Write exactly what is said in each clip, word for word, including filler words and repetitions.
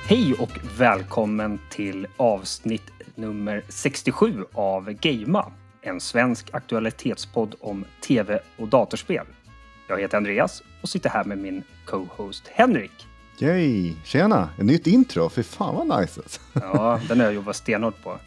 Hej och välkommen till avsnitt nummer sextiosju av Gamea, en svensk aktualitetspodd om tv och datorspel. Jag heter Andreas och sitter här med min co-host Henrik. Yay, tjena, ett nytt intro, för fan vad nice. Ja, den har jag jobbat stenhårt på.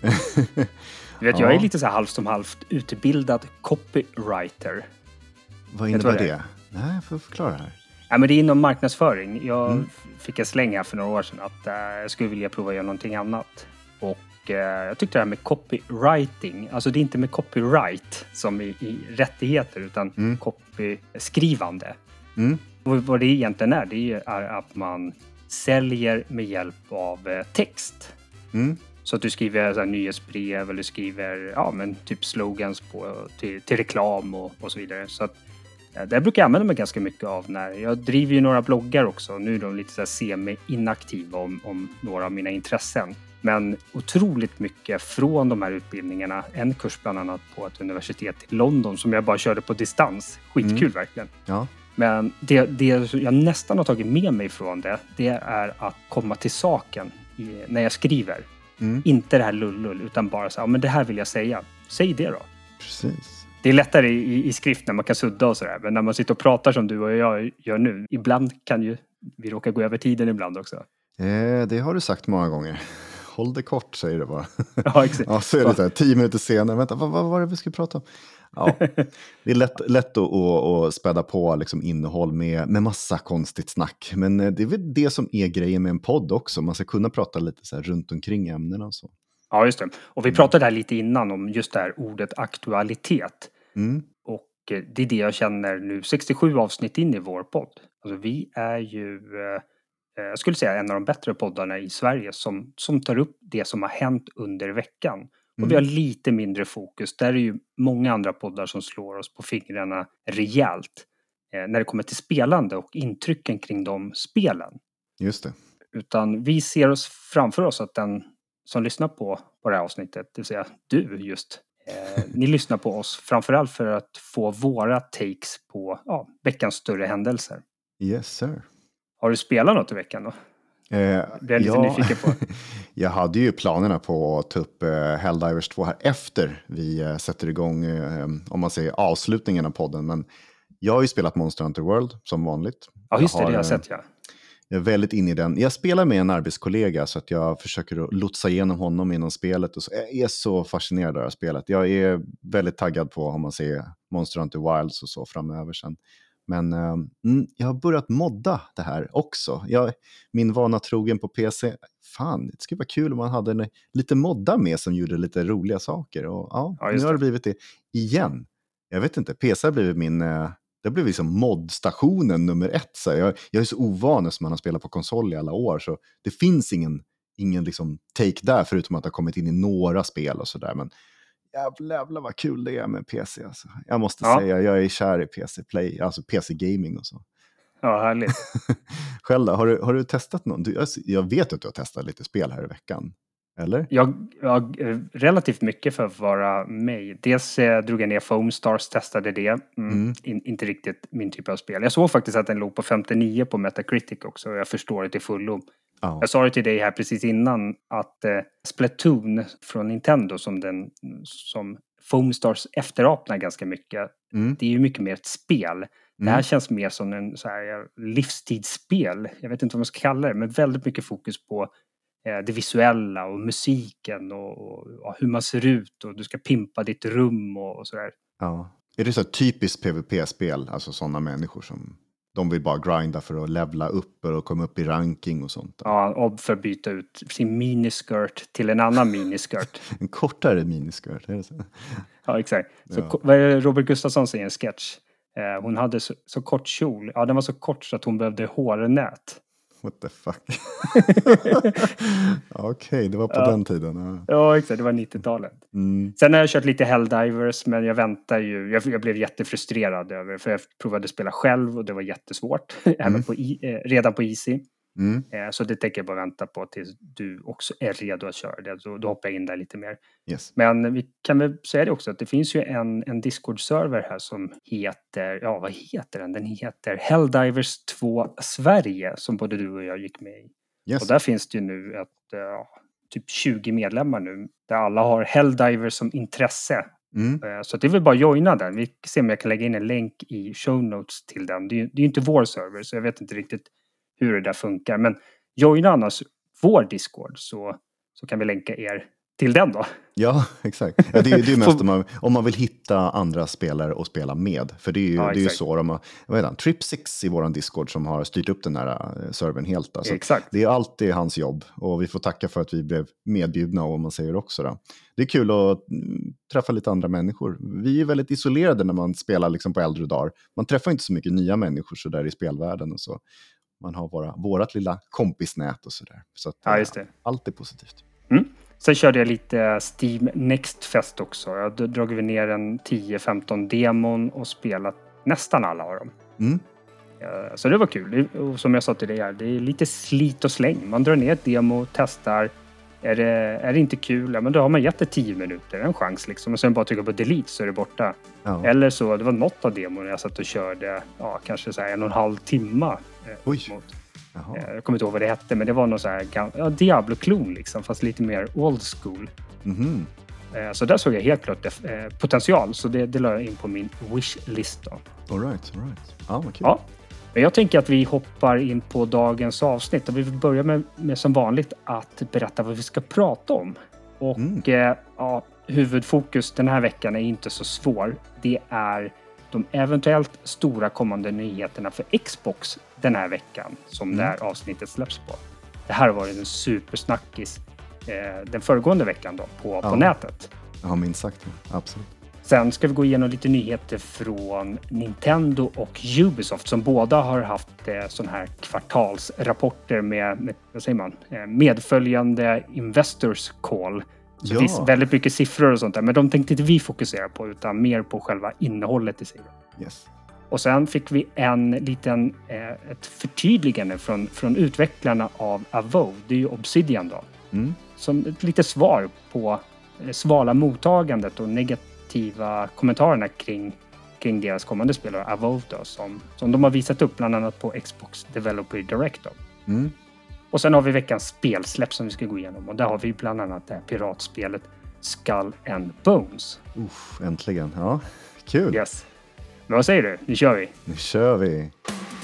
Du vet, jag är lite så här halvt som halvt utbildad copywriter. Vad innebär det? det? Nej, jag får förklara här. Ja, men det är inom marknadsföring. Jag Mm. fick en släng här för några år sedan att uh, jag skulle vilja prova att göra någonting annat. Och uh, jag tyckte det här med copywriting, alltså det är inte med copyright som i, i rättigheter utan Mm. copyskrivande. Mm. Och vad det egentligen är, det är att man säljer med hjälp av uh, text. Mm. Så att du skriver så här, nyhetsbrev eller skriver ja, men typ slogans på, till, till reklam och, och så vidare. Så att det brukar jag använda mig ganska mycket av när jag driver ju några bloggar också. Nu är de lite så här semi-inaktiva om, om några av mina intressen. Men otroligt mycket från de här utbildningarna. En kurs bland annat på ett universitet i London som jag bara körde på distans. Skitkul mm. verkligen. Ja. Men det, det jag nästan har tagit med mig från det, det är att komma till saken i, när jag skriver. Mm. Inte det här lullull utan bara så här, men det här vill jag säga. Säg det då. Precis. Det är lättare i, i skrift när man kan sudda och sådär. Men när man sitter och pratar som du och jag gör nu. Ibland kan ju vi råka gå över tiden ibland också. Eh, det har du sagt många gånger. Håll det kort, säger det bara. Ja, exakt. Ja, så är det så här, tio minuter senare. Vänta, vad, vad var det vi skulle prata om? Ja, det är lätt, lätt att, att, att späda på liksom innehåll med, med massa konstigt snack. Men det är väl det som är grejen med en podd också. Man ska kunna prata lite så här runt omkring ämnena och så. Ja, just det. Och vi pratade här lite innan om just det här ordet aktualitet. Mm. Och det är det jag känner nu, sextiosju avsnitt in i vår podd. Alltså vi är ju, eh, jag skulle säga en av de bättre poddarna i Sverige som, som tar upp det som har hänt under veckan. Och Mm. vi har lite mindre fokus. Där är ju många andra poddar som slår oss på fingrarna rejält. Eh, när det kommer till spelande och intrycken kring de spelen. Just det. Utan vi ser oss framför oss att den som lyssnar på, på det här avsnittet, det vill säga du just, eh, ni lyssnar på oss framförallt för att få våra takes på ja, veckans större händelser. Yes, sir. Har du spelat något i veckan då? Eh, Blir jag lite ja, nyfiken på. Jag hade ju planerna på att ta upp eh, Helldivers två här efter vi eh, sätter igång, eh, om man säger avslutningen av podden. Men jag har ju spelat Monster Hunter World som vanligt. Ja, just det, jag har, det har jag sett, ja. Jag är väldigt inne i den. Jag spelar med en arbetskollega så att jag försöker att lotsa igenom honom inom spelet. Och så. Jag är så fascinerad av det här spelet. Jag är väldigt taggad på om man ser Monster Hunter Wilds och så framöver sen. Men um, jag har börjat modda det här också. Jag, min vana trogen på P C. Fan, det skulle vara kul om man hade en, lite modda med som gjorde lite roliga saker. Och ja, Ja, nu just har det. det blivit det igen. Jag vet inte, P C har blivit min... Uh, det har blivit liksom modstationen nummer ett. Så jag, jag är så ovan som man har spelat på konsol i alla år. Så det finns ingen, ingen liksom take där förutom att det har kommit in i några spel och sådär. Men jävlar, jävlar vad kul det är med P C. Alltså. Jag måste Ja. säga, jag är kär i P C-play, alltså P C-gaming och så. Ja, härligt. Själv då, har du, har du testat någon? Du, jag vet att du har testat lite spel här i veckan. Eller? Jag, jag relativt mycket för att vara mig. Dels eh, drog jag ner Foam Stars, testade det. Mm, Mm. In, inte riktigt min typ av spel. Jag såg faktiskt att den låg på femtionio på Metacritic också. Och jag förstår det till fullo. Ja. Jag sa det till dig här precis innan att eh, Splatoon från Nintendo som, den, som Foam Stars efterapnar ganska mycket. Mm. Det är ju mycket mer ett spel. Mm. Det här känns mer som en så här, livstidsspel. Jag vet inte vad man ska kalla det. Men väldigt mycket fokus på det visuella och musiken och, och, och hur man ser ut och du ska pimpa ditt rum och, och sådär. Ja. Är det så typiskt PvP-spel, alltså sådana människor som de vill bara grinda för att levla upp och komma upp i ranking och sånt? Då? Ja, och för att byta ut sin miniskirt till en annan miniskirt. En kortare miniskirt, är det så? Ja, exakt. Så Ja. vad är det Robert Gustafsson säger i en sketch? Eh, hon hade så, så kort kjol. Ja, den var så kort så att hon behövde hårnät. What the fuck? Okej, okay, det var på ja. den tiden. Ja, ja exakt. Det var nittiotalet. Mm. Sen har jag kört lite Helldivers, men jag väntar ju. Jag, jag blev jättefrustrerad över, för jag provade spela själv och det var jättesvårt. Mm. Även på, eh, redan på Easy. Mm. Eh, så det tänker jag bara vänta på tills du också är redo att köra det. Så då hoppar jag in där lite mer. Yes. Men vi kan väl säga det också att det finns ju en, en Discord-server här som heter, ja vad heter den? Den heter Helldivers två Sverige som både du och jag gick med i. Yes. Och där finns det ju nu ett, uh, typ tjugo medlemmar nu. Där alla har Helldivers som intresse. Mm. Uh, så det är väl bara att joina den. Vi ser om jag kan lägga in en länk i show notes till den. Det är ju det är inte vår server, så jag vet inte riktigt hur det där funkar. Men joina annars vår Discord, så, så kan vi länka er till den då. Ja, exakt. Ja, det är ju mest om man, om man vill hitta andra spelare och spela med. För det är ju, Ja, det är ju så, de har, vad heter han, Trip six i våran Discord som har styrt upp den här uh, servern helt. Alltså, exakt. det är alltid hans jobb och vi får tacka för att vi blev medbjudna, om man säger också. Då. Det är kul att mm, träffa lite andra människor. Vi är väldigt isolerade när man spelar liksom på äldre dagar. Man träffar inte så mycket nya människor så där i spelvärlden och så. Man har våra, vårat lilla kompisnät och sådär. Så att, ja, just det. Allt är positivt. Mm. Sen körde jag lite Steam Next Fest också. Jag har dragit ner en tio femton demon och spelat nästan alla av dem. Mm. Så det var kul. Och som jag sa till dig här, det är lite slit och släng. Man drar ner ett demo, testar. Är det, är det inte kul, ja, men då har man gett det tio minuter, en chans liksom. Och sen bara trycka på delete så är det borta. Ja. Eller så, det var något av demon jag satt och körde, ja, kanske så här en och en halv timma. Oj. Mot. Jag kommer inte ihåg vad det hette, men det var någon så här, ja, Diablo-klon liksom, fast lite mer old school. Mm-hmm. Så där såg jag helt klart potential, så det, det la jag in på min wishlist då. All right, all right. Ja, vad kul. Ja. Men jag tänker att vi hoppar in på dagens avsnitt och vi vill börja med, med som vanligt att berätta vad vi ska prata om. Och mm. eh, ja, huvudfokus den här veckan är inte så svår. Det är de eventuellt stora kommande nyheterna för Xbox den här veckan som mm. det här avsnittet släpps på. Det här har varit en supersnackis eh, den föregående veckan då på, ja. på nätet. Ja, minst sagt. Absolut. Sen ska vi gå igenom lite nyheter från Nintendo och Ubisoft som båda har haft eh, sådana här kvartalsrapporter med, med vad säger man, eh, medföljande Investors Call. Så ja. Det finns väldigt mycket siffror och sånt där, men de tänkte inte vi fokusera på utan mer på själva innehållet i sig. Yes. Och sen fick vi en liten, eh, ett förtydligande från, från utvecklarna av Avowed, det är ju Obsidian då. Mm. Som ett litet svar på eh, svala mottagandet och negativa kommentarerna kring, kring deras kommande spelare Avowed då, som, som de har visat upp bland annat på Xbox Developer Direct då. Mm. Och sen har vi veckans spelsläpp som vi ska gå igenom och där har vi bland annat det här piratspelet Skull and Bones. Uff, äntligen, ja, kul. Yes. Men vad säger du? Nu kör vi. Nu kör vi.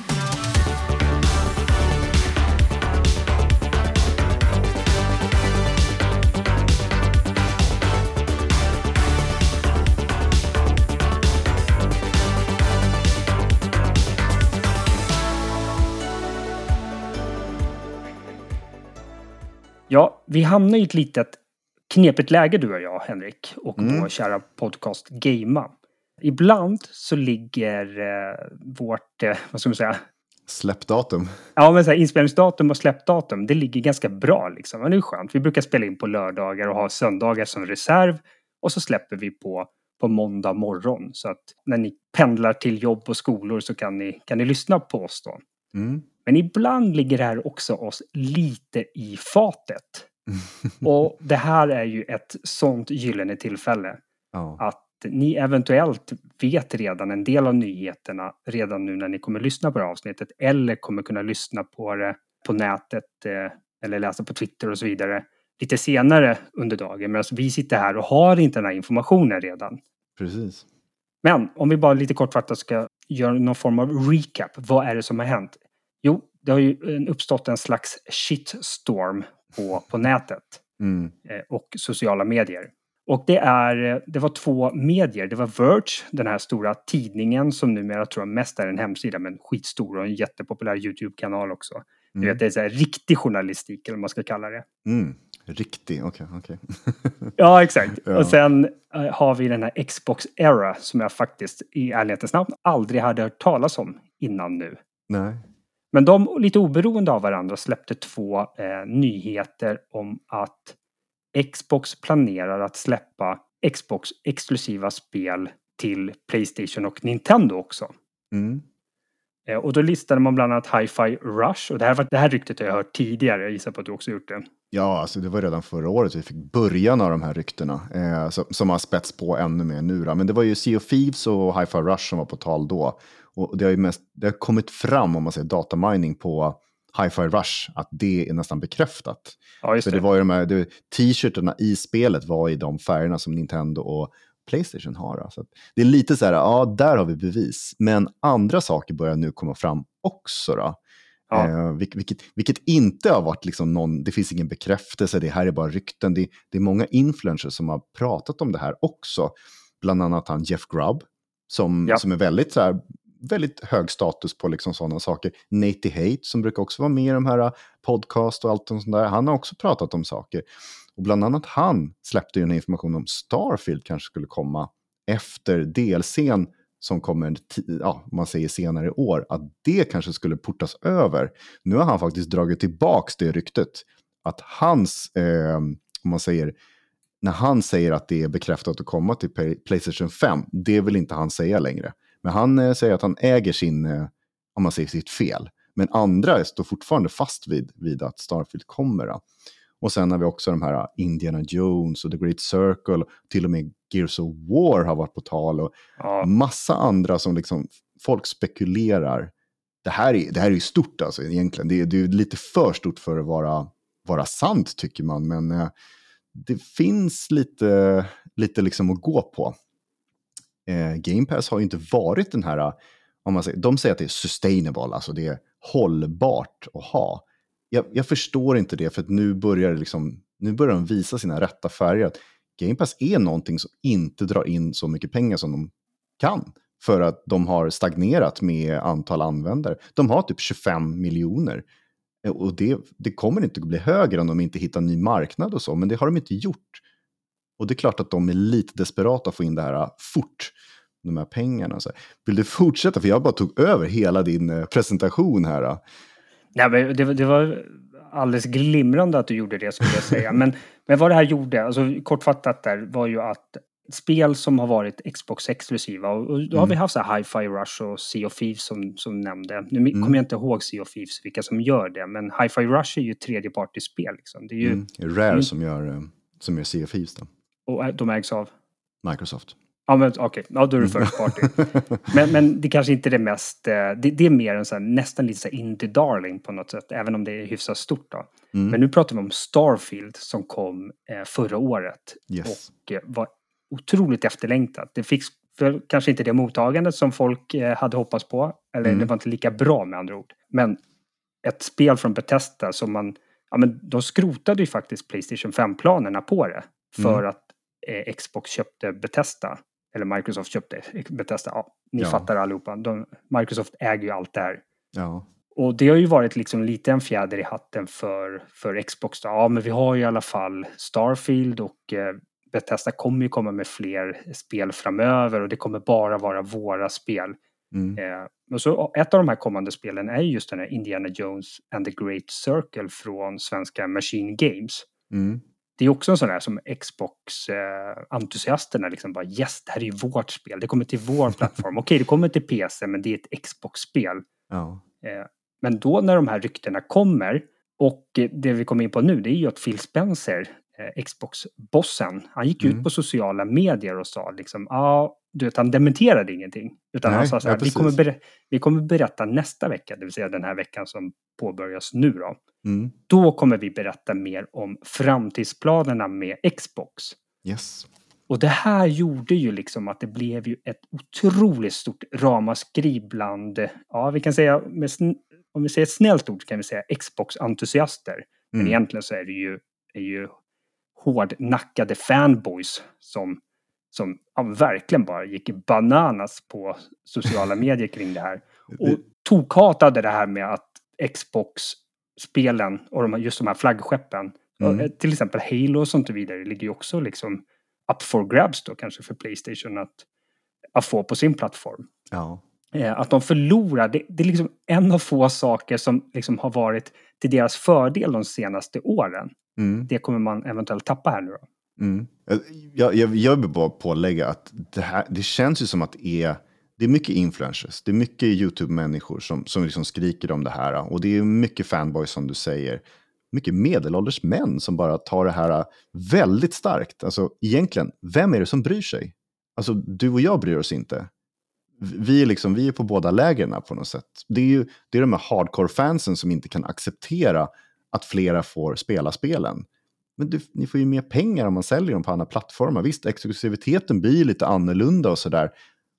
Ja, vi hamnar i ett litet knepigt läge du och jag, Henrik, och mm. vår kära podcast Gamea. Ibland så ligger eh, vårt, eh, vad ska man säga? Släppdatum. Ja, men så här, inspelningsdatum och släppdatum, det ligger ganska bra liksom. Men det är skönt. Vi brukar spela in på lördagar och ha söndagar som reserv. Och så släpper vi på, på måndag morgon. Så att när ni pendlar till jobb och skolor så kan ni, kan ni lyssna på oss då. Mm. Men ibland ligger det här också oss lite i fatet. Och det här är ju ett sånt gyllene tillfälle. Oh. Att ni eventuellt vet redan en del av nyheterna redan nu när ni kommer lyssna på det här avsnittet. Eller kommer kunna lyssna på det på nätet eh, eller läsa på Twitter och så vidare. Lite senare under dagen. Men alltså, vi sitter här och har inte den här informationen redan. Precis. Men om vi bara lite kortfattat ska göra någon form av recap. Vad är det som har hänt? Jo, det har ju uppstått en slags shitstorm på, på nätet mm. och sociala medier. Och det, är, det var två medier. Det var Verge, den här stora tidningen som numera tror jag mest är en hemsida, men skitstor och en jättepopulär YouTube-kanal också. Mm. Du vet, det är så här riktig journalistik, eller vad man ska kalla det. Mm. Riktig, okej. Okay, okay. Ja, exakt. Ja. Och sen uh, har vi den här Xbox Era som jag faktiskt i ärlighetens namn aldrig hade hört talas om innan nu. Nej. Men de, lite oberoende av varandra, släppte två eh, nyheter om att Xbox planerar att släppa Xbox-exklusiva spel till PlayStation och Nintendo också. Mm. Eh, och då listade man bland annat Hi-Fi Rush. Och det här, var, det här ryktet har jag hört tidigare. Jag gissar på att du också gjort det. Ja, alltså det var redan förra året vi fick början av de här ryktena. Eh, som, som har spets på ännu mer nu. Då. Men det var ju Sea of Thieves och Hi-Fi Rush som var på tal då. Och det har ju mest, det har kommit fram, om man säger, datamining på Hi-Fi Rush, att det är nästan bekräftat. Ja, just För det. det var ju de här det, t-shirtarna i spelet var i de färgerna som Nintendo och PlayStation har. Så det är lite så här, ja, där har vi bevis. Men andra saker börjar nu komma fram också då. Ja. Eh, vilket, vilket inte har varit liksom någon, det finns ingen bekräftelse, det här är bara rykten. Det, det är många influencers som har pratat om det här också. Bland annat han Jeff Grubb, som, Ja. som är väldigt så här, väldigt hög status på liksom sådana saker. Nate Hate som brukar också vara med i de här podcast och allt och sånt där. Han har också pratat om saker. Och bland annat han släppte ju en information om Starfield kanske skulle komma efter D L C:n som kommer, ja, man säger senare i år, att det kanske skulle portas över. Nu har han faktiskt dragit tillbaks det ryktet. Att hans, eh, om man säger, när han säger att det är bekräftat att komma till PlayStation fem, det vill inte han säga längre. Men han eh, säger att han äger sin, eh, om man säger sitt fel. Men andra står fortfarande fast vid, vid att Starfield kommer. Då. Och sen har vi också de här Indiana Jones och The Great Circle. Till och med Gears of War har varit på tal. Och Ja. massa andra som liksom folk spekulerar. Det här är, det här är ju stort alltså egentligen. Det är, det är lite för stort för att vara, vara sant tycker man. Men eh, det finns lite, lite liksom att gå på. Eh, Game Pass har ju inte varit den här, om man säger, de säger att det är sustainable, alltså det är hållbart att ha. Jag, jag förstår inte det, för att nu börjar det liksom, nu börjar de visa sina rätta färger. Att Game Pass är någonting som inte drar in så mycket pengar som de kan. För att de har stagnerat med antal användare. De har typ tjugofem miljoner. Och det, det kommer inte att bli högre om de inte hittar ny marknad och så. Men det har de inte gjort. Och det är klart att de är lite desperata att få in det här fort. De här pengarna. Så vill du fortsätta? För jag bara tog över hela din presentation här. Nej, men det, det var alldeles glimrande att du gjorde det, skulle jag säga. Men, men vad det här gjorde, alltså kortfattat där, var ju att spel som har varit Xbox-exklusiva, och, och då har Mm. vi haft så här Hi-Fi Rush och Sea of Thieves som, som nämnde. Nu Mm. kommer jag inte ihåg Sea of Thieves, vilka som gör det, men Hi-Fi Rush är ju tredjepartyspel. Liksom. Det är ju, Mm. Det är Rare mm. som gör, som gör Sea of Thieves då. Och de ägs av? Microsoft. Ja, men okej. Okay. Ja, då är det first party. men, men det kanske inte är det mest... Det, det är mer en sån här, nästan lite så här indie darling på något sätt. Även om det är hyfsat stort då. Mm. Men nu pratar vi om Starfield som kom eh, förra året. Yes. Och eh, var otroligt efterlängtat. Det fick för, kanske inte det mottagandet som folk eh, hade hoppats på. Eller mm. det var inte lika bra med andra ord. Men ett spel från Bethesda som man... Ja, men de skrotade ju faktiskt PlayStation fem-planerna på det. För mm. att eh, Xbox köpte Bethesda. Eller Microsoft köpte Bethesda. Ja, ni ja. fattar allihopa. De, Microsoft äger ju allt det här. Ja. Och det har ju varit liksom lite en fjäder i hatten för, för Xbox. Då. Ja, men vi har ju i alla fall Starfield och eh, Bethesda kommer ju komma med fler spel framöver. Och det kommer bara vara våra spel. Mm. Eh, och så ett av de här kommande spelen är just den här Indiana Jones and the Great Circle från svenska Machine Games. Mm. Det är också en sån här som Xbox-entusiasterna liksom bara yes, det här är ju vårt spel. Det kommer till vår plattform. Okej, det kommer till P C, men det är ett Xbox-spel. Ja. Men då när de här ryktena kommer, och det vi kommer in på nu, det är ju att Phil Spencer, Xbox-bossen, han gick mm. ut på sociala medier och sa liksom, ja, du vet, han dementerade ingenting. Utan Nej, han sa så här, ja, vi, kommer ber- vi kommer berätta nästa vecka, det vill säga den här veckan som påbörjas nu då. Mm. Då kommer vi berätta mer om framtidsplanerna med Xbox. Yes. Och det här gjorde ju liksom att det blev ju ett otroligt stort ramaskri bland, ja vi kan säga, med sn- om vi säger ett snällt ord kan vi säga Xbox-entusiaster. Mm. Men egentligen så är det ju, är ju hårdnackade fanboys som, som ja, verkligen bara gick bananas på sociala medier kring det här. Och tokhatade det här med att Xbox-spelen och de, just de här flaggskeppen, mm. till exempel Halo och sånt vidare, ligger ju också liksom up for grabs då kanske för PlayStation att, att få på sin plattform. Ja. Att de förlorar, det, det är liksom en av få saker som liksom har varit till deras fördel de senaste åren. Mm. Det kommer man eventuellt tappa här nu då. Mm. Jag, jag, jag vill bara pålägga att det, här, det känns ju som att det är, det är mycket influencers, det är mycket YouTube-människor som, som liksom skriker om det här. Och det är mycket fanboys som du säger. Mycket medelålders män som bara tar det här väldigt starkt. Alltså egentligen, vem är det som bryr sig? Alltså du och jag bryr oss inte. vi är, liksom, vi är på båda lägren på något sätt. Det är ju det är de här hardcore-fansen som inte kan acceptera att flera får spela spelen. Men du, ni får ju mer pengar om man säljer dem på andra plattformar. Visst, exklusiviteten blir lite annorlunda och sådär.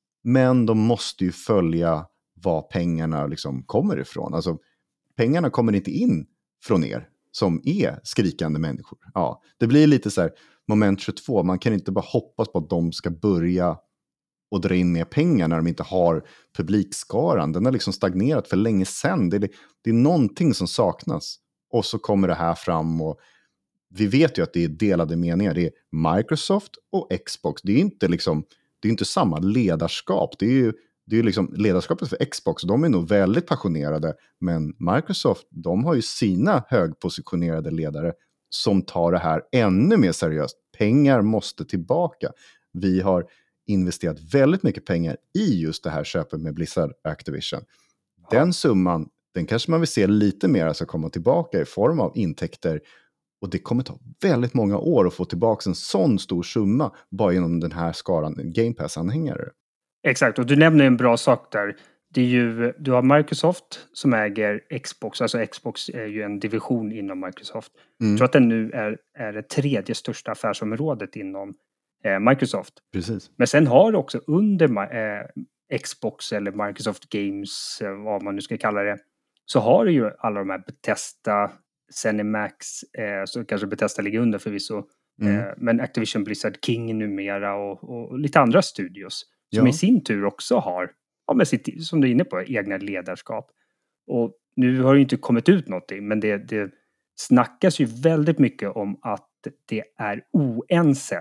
Men de måste ju följa var pengarna liksom kommer ifrån. Alltså, pengarna kommer inte in från er som är skrikande människor. Ja, det blir lite så här moment tjugotvå. Man kan inte bara hoppas på att de ska börja och dra in mer pengar när de inte har publikskaran. Den har liksom stagnerat för länge sedan. Det är, det är någonting som saknas. Och så kommer det här fram och vi vet ju att det är delade meningar. Det är Microsoft och Xbox. Det är inte liksom, det är inte samma ledarskap. Det är ju det är liksom ledarskapet för Xbox. De är nog väldigt passionerade. Men Microsoft, de har ju sina högpositionerade ledare som tar det här ännu mer seriöst. Pengar måste tillbaka. Vi har investerat väldigt mycket pengar i just det här köpet med Blizzard Activision. Den summan, den kanske man vill se lite mer alltså komma tillbaka i form av intäkter. Och det kommer ta väldigt många år att få tillbaka en sån stor summa bara genom den här skaran Game Pass-anhängare. Exakt, och du nämner en bra sak där. Det är ju, du har Microsoft som äger Xbox. Alltså Xbox är ju en division inom Microsoft. Mm. Jag tror att den nu är, är det tredje största affärsområdet inom eh, Microsoft. Precis. Men sen har det också under eh, Xbox eller Microsoft Games, eh, vad man nu ska kalla det, så har det ju alla de här Bethesda, Zenimax, eh, så kanske Bethesda ligger under förvisso. Mm. Eh, men Activision Blizzard King numera och, och lite andra studios. Som ja. i sin tur också har, ja, med sitt, som du är inne på, egna ledarskap. Och nu har det ju inte kommit ut någonting, men det, det snackas ju väldigt mycket om att det är oense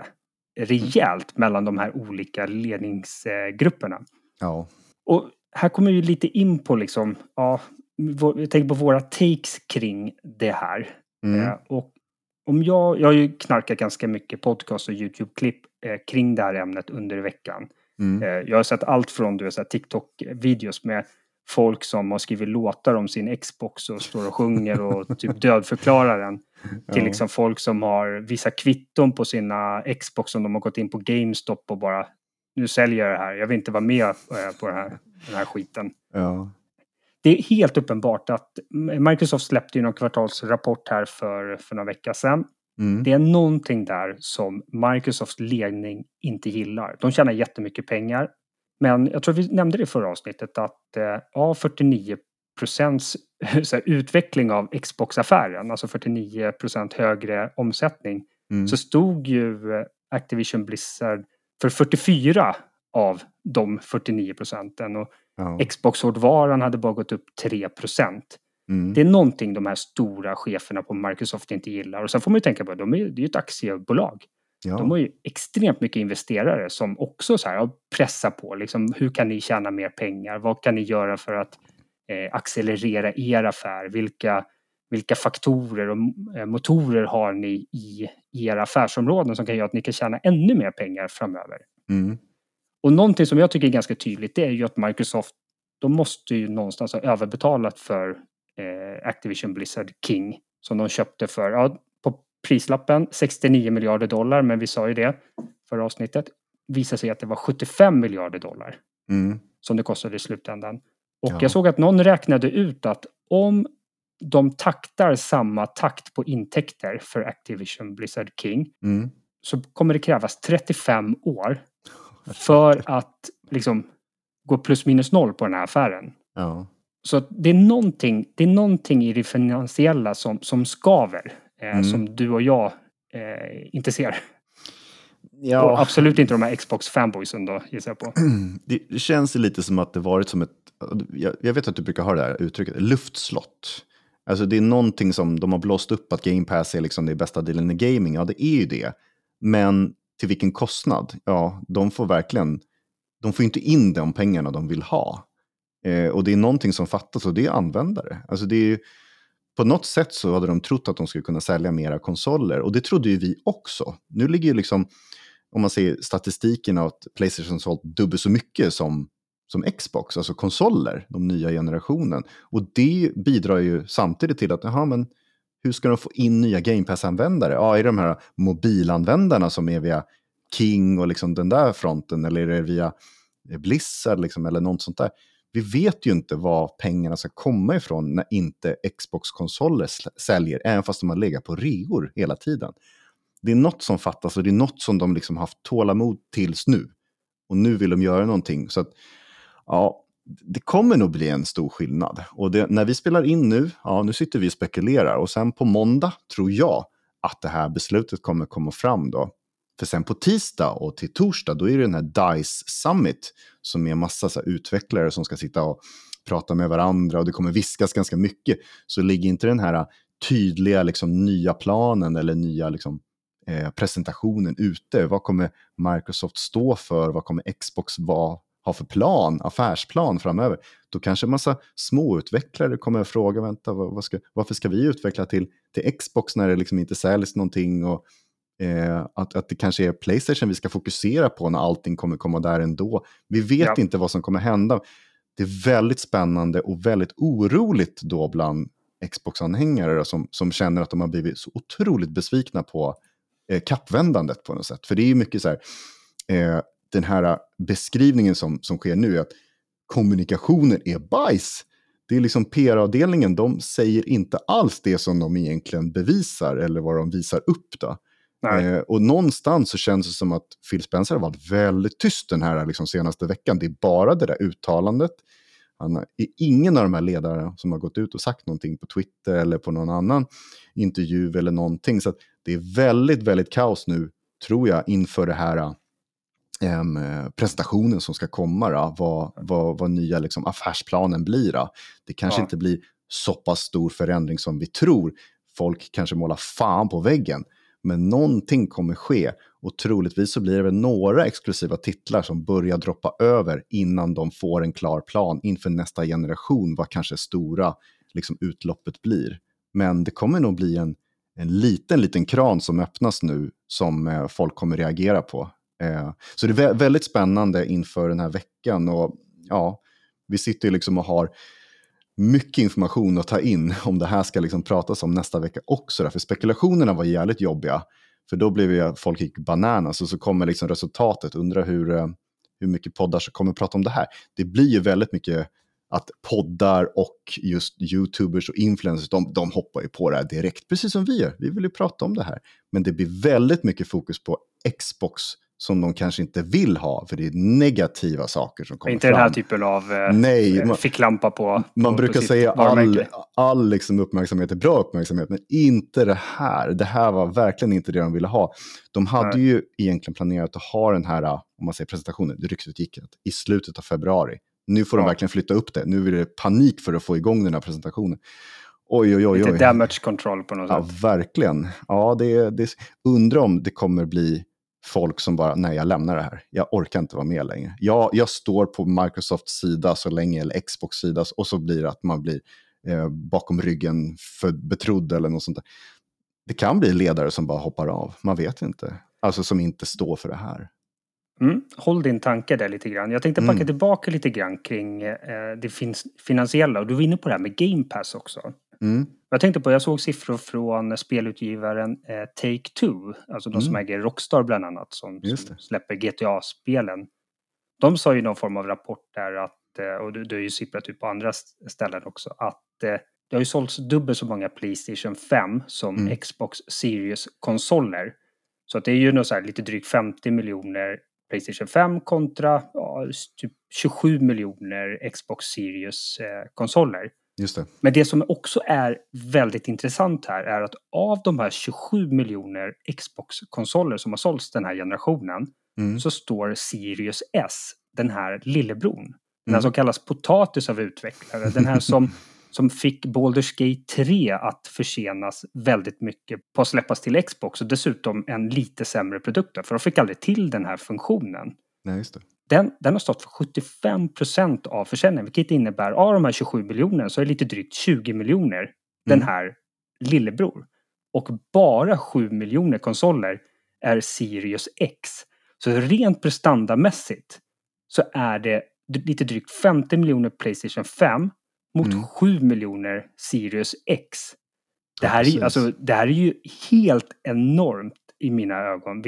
rejält mm. mellan de här olika ledningsgrupperna. Ja. Och här kommer vi lite in på liksom, ja, jag tänker på våra takes kring det här. Mm. Eh, och om jag, jag har ju knarkat ganska mycket podcast och YouTube-klipp eh, kring det här ämnet under veckan. Mm. Eh, jag har sett allt från du vet, så här, TikTok-videos med folk som har skrivit låtar om sin Xbox och står och sjunger och typ dödförklarar den. Till ja. liksom folk som har vissa kvitton på sina Xbox som de har gått in på GameStop och bara, nu säljer jag det här, jag vill inte vara med eh, på den här, den här skiten. Ja. Det är helt uppenbart att Microsoft släppte ju någon kvartalsrapport här för, för några veckor sedan. Mm. Det är någonting där som Microsofts ledning inte gillar. De tjänar jättemycket pengar. Men jag tror vi nämnde det i förra avsnittet att eh, ja, fyrtionio procents så här, utveckling av Xbox-affären, alltså fyrtionio procent högre omsättning, mm. så stod ju Activision Blizzard för fyrtiofyra av de fyrtionio procenten och ja. Xbox-hårdvaran hade bara gått upp tre procent. Mm. Det är någonting de här stora cheferna på Microsoft inte gillar. Och sen får man ju tänka på att de är, det är ju ett aktiebolag. Ja. De har ju extremt mycket investerare som också så här pressar på. Liksom, hur kan ni tjäna mer pengar? Vad kan ni göra för att eh, accelerera er affär? Vilka, vilka faktorer och eh, motorer har ni i, i era affärsområden som kan göra att ni kan tjäna ännu mer pengar framöver? Mm. Och någonting som jag tycker är ganska tydligt, det är ju att Microsoft, de måste ju någonstans ha överbetalat för eh, Activision Blizzard King som de köpte för, ja, på prislappen sextionio miljarder dollar, men vi sa ju det förra avsnittet, visade sig att det var sjuttiofem miljarder dollar mm. som det kostade i slutändan. Och ja. jag såg att någon räknade ut att om de taktar samma takt på intäkter för Activision Blizzard King mm. så kommer det krävas trettiofem år för att liksom gå plus minus noll på den här affären. Ja. Så det är någonting, det är någonting i det finansiella som, som skaver. Eh, mm. Som du och jag eh, inte ser. Ja. Och absolut inte de här Xbox-fanboysen då, gissar jag på. Det känns lite som att det varit som ett, jag, jag vet att du brukar ha det här uttrycket, luftslott. Alltså det är någonting som de har blåst upp att Game Pass är liksom det bästa dealen i gaming. Ja, det är ju det. Men till vilken kostnad? Ja, de får verkligen, de får inte in de pengarna de vill ha. Eh, och det är någonting som fattas och det är användare. Alltså det är ju, på något sätt så hade de trott att de skulle kunna sälja mera konsoler. Och det trodde ju vi också. Nu ligger ju liksom, om man ser statistiken av att PlayStation sålt dubbelt så mycket som, som Xbox, alltså konsoler, de nya generationen. Och det bidrar ju samtidigt till att, jaha, men hur ska de få in nya Game Pass-användare? Ja, är det de här mobilanvändarna som är via King och liksom den där fronten, eller är det via Blizzard liksom, eller något sånt där. Vi vet ju inte var pengarna ska komma ifrån när inte Xbox-konsoler säljer, även fast de har legat på reor hela tiden. Det är något som fattas och det är något som de liksom haft tålamod tills nu. Och nu vill de göra någonting. Så att, ja, det kommer nog bli en stor skillnad. Och det, när vi spelar in nu, ja, nu sitter vi och spekulerar. Och sen på måndag tror jag att det här beslutet kommer komma fram då. För sen på tisdag och till torsdag, då är det den här DICE Summit som är en massa så här utvecklare som ska sitta och prata med varandra och det kommer viskas ganska mycket. Så ligger inte den här tydliga liksom, nya planen eller nya liksom, eh, presentationen ute. Vad kommer Microsoft stå för? Vad kommer Xbox vara? Ha för plan, affärsplan framöver, då kanske en massa småutvecklare kommer att fråga, vänta, vad, vad ska, varför ska vi utveckla till, till Xbox när det liksom inte säljs någonting och eh, att, att det kanske är PlayStation vi ska fokusera på när allting kommer komma där ändå. Vi vet ja. inte vad som kommer hända. Det är väldigt spännande och väldigt oroligt då bland Xbox-anhängare som, som känner att de har blivit så otroligt besvikna på eh, kappvändandet på något sätt. För det är ju mycket så här... Eh, den här beskrivningen som, som sker nu är att kommunikationen är bajs. Det är liksom P R-avdelningen, de säger inte alls det som de egentligen bevisar eller vad de visar upp då. Eh, och någonstans så känns det som att Phil Spencer har varit väldigt tyst den här liksom, senaste veckan. Det är bara det där uttalandet. Han är ingen av de här ledare som har gått ut och sagt någonting på Twitter eller på någon annan intervju eller någonting. Så att det är väldigt, väldigt kaos nu, tror jag, inför det här Um, presentationen som ska komma då, vad, vad, vad nya liksom, affärsplanen blir då. Det kanske ja. inte blir så pass stor förändring som vi tror. Folk kanske målar fan på väggen, men någonting kommer ske och troligtvis så blir det väl några exklusiva titlar som börjar droppa över innan de får en klar plan inför nästa generation, vad kanske stora liksom, utloppet blir. Men det kommer nog bli en, en liten liten kran som öppnas nu som eh, folk kommer reagera på. Eh, så det är väldigt spännande inför den här veckan och ja, vi sitter ju liksom och har mycket information att ta in om det här ska liksom pratas om nästa vecka också där, för spekulationerna var jävligt jobbiga för då blev ju folk gick bananas och så kommer liksom resultatet, undrar hur, hur mycket poddar som kommer prata om det här. Det blir ju väldigt mycket att poddar och just YouTubers och influencers, de, de hoppar ju på det här direkt, precis som vi gör, vi vill ju prata om det här, men det blir väldigt mycket fokus på Xbox som de kanske inte vill ha, för det är negativa saker som kommer inte fram. Den här typen av eh, Nej, man, ficklampa på Man på, brukar på säga all, all liksom uppmärksamhet är bra uppmärksamhet, men inte det här. Det här var verkligen inte det de ville ha. De hade Nej. ju egentligen planerat att ha den här, om man säger presentationen, det ryktet gick i slutet av februari. Nu får ja. de verkligen flytta upp det. Nu är det panik för att få igång den här presentationen. Oj, oj, oj, oj. Lite damage control på något ja, sätt. Ja, verkligen. Ja, det, det, undrar om det kommer bli folk som bara, nej jag lämnar det här. Jag orkar inte vara med längre. Jag, jag står på Microsofts sida så länge, eller Xbox sida, och så blir det att man blir eh, bakom ryggen för betrodd eller något sånt där. Det kan bli ledare som bara hoppar av. Man vet inte. Alltså som inte står för det här. Mm. Håll din tanke där lite grann. Jag tänkte backa mm. tillbaka lite grann kring eh, det finns finansiella. Och du var inne på det här med Game Pass också. Mm. Jag tänkte på, jag såg siffror från spelutgivaren eh, Take-Two. Alltså de mm. som äger Rockstar bland annat. Som, som släpper G T A-spelen. De sa ju någon form av rapport där att, eh, och du, du har ju sipprat ut på andra ställen också, att eh, det har ju sålts dubbelt så många PlayStation fem som mm. Xbox Series-konsoler. Så att det är ju något så här lite drygt femtio miljoner PlayStation fem kontra ja, typ tjugosju miljoner Xbox Series-konsoler. Just det. Men det som också är väldigt intressant här är att av de här tjugosju miljoner Xbox-konsoler som har sålts den här generationen mm. så står Series S, den här lillebron. Den här mm. som kallas potatis av utvecklare. Den här som, som fick Baldur's Gate tre att försenas väldigt mycket på att släppas till Xbox och dessutom en lite sämre produkt. För de fick aldrig till den här funktionen. Nej, just det. Den, den har stått för sjuttiofem procent av försäljningen, vilket innebär av de här tjugosju miljoner så är det lite drygt tjugo miljoner mm. den här lillebror. Och bara sju miljoner konsoler är Series X. Så rent prestandamässigt så är det lite drygt femtio miljoner PlayStation fem mot mm. sju miljoner Series X. Det här, ja, är, alltså, det här är ju helt enormt i mina ögon. Vilken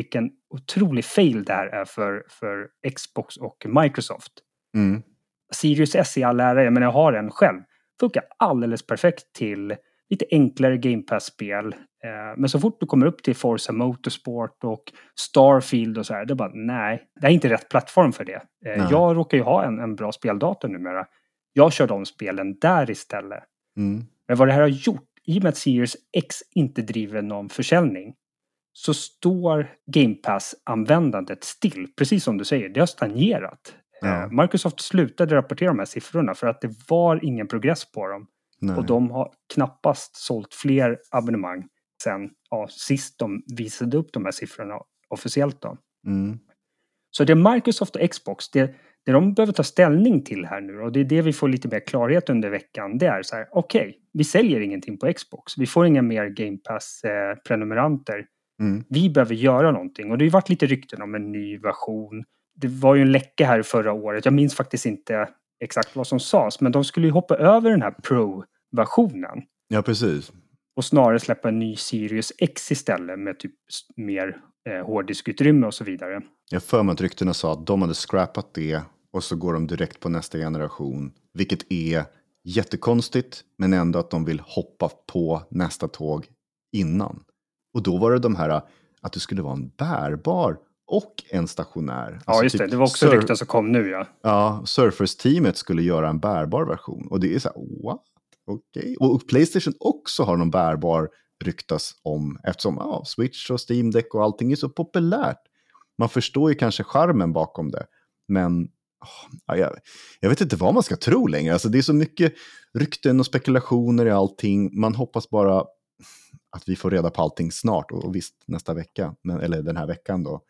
otrolig fail det här är för, för Xbox och Microsoft. Mm. Series S i all ära, men jag har en själv. Funkar alldeles perfekt till lite enklare Game Pass-spel. Eh, men så fort du kommer upp till Forza Motorsport och Starfield och så här, det är bara nej, det är inte rätt plattform för det. Eh, jag råkar ju ha en, en bra speldator numera. Jag kör de spelen där istället. Mm. Men vad det här har gjort, i och med att Series X inte driver någon försäljning, så står Game Pass-användandet still. Precis som du säger, det har stagnerat. Ja. Eh, Microsoft slutade rapportera de här siffrorna för att det var ingen progress på dem. Nej. Och de har knappast sålt fler abonnemang sen ja, sist de visade upp de här siffrorna officiellt då. Mm. Så det är Microsoft och Xbox, det, det de behöver ta ställning till här nu, och det är det vi får lite mer klarhet under veckan, det är så här, okej, okay, vi säljer ingenting på Xbox, vi får inga mer Game Pass-prenumeranter. Mm. Vi behöver göra någonting, och det har ju varit lite rykten om en ny version. Det var ju en läcka här förra året, jag minns faktiskt inte exakt vad som sades, men de skulle ju hoppa över den här Pro-versionen. Ja, precis. Och snarare släppa en ny Series X istället med typ mer eh, hårddiskutrymme och så vidare. Jag för mig att ryktena sa att de hade scrappat det och så går de direkt på nästa generation. Vilket är jättekonstigt, men ändå att de vill hoppa på nästa tåg innan. Och då var det de här att det skulle vara en bärbar och en stationär. Ja, alltså just typ det. Det var också sur- rykten som kom nu, ja. Ja, Surfers-teamet skulle göra en bärbar version. Och det är så här, what? Okej. Okay. Och PlayStation också har någon bärbar ryktas om. Eftersom ja, Switch och Steam Deck och allting är så populärt. Man förstår ju kanske charmen bakom det. Men oh, jag, jag vet inte vad man ska tro längre. Alltså, det är så mycket rykten och spekulationer i allting. Man hoppas bara att vi får reda på allting snart. Och visst, nästa vecka. Men, eller den här veckan då.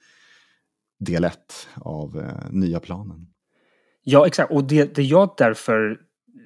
Del ett av eh, nya planen. Ja, exakt. Och det, det jag därför...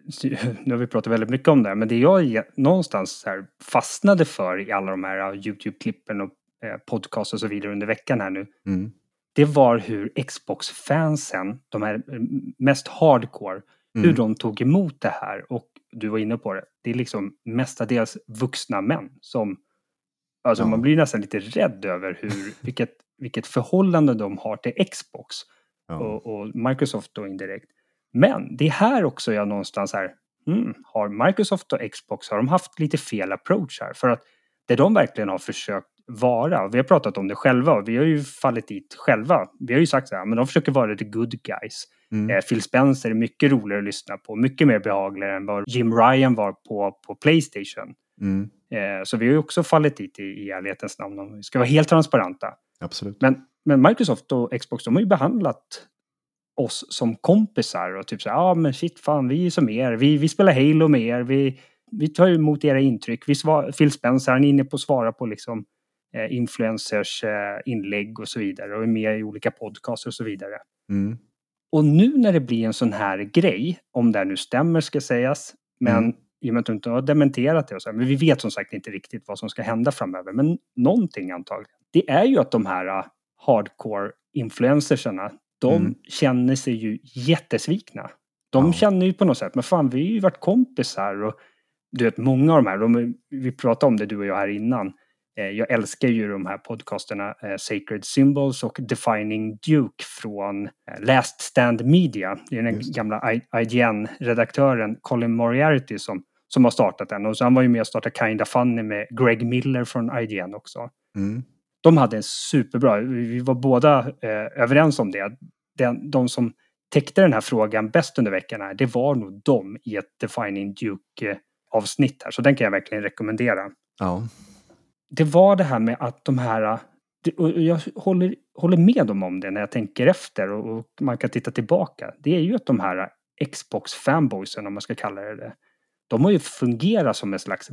Nu har vi pratat väldigt mycket om det här, men det jag någonstans här fastnade för i alla de här YouTube-klippen och eh, podcast och så vidare under veckan här nu. Mm. Det var hur Xbox-fansen, de här mest hardcore, mm. hur de tog emot det här. Och du var inne på det. Det är liksom mestadels vuxna män som... Alltså ja. Man blir nästan lite rädd över hur, vilket, vilket förhållande de har till Xbox. Ja. Och, och Microsoft då indirekt. Men det är här också jag någonstans här, hmm, har Microsoft och Xbox, har de haft lite fel approach här? För att det de verkligen har försökt vara, vi har pratat om det själva och vi har ju fallit dit själva. Vi har ju sagt så här, men de försöker vara the good guys. Mm. Eh, Phil Spencer är mycket roligare att lyssna på, mycket mer behagligare än vad Jim Ryan var på, på PlayStation. Mm. Eh, så vi har ju också fallit dit i, i ärlighetens namn, om vi ska vara helt transparenta. Absolut. Men, men Microsoft och Xbox, de har ju behandlat oss som kompisar och typ så ja ah, men shit fan, vi är som er, vi, vi spelar Halo med er, vi, vi tar emot era intryck, vi svar, Phil Spencer, han är inne på att svara på liksom eh, influencers eh, inlägg och så vidare och är med i olika podcasts och så vidare. Mm. Och nu när det blir en sån här grej, om det nu stämmer ska sägas, men Mm. i och med att du inte har dementerat det och så här, men vi vet som sagt inte riktigt vad som ska hända framöver, men någonting antagligen. Det är ju att de här uh, hardcore influencersarna, de Mm. känner sig ju jättesvikna. De Ja. känner ju på något sätt, men fan vi har ju varit kompisar och du vet många av de här, de, vi pratade om det du och jag här innan. Eh, jag älskar ju de här podcasterna eh, Sacred Symbols och Defining Duke från eh, Last Stand Media. Det är den Just. gamla I G N-redaktören Colin Moriarty som, som har startat den. Och så han var ju med och startade Kinda Funny med Greg Miller från I G N också. Mm. De hade en superbra, vi var båda eh, överens om det. Den, de som täckte den här frågan bäst under veckan här, det var nog de i ett Defining Duke-avsnitt här. Så den kan jag verkligen rekommendera. Ja. Det var det här med att de här, och jag håller, håller med dem om det när jag tänker efter och, och man kan titta tillbaka. Det är ju att de här Xbox-fanboysen, om man ska kalla det det, de har ju fungerat som en slags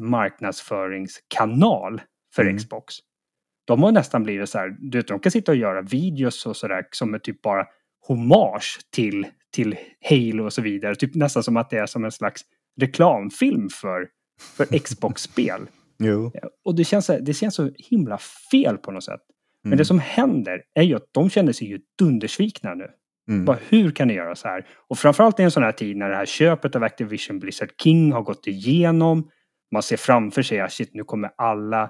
marknadsföringskanal för Mm. Xbox. De har nästan blivit så här, du vet, de kan sitta och göra videos och sådär som är typ bara hommage till, till Halo och så vidare. Typ nästan som att det är som en slags reklamfilm för, för Xbox-spel. Jo. Och det känns, det känns så himla fel på något sätt. Men Mm. det som händer är ju att de känner sig ju dundersvikna nu. Mm. Bara, hur kan ni göra så här? Och framförallt i en sån här tid när det här köpet av Activision Blizzard King har gått igenom. Man ser framför sig att shit, nu kommer alla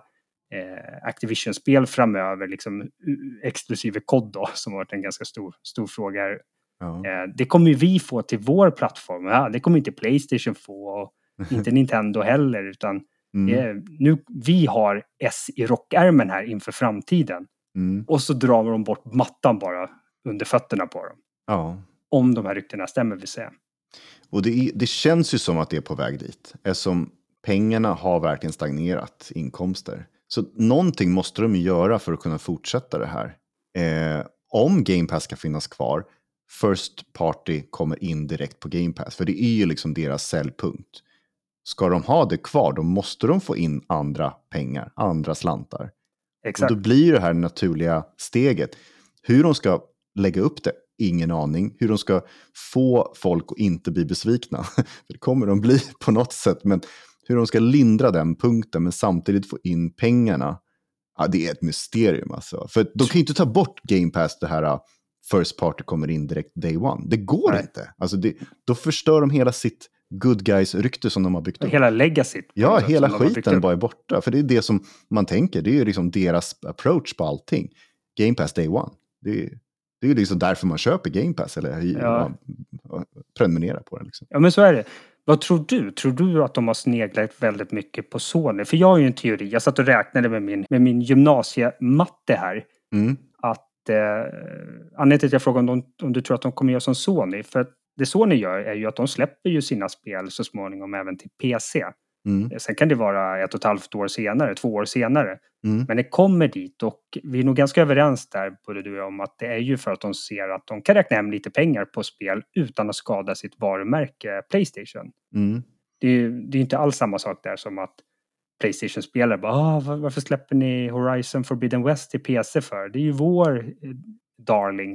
eh, Activision-spel framöver, liksom exklusive C O D då, som har varit en ganska stor, stor fråga här. Ja. Eh, det kommer ju vi få till vår plattform. Ja, det kommer inte PlayStation få och inte Nintendo heller, utan Mm. eh, nu vi har S i rockärmen här inför framtiden. Mm. Och så drar de bort mattan bara under fötterna på dem. Ja. Om de här ryktena stämmer, vill säga. Och det, det känns ju som att det är på väg dit. Eftersom pengarna har verkligen stagnerat, inkomster. Så någonting måste de ju göra för att kunna fortsätta det här. Eh, om Game Pass ska finnas kvar, First Party kommer in direkt på Game Pass. För det är ju liksom deras säljpunkt. Ska de ha det kvar, då måste de få in andra pengar, andra slantar. Exakt. Och då blir det här det naturliga steget. Hur de ska lägga upp det, ingen aning. Hur de ska få folk att inte bli besvikna. För det kommer de bli på något sätt. Men hur de ska lindra den punkten men samtidigt få in pengarna. Ja, det är ett mysterium alltså. För de kan ju inte ta bort Game Pass, det här First Party kommer in direkt day one. Det går Nej. inte. Alltså det, då förstör de hela sitt good guys-rykte som de har byggt upp. Hela legacyt. Ja, sätt, hela som de har byggt skiten upp. bara är borta. För det är det som man tänker. Det är ju liksom deras approach på allting. Game Pass day one. Det är, det är ju liksom därför man köper Game Pass. Eller Ja. ja, prenumererar på den. Liksom. Ja, men så är det. Vad tror du? Tror du att de har sneglat väldigt mycket på Sony? För jag har ju en teori. Jag satt och räknade med min, med min gymnasiematte här. Mm. Att eh, anledningen till att jag frågade om, de, om du tror att de kommer göra som Sony. För att det Sony gör är ju att de släpper ju sina spel så småningom även till P C. Mm. Sen kan det vara ett och ett halvt år senare, två år senare. Mm. Men det kommer dit och vi är nog ganska överens där, både du och jag, om att det är ju för att de ser att de kan räkna hem lite pengar på spel utan att skada sitt varumärke PlayStation. Mm. Det är ju det är inte alls samma sak där som att PlayStation-spelare bara, ah, var- varför släpper ni Horizon Forbidden West till P C för? Det är ju vår eh, darling.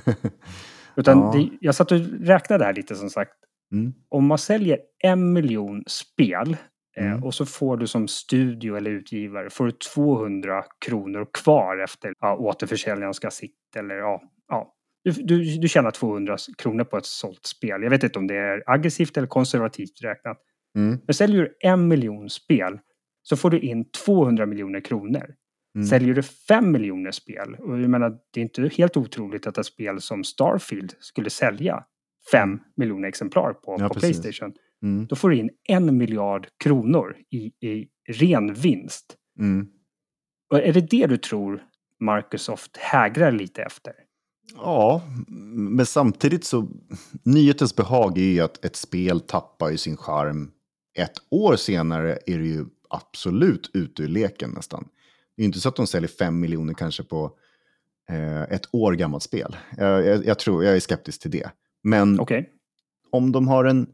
Utan Ja. det, jag satt och räknade här lite som sagt. Mm. Om man säljer en miljon spel eh, Mm. och så får du som studio eller utgivare får du tvåhundra kronor kvar efter ja, återförsäljaren ska sitta eller ja, ja. Du, du, du tjänar tvåhundra kronor på ett sålt spel. Jag vet inte om det är aggressivt eller konservativt räknat. Mm. Men säljer du en miljon spel så får du in tvåhundra miljoner kronor. Mm. Säljer du fem miljoner spel, och jag menar, det är inte helt otroligt att ett spel som Starfield skulle sälja fem miljoner exemplar på, Ja, på precis. PlayStation. Mm. Då får du in en miljard kronor i, i ren vinst. Mm. Och är det det du tror Microsoft hägrar lite efter? Ja, men samtidigt så nyhetens behag är ju att ett spel tappar ju sin charm. Ett år senare är det ju absolut ute ur leken nästan. Det är ju inte så att de säljer fem miljoner kanske på eh, ett år gammalt spel. Jag, jag, jag tror, jag är skeptisk till det. Men Okej. om de har en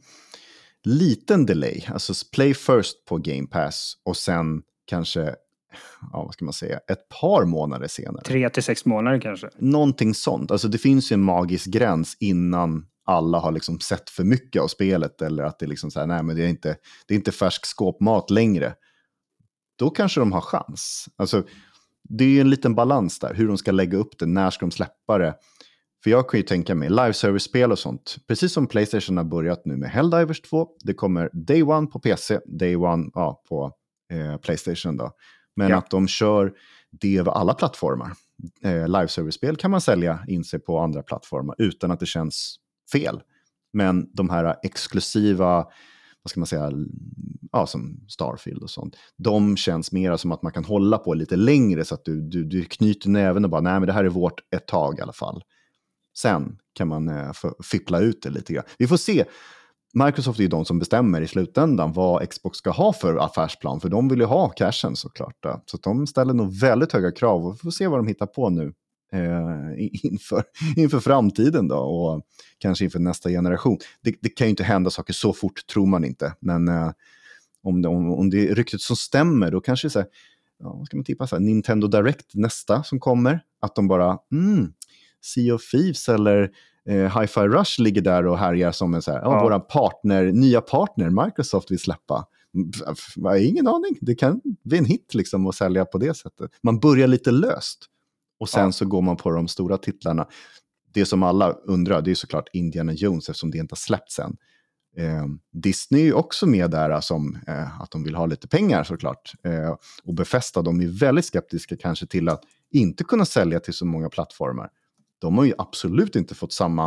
liten delay, alltså play first på Game Pass och sen kanske, ja vad ska man säga, ett par månader senare. Tre till sex månader kanske. Någonting sånt. Alltså det finns ju en magisk gräns innan alla har liksom sett för mycket av spelet eller att det liksom så här, nej men det är inte, det är inte färsk skåpmat längre. Då kanske de har chans. Alltså det är ju en liten balans där, hur de ska lägga upp det, när ska de släppa det. För jag kan ju tänka mig live service-spel och sånt. Precis som PlayStation har börjat nu med Helldivers två. Det kommer day one på P C, day one ja, på eh, PlayStation då. Men Ja. att de kör det över alla plattformar. Eh, live service-spel kan man sälja in sig på andra plattformar utan att det känns fel. Men de här exklusiva, vad ska man säga, ja, som Starfield och sånt. De känns mer som att man kan hålla på lite längre så att du, du, du knyter näven och bara, nej men det här är vårt ett tag i alla fall. Sen kan man eh, fippla ut det lite grann. Vi får se. Microsoft är ju de som bestämmer i slutändan vad Xbox ska ha för affärsplan. För de vill ju ha cashen såklart. Då. Så att de ställer nog väldigt höga krav. Och vi får se vad de hittar på nu eh, inför, inför framtiden då. Och kanske inför nästa generation. Det, det kan ju inte hända saker så fort, tror man inte. Men eh, om, det, om, om det är ryktet som stämmer, då kanske det är så här, ja, vad ska man tippa så här, Nintendo Direct nästa som kommer. Att de bara, mm, Sea of Thieves eller eh, Hi-Fi Rush ligger där och härjar som en så här, ja, Ja. våra partner, nya partner Microsoft vill släppa. Jag har ingen aning. Det kan bli en hit liksom att sälja på det sättet. Man börjar lite löst. Och sen Ja. så går man på de stora titlarna. Det som alla undrar, det är såklart Indiana Jones eftersom det inte har släppts än. Eh, Disney är ju också med där som eh, att de vill ha lite pengar såklart. Eh, och Bethesda, de är väldigt skeptiska kanske till att inte kunna sälja till så många plattformar. De har ju absolut inte fått samma,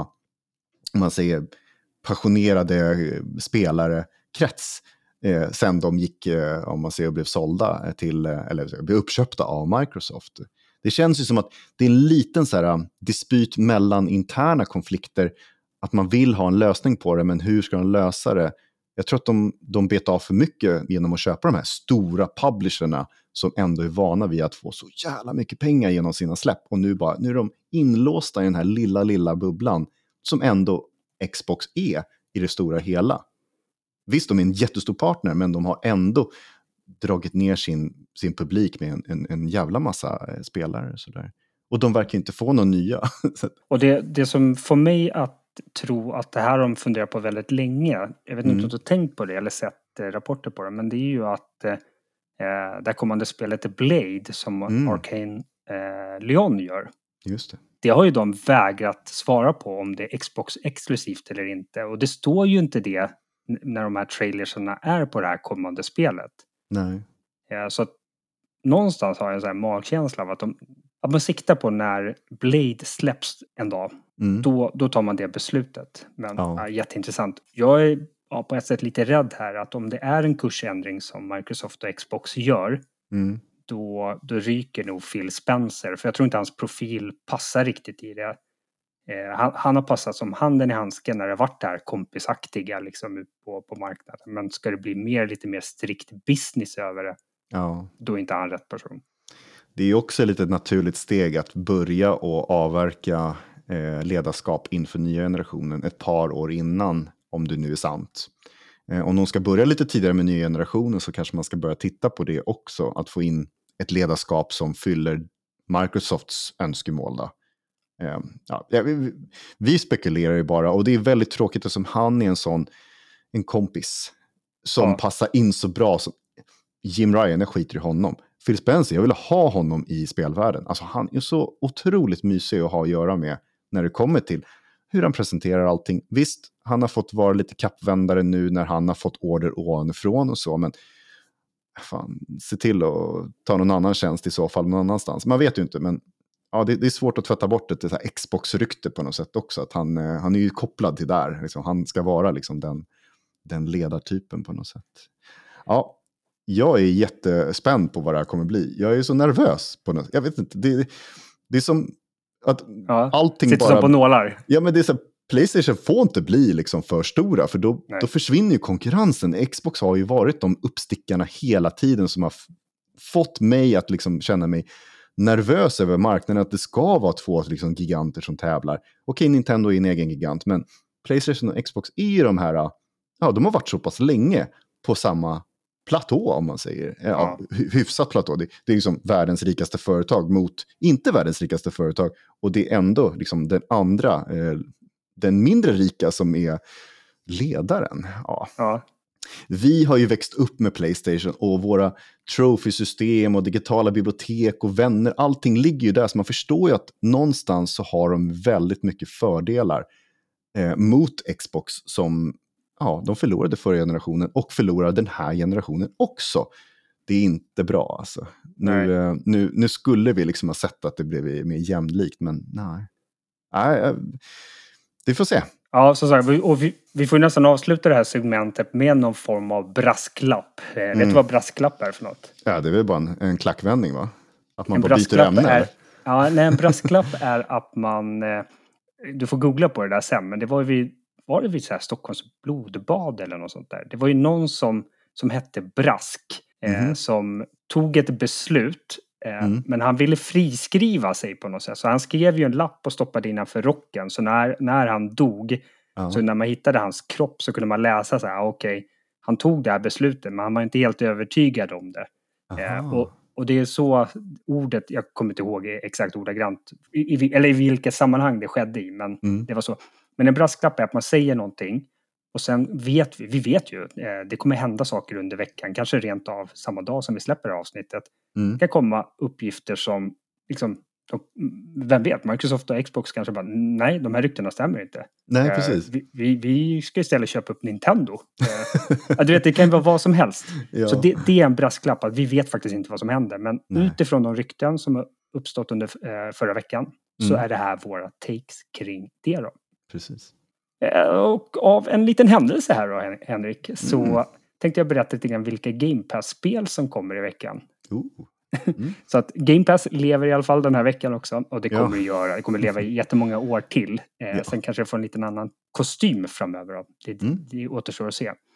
om man säger, passionerade eh, spelare krets eh, sen de gick, eh, om man säger, och blev sålda till, eh, eller blev uppköpta av Microsoft. Det känns ju som att det är en liten så här, dispyt mellan interna konflikter, att man vill ha en lösning på det, men hur ska de lösa det? Jag tror att de, de bet av för mycket genom att köpa de här stora publisherna som ändå är vana vid att få så jävla mycket pengar genom sina släpp. Och nu, bara, nu är de inlåsta i den här lilla, lilla bubblan som ändå Xbox är i det stora hela. Visst, de är en jättestor partner, men de har ändå dragit ner sin, sin publik med en, en, en jävla massa spelare. Så där. Och de verkar inte få några nya. Och det, det som får mig att tro att det här har de funderat på väldigt länge. Jag vet inte Mm. om du har tänkt på det eller sett eh, rapporter på det. Men det är ju att eh, det kommande spelet Blade som Mm. Arcane eh, Leon gör. Just det. Det har ju de vägrat svara på om det är Xbox exklusivt eller inte. Och det står ju inte det när de här trailersarna är på det här kommande spelet. Nej. Eh, så att någonstans har jag en sån här magkänsla av att de att man siktar på när Blade släpps en dag. Mm. Då, då tar man det beslutet. Men Ja. ja, jätteintressant. Jag är ja, på ett sätt lite rädd här att om det är en kursändring som Microsoft och Xbox gör, Mm. då, då ryker nog Phil Spencer. För jag tror inte hans profil passar riktigt i det. Eh, han, han har passat som handen i handsken när det varit det här kompisaktiga liksom, ut på, på marknaden. Men ska det bli mer, lite mer strikt business över det, Ja. då är inte han rätt person. Det är också lite ett naturligt steg att börja och avverka eh, ledarskap inför nya generationen ett par år innan, om det nu är sant. Eh, om de ska börja lite tidigare med nya generationen så kanske man ska börja titta på det också. Att få in ett ledarskap som fyller Microsofts önskemål. Då. Eh, ja, vi, vi spekulerar ju bara, och det är väldigt tråkigt eftersom han är en sån en kompis som Ja. passar in så bra. Som Jim Ryan, jag skiter i honom. Phil Spencer, jag vill ha honom i spelvärlden. Alltså han är så otroligt mysig att ha att göra med när det kommer till hur han presenterar allting. Visst, han har fått vara lite kappvändare nu när han har fått order ovanifrån och så, men fan, se till att ta någon annan tjänst i så fall någon annanstans. Man vet ju inte, men ja, det, det är svårt att tvätta bort det till så här Xbox-rykte på något sätt också. Att han, han är ju kopplad till där. Liksom. Han ska vara liksom den, den ledartypen på något sätt. Ja, jag är jättespänd på vad det här kommer bli. Jag är så nervös på något. Jag vet inte. Det, det är som att Ja, allting sitter bara... som på nålar. Ja, men det är så här, PlayStation får inte bli liksom för stora. För då, då försvinner ju konkurrensen. Xbox har ju varit de uppstickarna hela tiden som har f- fått mig att liksom känna mig nervös över marknaden. Att det ska vara två liksom giganter som tävlar. Okej, Nintendo är en egen gigant. Men PlayStation och Xbox är ju de här... Ja, de har varit så pass länge på samma platå, om man säger. Ja, Ja. Hyfsat platå. Det, det är liksom världens rikaste företag mot inte världens rikaste företag. Och det är ändå liksom den andra, eh, den mindre rika som är ledaren. Ja. Ja. Vi har ju växt upp med PlayStation och våra trophy-system och digitala bibliotek och vänner. Allting ligger ju där, så man förstår ju att någonstans så har de väldigt mycket fördelar eh, mot Xbox som... Ja, de förlorade förra generationen och förlorar den här generationen också. Det är inte bra alltså. Nu, eh, nu, nu skulle vi liksom ha sett att det blev mer jämlikt, men nej. Nej, vi får se. Ja, så sagt, och vi, vi får nästan avsluta det här segmentet med någon form av brasklapp. Eh, Mm. Vet du vad brasklapp är för något? Ja, det är väl bara en, en klackvändning, va? Att man En bara byter ämne, är, eller? ja, nej, en brasklapp är att man... Eh, du får googla på det där sen, men det var ju vid, var det vid så här Stockholms blodbad eller något sånt där. Det var ju någon som, som hette Brask eh, Mhm. som tog ett beslut, eh, Mm. men han ville friskriva sig på något sätt. Så han skrev ju en lapp och stoppade innanför rocken. Så när, när han dog, Ja. så när man hittade hans kropp så kunde man läsa så här, okej, okay, han tog det här beslutet, men han var inte helt övertygad om det. Eh, Aha. och, och det är så ordet, jag kommer inte ihåg exakt ordagrant, i, i, eller i vilket sammanhang det skedde i, men Mm. det var så. Men en brasklapp är att man säger någonting och sen vet vi, vi vet ju, eh, det kommer hända saker under veckan, kanske rent av samma dag som vi släpper avsnittet. Mm. Det kan komma uppgifter som liksom Och vem vet, Microsoft och Xbox kanske bara, nej, de här ryktena stämmer inte. Nej, Eh, precis. Vi, vi, vi ska istället köpa upp Nintendo. Eh, ja, du vet, det kan vara vad som helst. Ja. Så det, det är en brasklapp att vi vet faktiskt inte vad som händer. Men Nej. utifrån de rykten som har uppstått under eh, förra veckan så Mm. är det här våra takes kring det då. Precis. Eh, och av en liten händelse här då, Hen- Henrik, så Mm. tänkte jag berätta lite grann vilka Game Pass-spel som kommer i veckan. Oh. Mm. Så att Game Pass lever i alla fall den här veckan också. Och det Ja. kommer det göra. Det kommer leva i jättemånga år till. Eh, Ja. Sen kanske det får en liten annan kostym framöver. Då. Det, Mm. det återstår att se. Eh,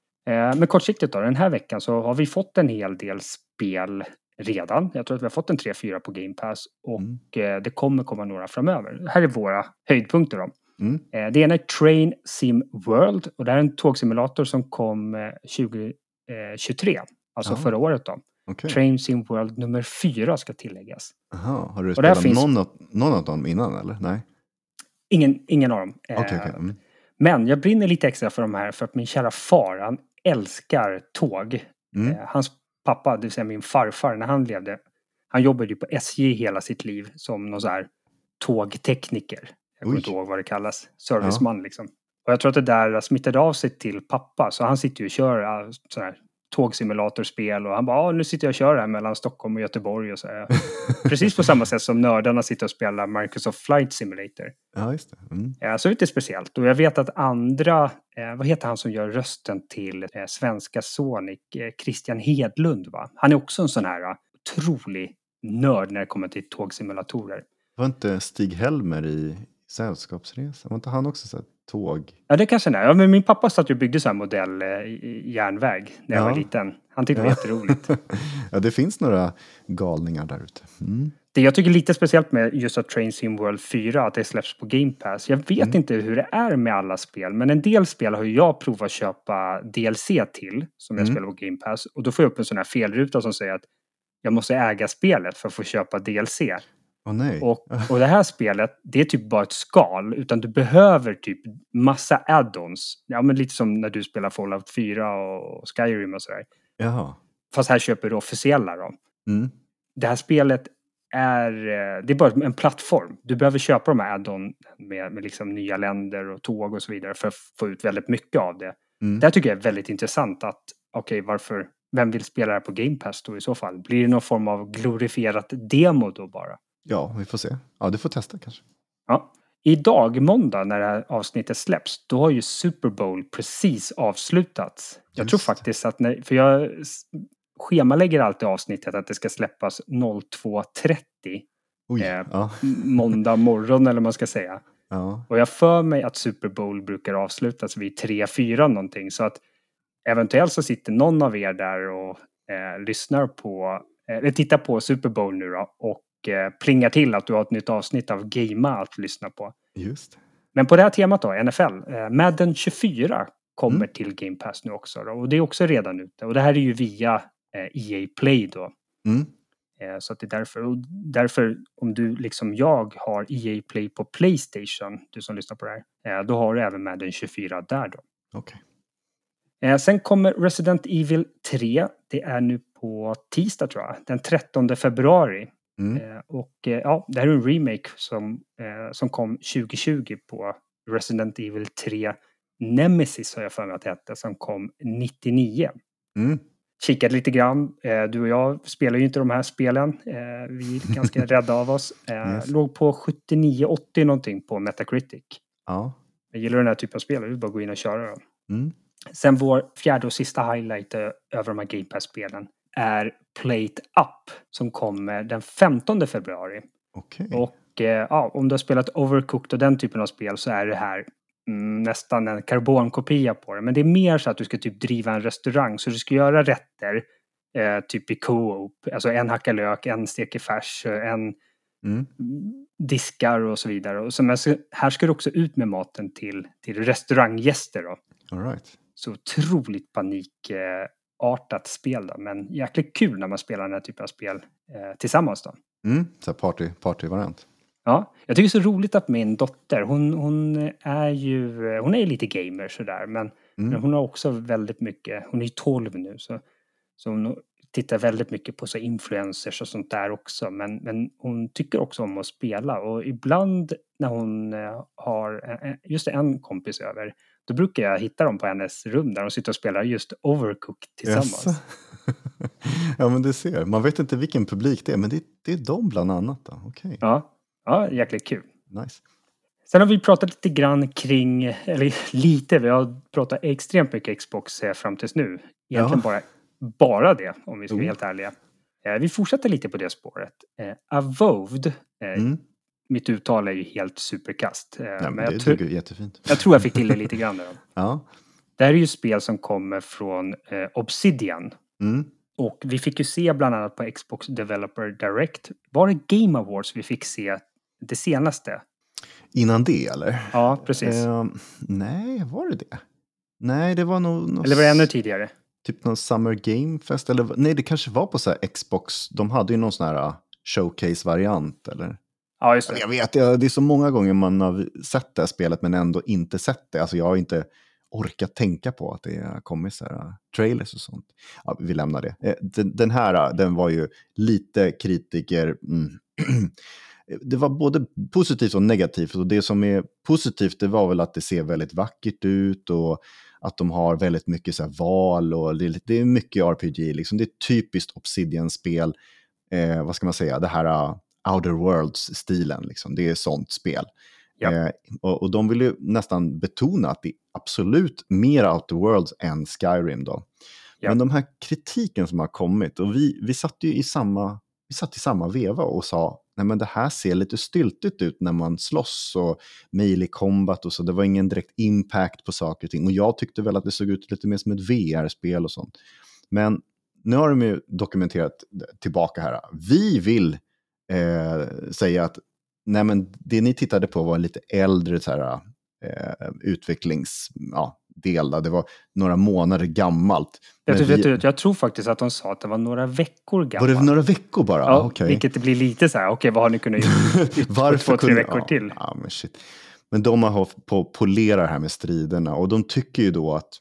men kortsiktigt då. Den här veckan så har vi fått en hel del spel redan. Jag tror att vi har fått en tre fyra på Game Pass. Och Mm. eh, det kommer komma några framöver. Det här är våra höjdpunkter då. Mm. Eh, det ena är Train Sim World. Och det här är en tågsimulator som kom eh, tjugo tjugotre. Alltså Ja. förra året då. Okej. Train Sim World nummer fyra ska tilläggas. Aha. Har du Och där spelat finns- någon, av, någon av dem innan eller? Nej. Ingen, ingen av dem. Eh, Okej, okej. Mm. Men jag brinner lite extra för de här för att min kära far, han älskar tåg. Mm. Eh, hans pappa, det vill säga min farfar, när han levde, han jobbade ju på S J hela sitt liv som någon så här tågtekniker. Jag kommer Oj. inte ihåg vad det kallas. Serviceman liksom. Och jag tror att det där smittade av sig till pappa. Så han sitter ju och kör äh, så här tågsimulatorspel och han bara, ah, nu sitter jag och kör här mellan Stockholm och Göteborg och så här. Precis på samma sätt som nördarna sitter och spelar Microsoft Flight Simulator. Ja, just det. Mm. Ja, så lite speciellt. Och jag vet att andra, eh, vad heter han som gör rösten till eh, svenska Sonic? Eh, Christian Hedlund, va? Han är också en sån här uh, otrolig nörd när det kommer till tågsimulatorer. Var inte Stig Helmer i Sällskapsresan? Var inte han också så här tåg? Ja, det kanske är. Ja, men min pappa satt ju och byggde så här modell eh, i i järnväg när jag Ja. var liten. Han tyckte det var Ja. jätteroligt. Ja, det finns några galningar där ute. Mm. Det jag tycker är lite speciellt med just att Train Sim World fyra, att det släpps på Game Pass. Jag vet Mm. inte hur det är med alla spel, men en del spel har ju jag provat att köpa D L C till, som jag Mm. spelar på Game Pass. Och då får jag upp en sån här felruta som säger att jag måste äga spelet för att få köpa D L C. Åh nej. Och, och det här spelet, det är typ bara ett skal, utan du behöver typ massa add-ons. Ja, men lite som när du spelar Fallout fyra och Skyrim och sådär. Jaha. Fast här köper du officiella då. Mm. Det här spelet är, eh, det är bara en plattform. Du behöver köpa de här add-on med, med liksom nya länder och tåg och så vidare för att få ut väldigt mycket av det. Mm. Det här tycker jag är väldigt intressant att, okej, varför, vem vill spela det här på Game Pass då i så fall? Blir det någon form av glorifierat demo då bara? Ja, vi får se. Ja, du får testa kanske. Ja. Idag, måndag, när det här avsnittet släpps, då har ju Super Bowl precis avslutats. Jag Just tror det. faktiskt att, när, för jag s- schemalägger alltid avsnittet att det ska släppas två trettio Oj. Eh, Ja. måndag morgon eller vad man ska säga. Ja. Och jag för mig att Super Bowl brukar avslutas vid tre fyra någonting. Så att eventuellt så sitter någon av er där och eh, lyssnar på, eh, eller tittar på Super Bowl nu då. Och eh, plingar till att du har ett nytt avsnitt av Gamea att lyssna på. Just. Men på det här temat då, N F L. Eh, Madden tjugofyra kommer Mm. till Game Pass nu också då. Och det är också redan ute. Och det här är ju via eh, E A Play då. Mm. Eh, Så att det är därför. Och därför, om du liksom jag har E A Play på PlayStation, du som lyssnar på det här, eh, då har du även Madden tjugofyra där då. Okej. Eh, Sen kommer Resident Evil tre. Det är nu på tisdag tror jag, den trettonde februari. Mm. Eh, Och eh, ja, det här är en remake som, eh, som kom tjugo tjugo på Resident Evil tre Nemesis, har jag för mig att det hette, som kom nittionio. Mm. Kikade lite grann. Eh, du och jag spelar ju inte de här spelen. Eh, vi är ganska rädda av oss. Eh, Yes. Låg på sjuttionio åttio någonting på Metacritic. Ja. Jag gillar den här typen av spel. Vi bara gå in och köra dem. Mm. Sen vår fjärde och sista highlight eh, över de här Game Pass-spelen är Plate Up som kommer den femtonde februari. Okej. Och eh, ja, om du har spelat Overcooked och den typen av spel så är det här mm, nästan en karbonkopia på det. Men det är mer så att du ska typ driva en restaurang. Så du ska göra rätter eh, typ i co-op. Alltså en hackar lök, en steker färs, eh, en Mm. diskar och så vidare. Och så, men så, här ska du också ut med maten till, till restauranggäster då. All right. Så otroligt panikartat spel då. Men jäkligt kul när man spelar den här typen av spel eh, tillsammans då. Mm. Så här party, partyvariant. Ja, jag tycker det är så roligt att min dotter, hon, hon är ju, hon är ju lite gamer sådär, men, Mm. men hon har också väldigt mycket, hon är ju tolv nu, så, så hon tittar väldigt mycket på så influencers och sånt där också. Men, men hon tycker också om att spela. Och ibland när hon eh, har eh, just en kompis över, då brukar jag hitta dem på hennes rum där de sitter och spelar just Overcooked tillsammans. Yes. Ja, men du ser. Man vet inte vilken publik det är, men det, det är de bland annat då. Okej. Okay. Ja, ja, jäkligt kul. Nice. Sen har vi pratat lite grann kring, eller lite, vi har pratat extremt mycket Xbox fram tills nu. Egentligen bara, bara det, om vi ska vara Mm. helt ärliga. Vi fortsätter lite på det spåret. Avowed, Mm. mitt uttal är ju helt superkast. Ja, men men det jag, tr- jättefint. jag tror jag fick till det lite grann. Då. Ja. Det här är ju spel som kommer från eh, Obsidian. Mm. Och vi fick ju se bland annat på Xbox Developer Direct. Var det Game Awards vi fick se det senaste? Innan det, eller? Ja, precis. Eh, nej, var det det? Nej, det var nog... nog eller var det ännu tidigare? Typ någon Summer Game Fest? Eller, nej, det kanske var på så här Xbox. De hade ju någon sån här showcase-variant, eller? Ja, just det. Jag vet, det är så många gånger man har sett det här spelet men ändå inte sett det. Alltså jag har inte orkat tänka på att det har kommit så här trailers och sånt. Ja, vi lämnar det. Den, den här, den var ju lite kritiker... Mm. Det var både positivt och negativt. Och det som är positivt, det var väl att det ser väldigt vackert ut och att de har väldigt mycket så här val och det, det är mycket R P G. Liksom. Det är typiskt Obsidian-spel. Eh, vad ska man säga? Det här uh, Outer Worlds-stilen. Liksom. Det är sånt spel. Ja. Eh, och, och de vill ju nästan betona att det är absolut mer Outer Worlds än Skyrim då. Ja. Men de här kritiken som har kommit, och vi, vi satt ju i samma, vi satt i samma veva och sa, nej men det här ser lite styltigt ut när man slåss och melee combat och så. Det var ingen direkt impact på saker och ting. Och jag tyckte väl att det såg ut lite mer som ett V R-spel och sånt. Men nu har de ju dokumenterat tillbaka här. Vi vill eh, säga att nej men det ni tittade på var en lite äldre så här, eh, utvecklings... Ja, del. Det var några månader gammalt. Jag, vi... vet du, jag tror faktiskt att de sa att det var några veckor gammalt. Var det några veckor bara? Ja, okay. Vilket det blir lite så här, okej, okay, vad har ni kunnat göra? Varför två, tre kunde... veckor ja, till. Ja, men shit. Men de har hållit på att polera det här med striderna och de tycker ju då att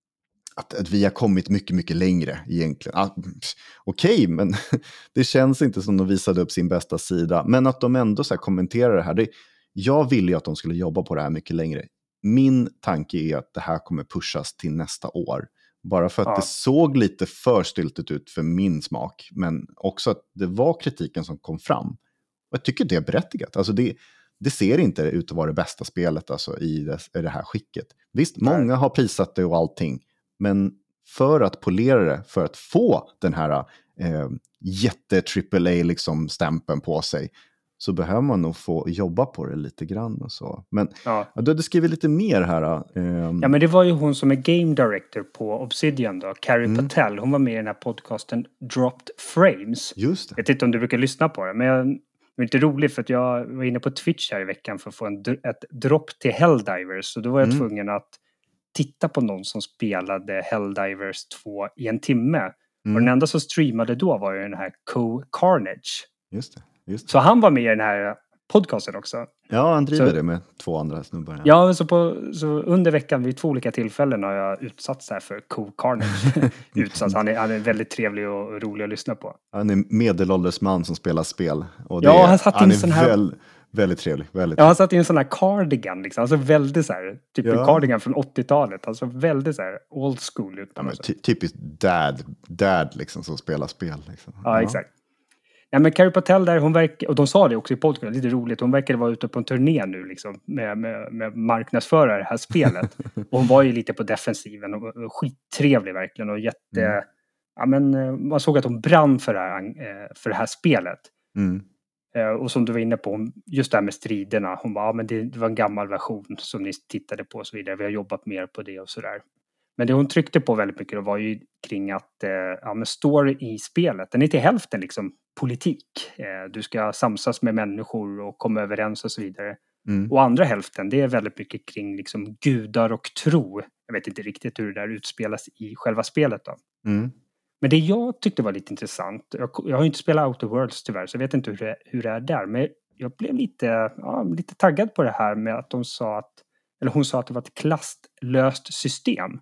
Att, att vi har kommit mycket, mycket längre egentligen. Ah, Okej, okay, men det känns inte som de visade upp sin bästa sida. Men att de ändå så här kommenterar det här. Det, jag ville ju att de skulle jobba på det här mycket längre. Min tanke är att det här kommer pushas till nästa år. Bara för att ja. det såg lite för styltigt ut för min smak. Men också att det var kritiken som kom fram. Och jag tycker det är berättigat. Alltså det, det ser inte ut att vara det bästa spelet alltså, i, det, i det här skicket. Visst, Nej. många har prisat det och allting. Men för att polera det, för att få den här eh, jätte-triple A liksom stämpeln på sig, så behöver man nog få jobba på det lite grann och så. Men ja. du hade skrivit lite mer här. Eh. Ja, men det var ju hon som är game director på Obsidian då, Carrie mm. Patel. Hon var med i den här podcasten Dropped Frames. Just det. Jag vet inte om du brukar lyssna på det, men jag... Det var inte roligt för att jag var inne på Twitch här i veckan för att få en, ett dropp till Helldivers. Så då var jag mm. tvungen att titta på någon som spelade Helldivers två i en timme. Mm. Och den enda som streamade då var ju den här Co Carnage. Just det, just det. Så han var med i den här podcasten också. Ja, han driver så, det med två andra snubbar. Ja, ja så, på, så under veckan vid två olika tillfällen har jag utsatts här för Co Carnage. utsatts. Han är, han är väldigt trevlig och rolig att lyssna på. Han är en medelålders man som spelar spel. Och det ja, är, han satt han in sån här... Väl, väldigt trevlig. Väldigt ja, han satt i en sån här cardigan liksom. Alltså väldigt så här, typ ja. en cardigan från åttiotalet. Alltså väldigt så här old school ut. Ja, men ty- typiskt dad, dad liksom som spelar spel. Liksom. Ja, ja, exakt. Ja, men Carrie Patel där, hon verkar, och de sa det också i podcasten, lite roligt, hon verkar vara ute på en turné nu liksom, med, med, med marknadsföra det här spelet. Och hon var ju lite på defensiven och, och skittrevlig verkligen och jätte... Mm. Ja, men man såg att hon brann för det här, för det här spelet. Mm. Och som du var inne på, just det här med striderna. Hon bara, ja men det var en gammal version som ni tittade på och så vidare. Vi har jobbat mer på det och sådär. Men det hon tryckte på väldigt mycket var ju kring att ja, men story i spelet, den är till hälften liksom politik. Du ska samsas med människor och komma överens och så vidare. Mm. Och andra hälften, det är väldigt mycket kring liksom gudar och tro. Jag vet inte riktigt hur det där utspelas i själva spelet då. Mm. Men det jag tyckte var lite intressant, jag, jag har ju inte spelat Outer Worlds tyvärr, så jag vet inte hur det, hur det är där. Men jag blev lite, ja, lite taggad på det här med att de sa att, eller hon sa att det var ett klasslöst system.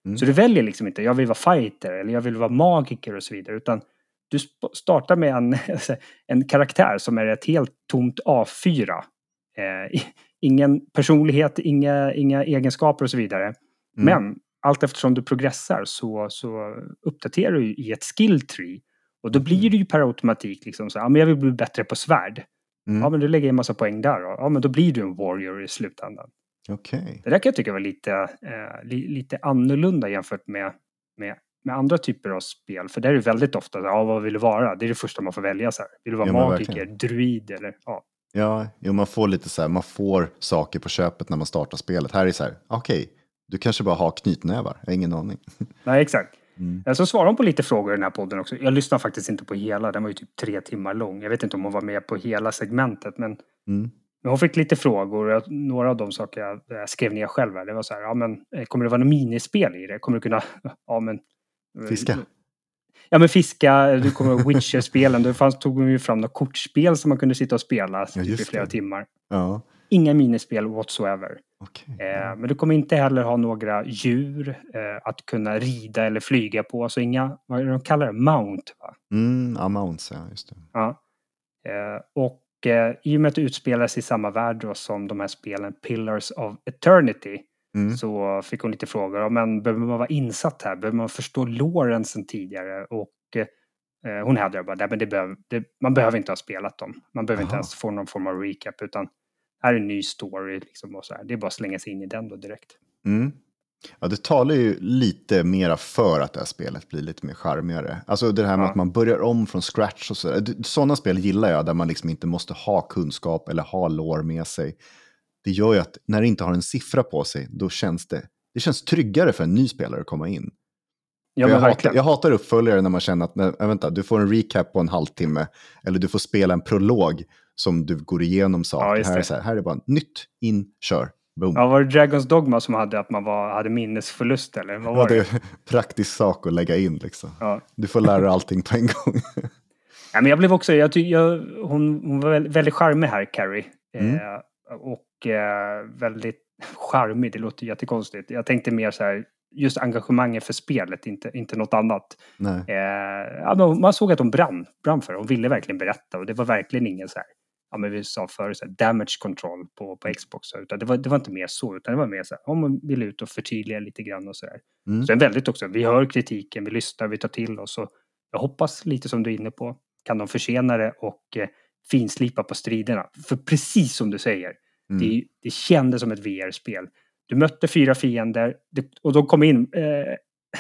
Så du väljer liksom inte, jag vill vara fighter eller jag vill vara magiker och så vidare. Utan du sp- startar med en, en karaktär som är ett helt tomt A fyra. Eh, ingen personlighet, inga, inga egenskaper och så vidare. Mm. Men allt eftersom du progressar så, så uppdaterar du i ett skill tree. Och då blir det ju per automatik liksom så, ja men jag vill bli bättre på svärd. Mm. Ja men du lägger en massa poäng där då. Ja men då blir du en warrior i slutändan. Okej. Okay. Det där kan jag tycka var lite, eh, li, lite annorlunda jämfört med, med, med andra typer av spel. För där är det väldigt ofta, ja vad vill du vara? Det är det första man får välja så här. Vill du vara Ja, magiker, druid eller ja. Ja, jo, man får lite så här, man får saker på köpet när man startar spelet. Här är det så här, okej, okay, du kanske bara har knytnävar, jag har ingen aning. Nej, exakt. Mm. Så svarar hon på lite frågor i den här podden också. Jag lyssnar faktiskt inte på hela, den var ju typ tre timmar lång. Jag vet inte om hon var med på hela segmentet, men, mm. men hon fick lite frågor. Och några av de saker jag, jag skrev ner själv här, det var så här, ja men kommer det vara något minispel i det? Kommer du kunna, ja men... Fiska? Ja men fiska, du kommer ihåg Witcher-spelen, då fanns, tog de ju fram några kortspel som man kunde sitta och spela ja, typ i flera det. timmar. Ja. Inga minispel whatsoever. Okay. Eh, men du kommer inte heller ha några djur eh, att kunna rida eller flyga på. Så inga, vad är det de kallar det? Mount va? Mm, ja, mounts, ja just det. Ja. Eh, och eh, i och med att det utspelas i samma värld då, som de här spelen Pillars of Eternity. Mm. Så fick hon lite frågor. Ja, men behöver man vara insatt här? Behöver man förstå loren sen tidigare? Och eh, hon hävdade bara, nej, men det behöver, det, man behöver inte ha spelat dem. Man behöver Aha. inte ens få någon form av recap, utan här är en ny story liksom, och så här. Det är bara att slänga sig in i den då direkt. Mm. Ja, det talar ju lite mera för att det här spelet blir lite mer charmigare. Alltså det här med ja. att man börjar om från scratch och så. Sådana spel gillar jag, där man liksom inte måste ha kunskap eller ha lore med sig. Det gör ju att när det inte har en siffra på sig, då känns det, det känns tryggare för en ny spelare att komma in. Ja, jag, hatar, jag hatar uppföljare när man känner att nej, vänta, du får en recap på en halvtimme, eller du får spela en prolog som du går igenom saker. Ja, här, är så här, här är bara nytt, in, kör, boom. Ja, var det Dragon's Dogma som hade att man var, hade minnesförlust eller vad var ja, det? det är praktisk sak att lägga in liksom. Ja. Du får lära allting på en gång. Ja, men jag blev också, jag tyck, jag, hon, hon var väldigt, väldigt charmig här, Carrie. Mm. Eh, och eh, väldigt charmig, det låter jättekonstigt. Jag tänkte mer så här, just engagemanget för spelet, inte, inte något annat. Nej. Eh, ja, man såg att hon brann, brann för det. Hon ville verkligen berätta, och det var verkligen ingen så här, ja men vi sa förut, så här, damage control på, på Xbox. Utan det var, det var inte mer så, utan det var mer så här, om man vill ut och förtydliga lite grann och så där. Mm. Så det är väldigt också, vi hör kritiken, vi lyssnar, vi tar till oss, och jag hoppas lite som du är inne på, kan de försena det och eh, finslipa på striderna. För precis som du säger, mm. det, det kändes som ett V R-spel. Du mötte fyra fiender det, och de kom in, eh,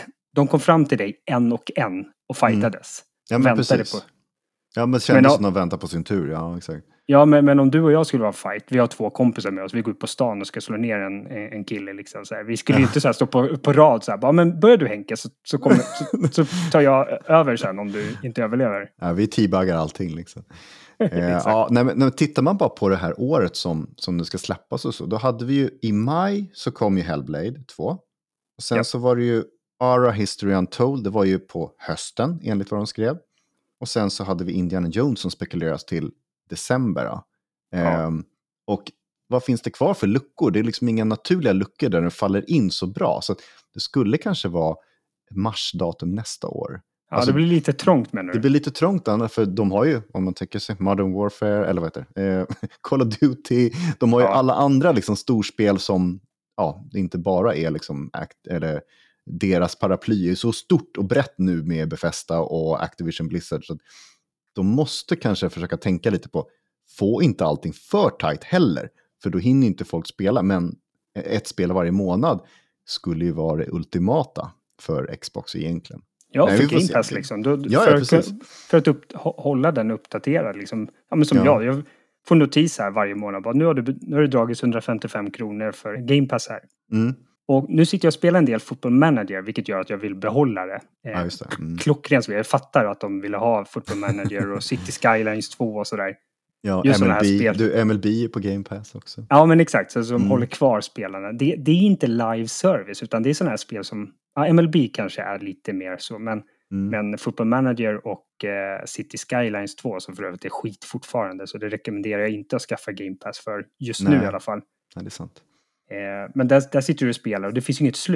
de kom fram till dig en och en och fightades. Mm. Ja, men väntade precis. På. Ja, men det kändes men, som att de väntar på sin tur, ja exakt. Ja, men, men om du och jag skulle vara fight, vi har två kompisar med oss, vi går ut på stan och ska slå ner en, en kille liksom så här. Vi skulle ju inte så här stå på, på rad så här, bara, men börjar du Henke så, så, kommer, så, så tar jag över sen om du inte överlever. Ja, vi teabaggar allting liksom. eh, ja, nej, men, nej, tittar man bara på det här året som, som det ska släppas och så, då hade vi ju i maj så kom ju Hellblade två. Och sen ja. så var det ju Ara History Untold, det var ju på hösten enligt vad de skrev. Och sen så hade vi Indiana Jones som spekuleras till december. Ja. Ehm, och vad finns det kvar för luckor? Det är liksom inga naturliga luckor där den faller in så bra. Så det skulle kanske vara marsdatum nästa år. Ja, alltså, det blir lite trångt menar du? Det blir lite trångt, Anna, för de har ju, om man tänker sig, Modern Warfare, eller vad heter det? Ehm, Call of Duty. De har ju ja. alla andra liksom storspel som, ja, det inte bara är liksom act, eller deras paraply är så stort och brett nu med Bethesda och Activision Blizzard, så de måste kanske försöka tänka lite på, få inte allting för tight heller, för då hinner inte folk spela, men ett spel varje månad skulle ju vara det ultimata för Xbox egentligen. Ja, Nej, för Game Pass liksom. Då, ja, för, ja, precis. för att upp, hålla den uppdaterad liksom. Ja, men som ja. jag, jag får notis här varje månad, bara, nu har du, nu har du dragits hundrafemtiofem kronor för Game Pass här. Mm. Och nu sitter jag och spelar en del Football Manager, vilket gör att jag vill behålla det. Ja, just det. Mm. Klockrent, jag fattar att de ville ha Football Manager och City Skylines två och sådär. Ja, just M L B, du, M L B är på Game Pass också. Ja, men exakt, så, så de mm. håller kvar spelarna. Det, det är inte live service, utan det är sådana här spel som, ja, M L B kanske är lite mer så, men, mm. men Football Manager och eh, City Skylines två, som för övrigt är skit fortfarande, så det rekommenderar jag inte att skaffa Game Pass för just Nej. nu i alla fall. Nej, det är sant. Eh, men där, där sitter du och spelar och det finns ju inget slut.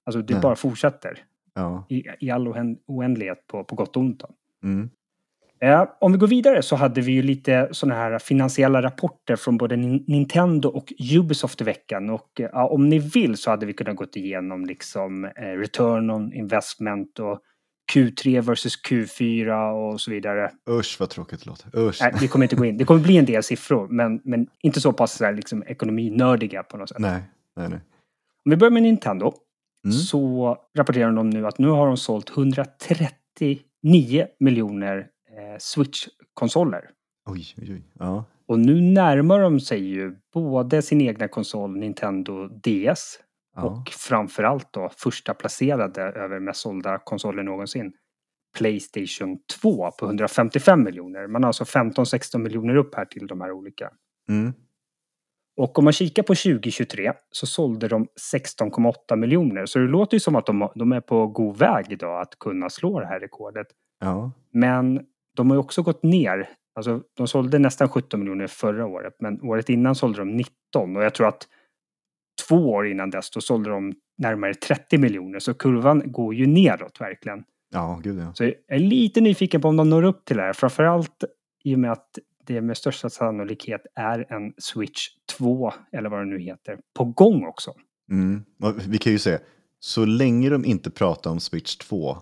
Alltså det Nej. bara fortsätter Ja. i, i all oänd- oändlighet på, på gott och ont. Då. Mm. Eh, om vi går vidare så hade vi ju lite sådana här finansiella rapporter från både Nin- Nintendo och Ubisoft i veckan. Och eh, ja, om ni vill så hade vi kunnat gå igenom liksom eh, return on investment och Q tre versus Q fyra och så vidare. Usch vad tråkigt det låter. Usch. Nej, vi kommer inte gå in. Det kommer bli en del siffror, men, men inte så pass så här, liksom, ekonominördiga på något sätt. Nej, nej, nej. Om vi börjar med Nintendo Mm. så rapporterar de nu att nu har de sålt hundratrettionio miljoner eh, Switch-konsoler. Oj, oj, oj. Ja. Och nu närmar de sig ju både sin egna konsol Nintendo D S Ja. och framförallt då första placerade över mest sålda konsoler någonsin. PlayStation två på hundrafemtiofem miljoner. Man har alltså femton sexton miljoner upp här till de här olika. Mm. Och om man kikar på tjugo tjugotre så sålde de sexton komma åtta miljoner. Så det låter ju som att de, de är på god väg idag att kunna slå det här rekordet. Ja. Men de har ju också gått ner. Alltså de sålde nästan sjutton miljoner förra året. Men året innan sålde de nitton. Och jag tror att två år innan dess då sålde de närmare trettio miljoner. Så kurvan går ju neråt verkligen. Ja, gud ja. Så jag är lite nyfiken på om de når upp till det här. Framförallt i och med att det med största sannolikhet är en Switch två, eller vad det nu heter, på gång också. Mm. Vi kan ju säga, så länge de inte pratar om Switch två,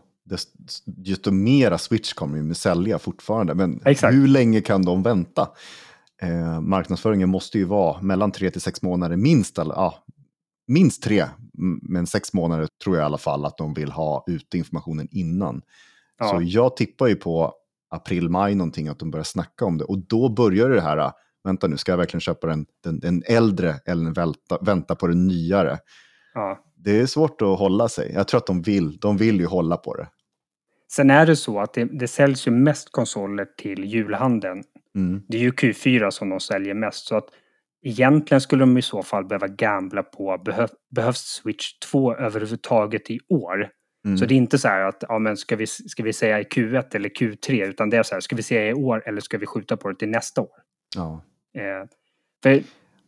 desto mera Switch kommer de sälja fortfarande. Men Exakt. Hur länge kan de vänta? Eh, marknadsföringen måste ju vara mellan tre till sex månader minst. Eller, ja, minst tre, men sex månader tror jag i alla fall att de vill ha ut informationen innan. Ja. Så jag tippar ju på april, maj någonting att de börjar snacka om det. Och då börjar det här, vänta nu, ska jag verkligen köpa den, den, den äldre eller vänta, vänta på den nyare? Ja. Det är svårt att hålla sig. Jag tror att de vill, de vill ju hålla på det. Sen är det så att det, det säljs ju mest konsoler till julhandeln. Mm. Det är ju Q fyra som de säljer mest. Så att egentligen skulle de i så fall behöva gambla på behöv, behövs Switch två överhuvudtaget i år. Mm. Så det är inte så här att ja, men ska, vi, ska vi säga i Q ett eller Q tre, utan det är så här, ska vi säga i år eller ska vi skjuta på det till nästa år? Ja. Eh, för,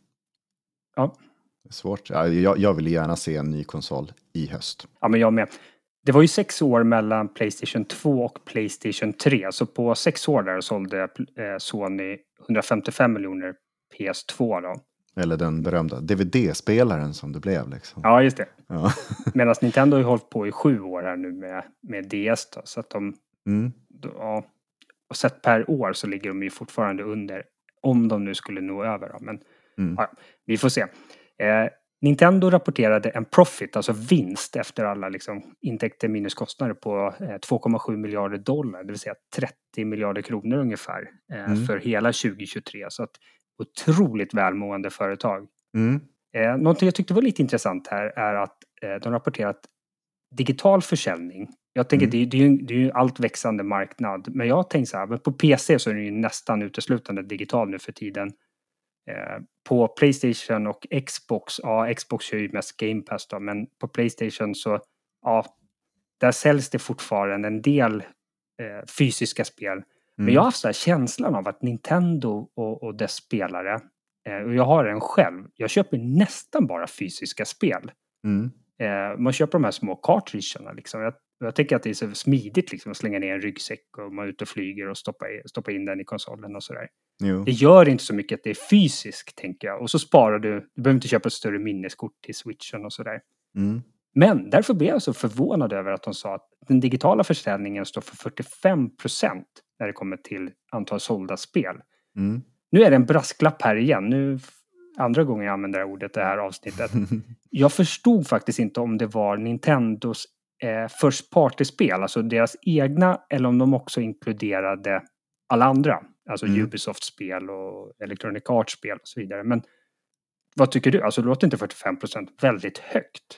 ja. Det är svårt. Jag, jag vill gärna se en ny konsol i höst. Ja, men jag med. Det var ju sex år mellan PlayStation två och PlayStation tre. Så på sex år där sålde eh, Sony hundrafemtiofem miljoner P S två då. Eller den berömda D V D-spelaren som det blev liksom. Ja, just det. Ja. Medan Nintendo har ju hållit på i sju år här nu med, med D S då. Så att de, Mm. då, ja, och sett per år så ligger de ju fortfarande under. Om de nu skulle nå över då. Men Mm. ja, vi får se. Eh, Nintendo rapporterade en profit, alltså vinst efter alla liksom, intäkter minus kostnader på eh, två komma sju miljarder dollar. Det vill säga trettio miljarder kronor ungefär eh, Mm. för hela tjugo tjugotre. Så att otroligt välmående företag. Mm. Eh, någonting jag tyckte var lite intressant här är att eh, de rapporterat digital försäljning. Jag tänker Mm. det, det, är ju, det är ju en allt växande marknad. Men jag tänkte så här, men på P C så är det ju nästan uteslutande digital nu för tiden. Eh, på PlayStation och Xbox, ja Xbox kör ju mest Game Pass då, men på PlayStation så, ja, där säljs det fortfarande en del eh, fysiska spel. Mm. Men jag har haft så här känslan av att Nintendo och, och dess spelare, eh, och jag har en själv, jag köper nästan bara fysiska spel. Mm. Eh, man köper de här små cartridgerna liksom. Jag, jag tänker att det är så smidigt liksom att slänga ner en ryggsäck och man är ute och flyger och stoppa, i, stoppa in den i konsolen och sådär. Jo. Det gör inte så mycket att det är fysiskt, tänker jag. Och så sparar du, du behöver inte köpa ett större minneskort till switchen och sådär. Mm. Men därför blev jag så förvånad över att de sa att den digitala försäljningen står för fyrtiofem procent när det kommer till antal sålda spel. Mm. Nu är det en brasklapp här igen. Nu andra gången jag använder det här ordet det här avsnittet. Jag förstod faktiskt inte om det var Nintendos eh, first party-spel, alltså deras egna, eller om de också inkluderade alla andra. Alltså Mm. Ubisoft-spel och Electronic Arts-spel och så vidare. Men vad tycker du? Alltså låter inte fyrtiofem procent väldigt högt?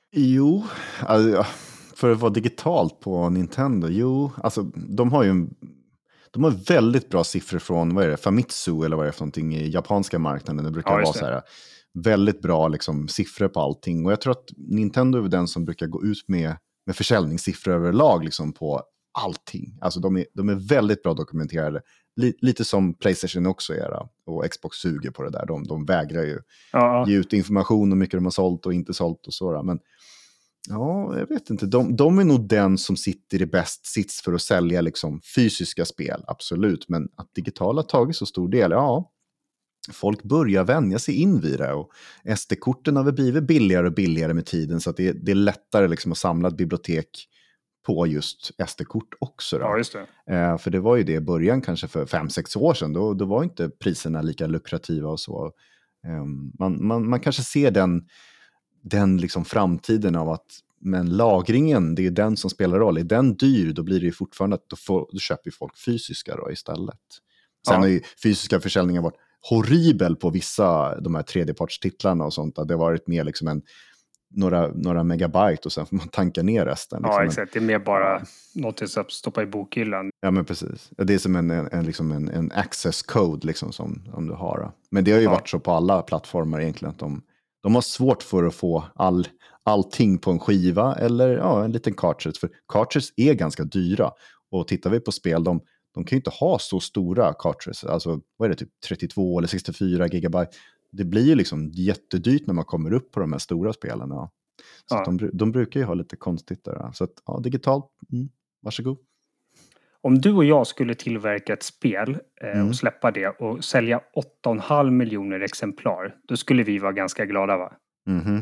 Jo, alltså, för att vara digitalt på Nintendo, jo, alltså de har ju en, de har väldigt bra siffror från, vad är det, Famitsu eller vad är det för någonting i japanska marknaden. Det brukar Ja, vara just det. så här, väldigt bra liksom, siffror på allting. Och jag tror att Nintendo är den som brukar gå ut med, med försäljningssiffror överlag liksom, på allting. Alltså de är, de är väldigt bra dokumenterade. L- lite som PlayStation också är då, och Xbox suger på det där. De, de vägrar ju Ja, ge ut information om hur mycket de har sålt och inte sålt och så. Men Ja, jag vet inte. De, de är nog den som sitter i bäst sits för att sälja liksom fysiska spel, absolut. Men att digitala har tagit så stor del, ja. Folk börjar vänja sig in vid det. Och S D-korten har väl blivit billigare och billigare med tiden. Så att det, det är lättare liksom att samla ett bibliotek på just S D-kort också. Då. Ja, just det. Eh, för det var ju det i början kanske för fem sex år sedan. Då, då var inte priserna lika lukrativa och så. Eh, man, man, man kanske ser den, den liksom framtiden av att men lagringen, det är den som spelar roll. Är den dyr, då blir det ju fortfarande att då, får, då köper folk fysiska då istället. Sen Ja. har ju fysiska försäljningar varit horribel på vissa de här tredjepartstitlarna och sånt. Det har varit mer liksom en några, några megabyte och sen får man tanka ner resten. Liksom. Ja, exakt. Det är mer bara ja. något att stoppa i bokhyllan. Ja, men precis. Det är som en, en, en, liksom en, en access code liksom, som, som du har. Men det har ju ja. varit så på alla plattformar egentligen. Att de, de har svårt för att få all, allting på en skiva eller ja, en liten cartridge. För cartridges är ganska dyra. Och tittar vi på spel, de, de kan ju inte ha så stora cartridges. Alltså, vad är det, typ trettiotvå eller sextiofyra gigabyte. Det blir ju liksom jättedyrt när man kommer upp på de här stora spelen. Ja. Så ja. de, de brukar ju ha lite konstigt där. Så att, ja, digitalt, mm, varsågod. Om du och jag skulle tillverka ett spel eh, mm. och släppa det och sälja åtta komma fem miljoner exemplar, då skulle vi vara ganska glada, va? Mm-hmm.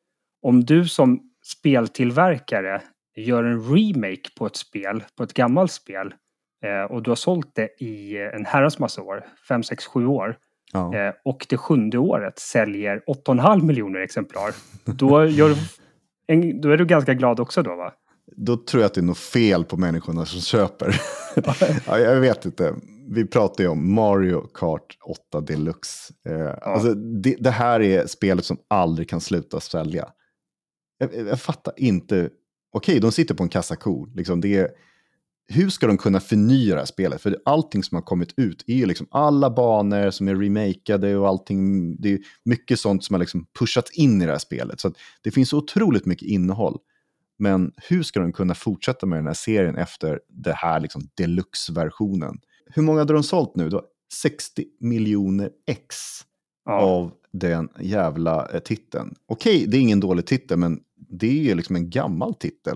Om du som speltillverkare gör en remake på ett spel, på ett gammalt spel, eh, och du har sålt det i en herrans massa år, fem, sex, sju år, ja. eh, och det sjunde året säljer åtta komma fem miljoner exemplar, då, gör en, då är du ganska glad också då, va? Då tror jag att det är något fel på människorna som köper. Ja, jag vet inte. Vi pratar ju om Mario Kart åtta Deluxe. Eh, ja. Alltså, det, det här är spelet som aldrig kan sluta sälja. Jag, jag fattar inte. Okej, de sitter på en kassako. Liksom, det är, hur ska de kunna förnya det här spelet? För allting som har kommit ut är ju liksom alla banor som är remakade och allting. Det är mycket sånt som har liksom pushat in i det här spelet. Så att det finns så otroligt mycket innehåll. Men hur ska de kunna fortsätta med den här serien efter det här liksom deluxe-versionen? Hur många hade de sålt nu då? sextio miljoner ex ja. av den jävla eh, titeln. Okej, det är ingen dålig titel, men det är ju liksom en gammal titel.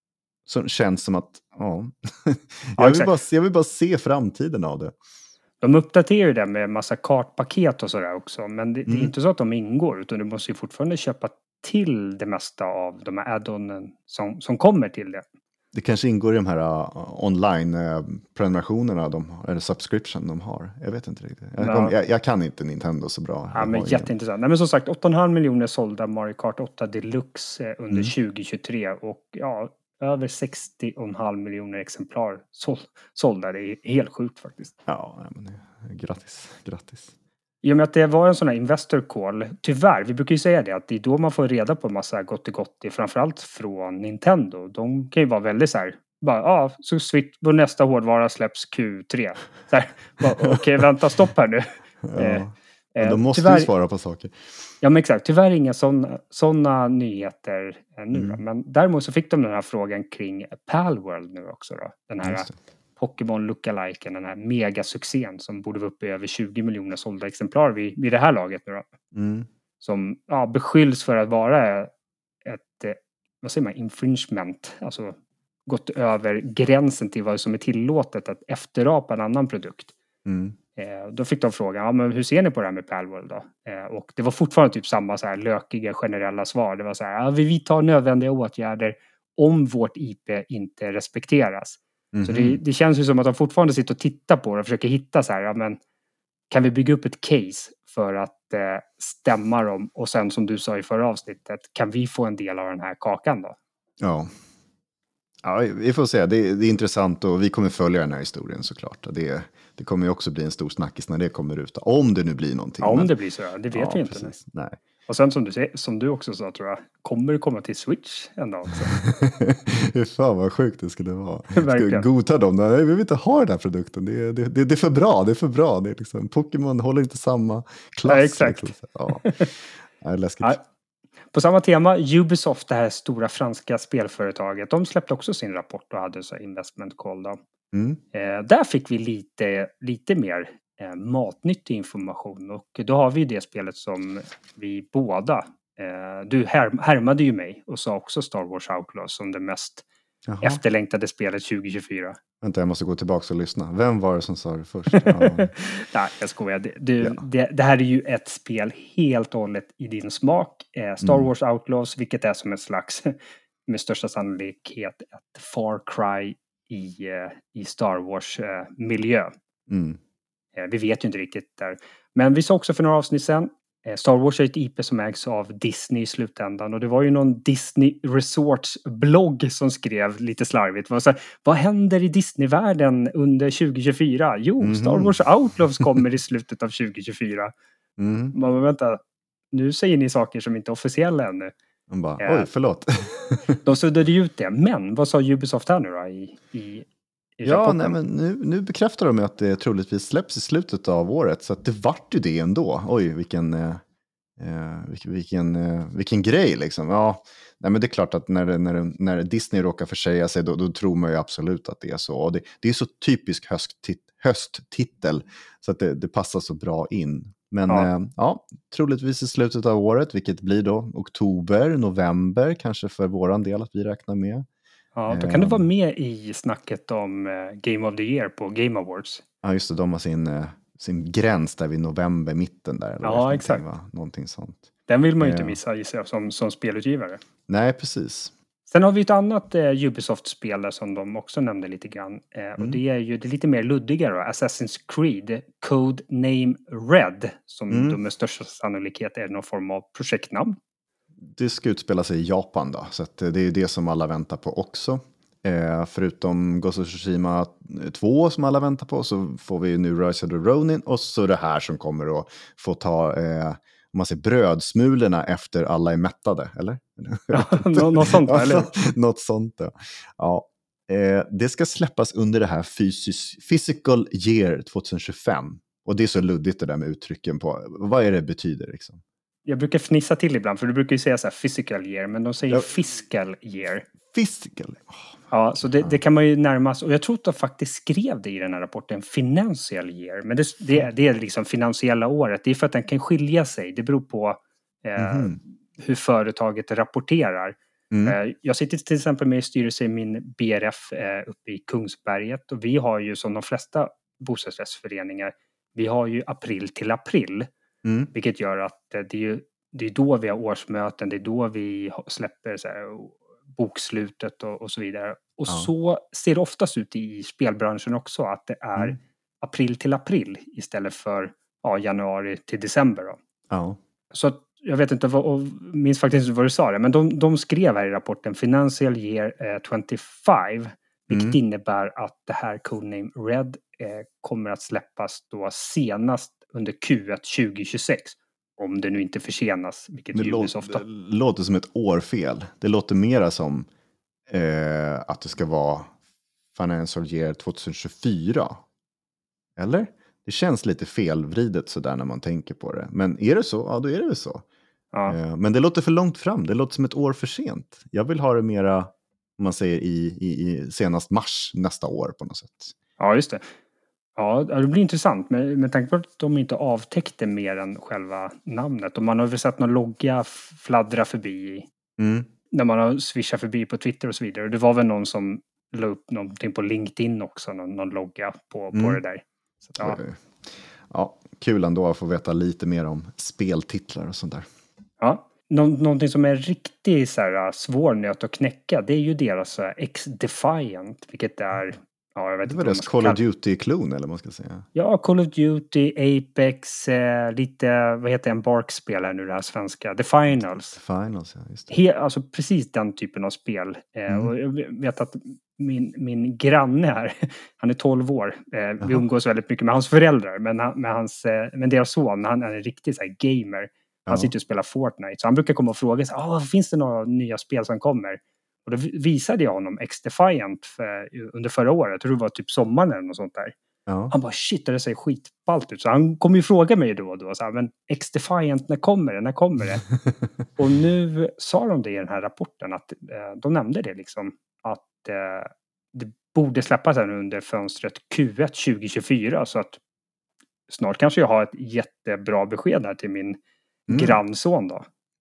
Som känns som att, ja. jag, vill bara, jag vill bara se framtiden av det. De uppdaterar ju det med massa kartpaket och sådär också. Men det, mm. det är inte så att de ingår, utan du måste ju fortfarande köpa till det mesta av de här add-onen som, som kommer till det. Det kanske ingår i de här uh, online-prenumerationerna, uh, eller subscription de har. Jag vet inte riktigt. Jag, kom, jag, jag kan inte Nintendo så bra. Ja, men jätteintressant. Nej, men som sagt, åtta komma fem miljoner sålda Mario Kart åtta Deluxe eh, under mm. tjugo tjugotre. Och ja, över sextio komma fem miljoner exemplar sål, sålda. Det är helt sjukt faktiskt. Ja, men grattis, grattis. I och med att det var en sån här investor call, tyvärr, vi brukar ju säga det, att det är då man får reda på en massa gott och gott, framförallt från Nintendo. De kan ju vara väldigt så här, bara, ja, så Switch, vår nästa hårdvara släpps Q tre. Okej, okay, vänta, stopp här nu. Ja, eh, men de måste tyvärr, ju svara på saker. Ja, men exakt, tyvärr inga såna, såna nyheter nu. Mm. Men däremot så fick de den här frågan kring Palworld nu också då. Den här Pokémon Lookaliken, den här megasuccén som borde vara uppe i över tjugo miljoner sålda exemplar vid, vid det här laget nu då. Mm. Som ja, beskylls för att vara ett, vad säger man, infringement. Alltså gått över gränsen till vad som är tillåtet att efterapa en annan produkt. Mm. Eh, då fick de frågan, ja, men hur ser ni på det här med Palworld då? Eh, och det var fortfarande typ samma så här lökiga generella svar. Det var så här, ja, vi vidtar nödvändiga åtgärder om vårt I P inte respekteras. Mm-hmm. Så det, det känns ju som att de fortfarande sitter och tittar på det och försöker hitta så här, ja, men kan vi bygga upp ett case för att eh, stämma dem? Och sen som du sa i förra avsnittet, kan vi få en del av den här kakan då? Ja. Ja, vi får se. Det är, det är intressant och vi kommer följa den här historien såklart. Det, det kommer ju också bli en stor snackis när det kommer ut. Om det nu blir någonting. Ja, om men... det blir så. Det vet ja, vi inte. Precis. Nej. Och sen som du, som du också sa, tror jag, kommer det komma till Switch en dag också? Fan vad sjukt det skulle vara. Ska godta dem? Nej, vi vill inte ha den här produkten. Det är, det, det, det är för bra. Det är för bra. Det är liksom, Pokémon håller inte samma klass. Ja, exakt. Liksom. Ja. Det är läskigt. Ja. På samma tema, Ubisoft, det här stora franska spelföretaget, de släppte också sin rapport och hade så investment call då. Mm. Eh, där fick vi lite, lite mer eh, matnyttig information och då har vi det spelet som vi båda Eh, du här, härmade ju mig och sa också Star Wars Outlaws som det mest Jaha. efterlängtade spelet tjugo tjugofyra. Vänta, jag måste gå tillbaka och lyssna. Vem var det som sa det först? Ja. Nej, jag skojar. Det, du, Ja. det, det här är ju ett spel helt och hållet i din smak. Eh, Star Mm. Wars Outlaws, vilket är som en slags, med största sannolikhet, ett Far Cry i, eh, i Star Wars-miljö. Mm. Eh, vi vet ju inte riktigt där. Men vi sa också för några avsnitt sedan, eh, Star Wars är ett I P som ägs av Disney i slutändan. Och det var ju någon Disney Resorts-blogg som skrev lite slarvigt. Vad, så här, vad händer i Disney-världen under tjugo tjugofyra? Jo, Mhm. Star Wars Outlaws kommer i slutet av tjugo tjugofyra. Mm. Man bara, vänta, nu säger ni saker som inte är officiella ännu. Man bara, Eh. oj, förlåt. De suddade ju ut det. Men vad sa Ubisoft här nu då i, i, i Ja, rapporten? nej, men nu, nu bekräftar de att det troligtvis släpps i slutet av året. Så att det vart ju det ändå. Oj, vilken, eh, eh, vilken, vilken, eh, vilken grej liksom. Ja, nej, men det är klart att när, det, när, det, när Disney råkar försäga sig, då, då tror man ju absolut att det är så. Och det, det är så typisk hösttit, hösttitel, så att det, det passar så bra in. Men Ja. ja. Eh, ja, troligtvis i slutet av året, vilket blir då oktober, november, kanske för våran del att vi räknar med. Ja, då kan du vara med i snacket om eh, Game of the Year på Game Awards. Ja, just det, de har sin, eh, sin gräns där vid november, mitten där. Eller Ja, någonting, exakt. Va? Någonting sånt. Den vill man ju inte Ja. missa, gissar jag, som, som spelutgivare. Nej, precis. Sen har vi ett annat eh, Ubisoft-spel där som de också nämnde lite grann. Eh, Mm. Och det är ju det är lite mer luddiga då. Assassin's Creed, Code Name Red. Som Mm. då med största sannolikhet är någon form av projektnamn. Det ska utspela sig i Japan då, så att eh, det är det som alla väntar på också. Eh, förutom Ghost of Tsushima två som alla väntar på, så får vi nu Rise of the Ronin och så det här som kommer att få ta eh, om man säger brödsmulorna efter alla är mättade, eller? Ja, nå- något sånt, Ja, eller? något sånt, ja. Ja. Eh, det ska släppas under det här fysis- Physical Year tjugohundratjugofem. Och det är så luddigt det där med uttrycken på. Vad är det betyder liksom? Jag brukar fnissa till ibland, för du brukar ju säga så här physical year, men de säger Ja. fiscal year. Physical? Oh. Ja, så det, det kan man ju närmast, och jag tror att de faktiskt skrev det i den här rapporten, financial year. Men det, det, det är liksom finansiella året, det är för att den kan skilja sig. Det beror på eh, Mhm. hur företaget rapporterar. Mm. Eh, jag sitter till exempel med i styrelsen i min B R F eh, uppe i Kungsberget, och vi har ju som de flesta bostadsrättsföreningar, vi har ju april till april. Mm. Vilket gör att eh, det är ju det är då vi har årsmöten, det är då vi ha- släpper så här, bokslutet och, och så vidare. Och Ja. så ser det oftast ut i spelbranschen också, att det är Mm. april till april istället för ja, januari till december. Då. Ja. Så att, jag vet inte, vad, och minns faktiskt inte vad du sa det, men de, de skrev här i rapporten Financial Year eh, tjugofem, vilket Mm. innebär att det här Codename Red eh, kommer att släppas då senast under Q ett tjugohundratjugosex. Om det nu inte försenas, vilket Det ju lå- Ubisoft det har. låter som ett årfel. Det låter mera som eh, att det ska vara Financial Year tjugohundratjugofyra. Eller? Det känns lite felvridet sådär när man tänker på det. Men är det så? Ja, då är det väl så. Ja. Eh, men det låter för långt fram. Det låter som ett år för sent. Jag vill ha det mera, om man säger, i, i, i senast mars nästa år på något sätt. ja, just det. Ja, det blir intressant. Men med tanke på att de inte avtäckte mer än själva namnet. Och man har väl sett någon logga fladdra förbi Mm. när man har swishat förbi på Twitter och så vidare. Och det var väl någon som la upp någonting på LinkedIn också, någon, någon logga på, på Mm. det där. Så, att, ja. Eh, Ja, kul ändå att få veta lite mer om speltitlar och sånt där. Ja. Nå- någonting som är riktigt så här, svår nöt att knäcka, det är ju deras så här, X-Defiant, vilket är, ja, jag vet Det inte var vad man deras ska Call kalla- of Duty-klon, eller vad man ska säga. Ja, Call of Duty, Apex, eh, lite, vad heter en Bark-spel här nu, det här svenska, The Finals. Finals, ja, just det. He, alltså precis den typen av spel. Eh, Mm. och jag vet att min, min granne här, han är tolv år. Eh, vi Jaha. umgås väldigt mycket med hans föräldrar, men, han, med hans, eh, men deras son, han är en riktig så här, gamer. Han Ja. sitter och spelar Fortnite, så han brukar komma och fråga sig, ah, finns det några nya spel som kommer? Och då visade jag honom X-Defiant för, under förra året, jag tror det var typ sommaren eller något sånt där. Ja. Han bara, shit, det ser skitballt ut. Så han kommer ju fråga mig då och då, så här, men X-Defiant, när kommer det? När kommer det? Och nu sa de det i den här rapporten, att eh, de nämnde det liksom, att eh, det borde släppas här under fönstret Q ett tjugohundratjugofyra, så att snart kanske jag har ett jättebra besked här till min Mm. grannson då.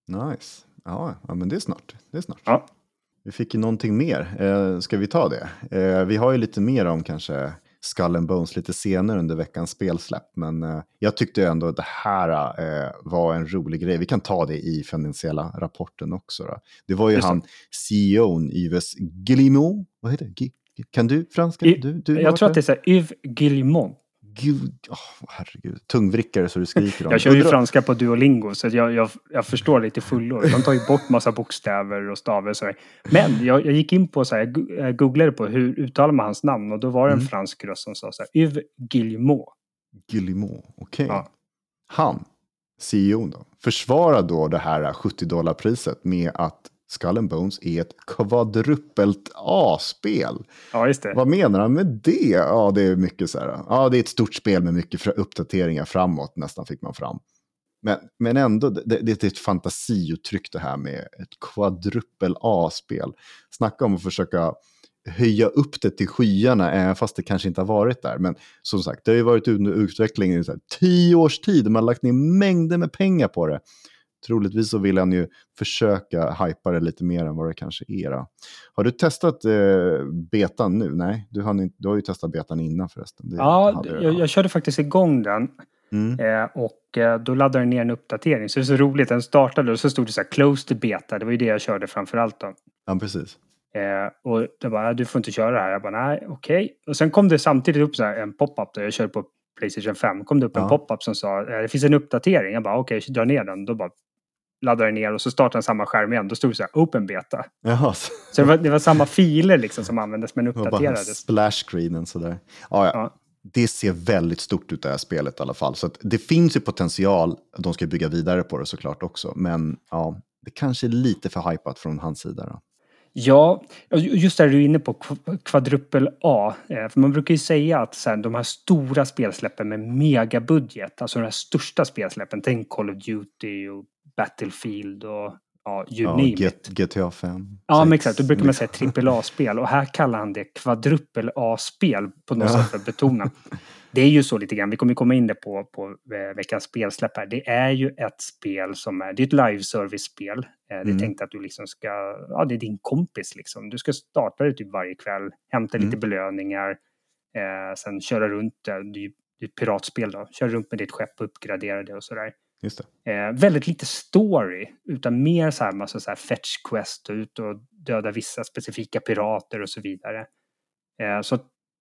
Nice. Ja, ja, men det är snart. Det är snart. Ja. Vi fick ju någonting mer. Eh, ska vi ta det? Eh, vi har ju lite mer om kanske Skull and Bones lite senare under veckans spelsläpp. Men eh, jag tyckte ändå att det här eh, var en rolig grej. Vi kan ta det i finansiella rapporten också. Då. Det var ju Just han, C E O:n Yves Guillemot. Vad heter det? G- kan du franska? I, Du, du jag tror att det är så här, Yves Guillemot. Gud, oh, herregud. Tungvrickare så du skriker om. Jag kör ju Undra- franska på Duolingo så jag, jag, jag förstår lite fullo. De tar ju bort massa bokstäver och stavelser. Men jag, jag gick in på så här, jag googlade på hur uttalar man hans namn och då var det en Mm. fransk röst som sa så här, Yves Guillemot. Guillemot, okej. Ja. Han, C E O då, försvarar då det här sjuttio dollar priset med att Skull and Bones är ett kvadrupelt A-spel. Ja, just det. Vad menar han med det? Ja, det är mycket så här. Ja, det är ett stort spel med mycket uppdateringar framåt, nästan fick man fram. Men, men ändå, det, det är ett fantasiuttryck det här med ett kvadrupel A-spel. Snacka om att försöka höja upp det till skyarna, även fast det kanske inte har varit där. Men som sagt, det har ju varit under utveckling i så här, tio års tid. Man har lagt ner mängder med pengar på det. Troligtvis så vill han ju försöka hypa det lite mer än vad det kanske är. Då. Har du testat eh, betan nu? Nej, du har, du har ju testat betan innan förresten. Det Ja, hade jag, jag. jag körde faktiskt igång den. Mm. Eh, och eh, då laddade den ner en uppdatering. Så det är så roligt, den startade och så stod det så här close to beta. Det var ju det jag körde framförallt då. Ja, precis. Eh, och det bara, du får inte köra det här. Jag bara, nej, okej. Okay. Och sen kom det samtidigt upp så här en pop-up där jag körde på PlayStation fem. Kom det upp Ja. en pop-up som sa, eh, det finns en uppdatering. Jag bara, okej, okay, dra ner den. Då bara laddade den ner och så startade den samma skärm igen. Då stod det så här, open beta. Jaha. Så det var, det var samma filer liksom som användes, men uppdaterades. Splash screenen sådär. Ja, ja. Ja. Det ser väldigt stort ut det här spelet i alla fall. Så att det finns ju potential. De ska bygga vidare på det såklart också. Men ja, det kanske är lite för hypat från hans sida då. Ja, just där du är inne på kvadrupel A. För man brukar ju säga att så här, de här stora spelsläppen med megabudget, alltså de här största spelsläppen, tänk Call of Duty och Battlefield och ja, you Ja, name G- it. G T A fem. Ja, sex. men exakt. Då brukar man säga trippel A-spel och här kallar han det kvadrupel A-spel på något Ja. sätt för att betona. Det är ju så lite grann, vi kommer komma in det på, på veckans spelsläpp här. Det är ju ett spel som är, det är ett live-service-spel. Det är Mm. tänkt att du liksom ska, ja det är din kompis liksom. Du ska starta det typ varje kväll, hämta Mm. lite belöningar, eh, sen köra runt det. Det är ju ett piratspel då. Köra runt med ditt skepp och uppgradera det och sådär. Just det. Eh, väldigt lite story, utan mer så här massa så här fetch quest och ut och döda vissa specifika pirater och så vidare. Eh, så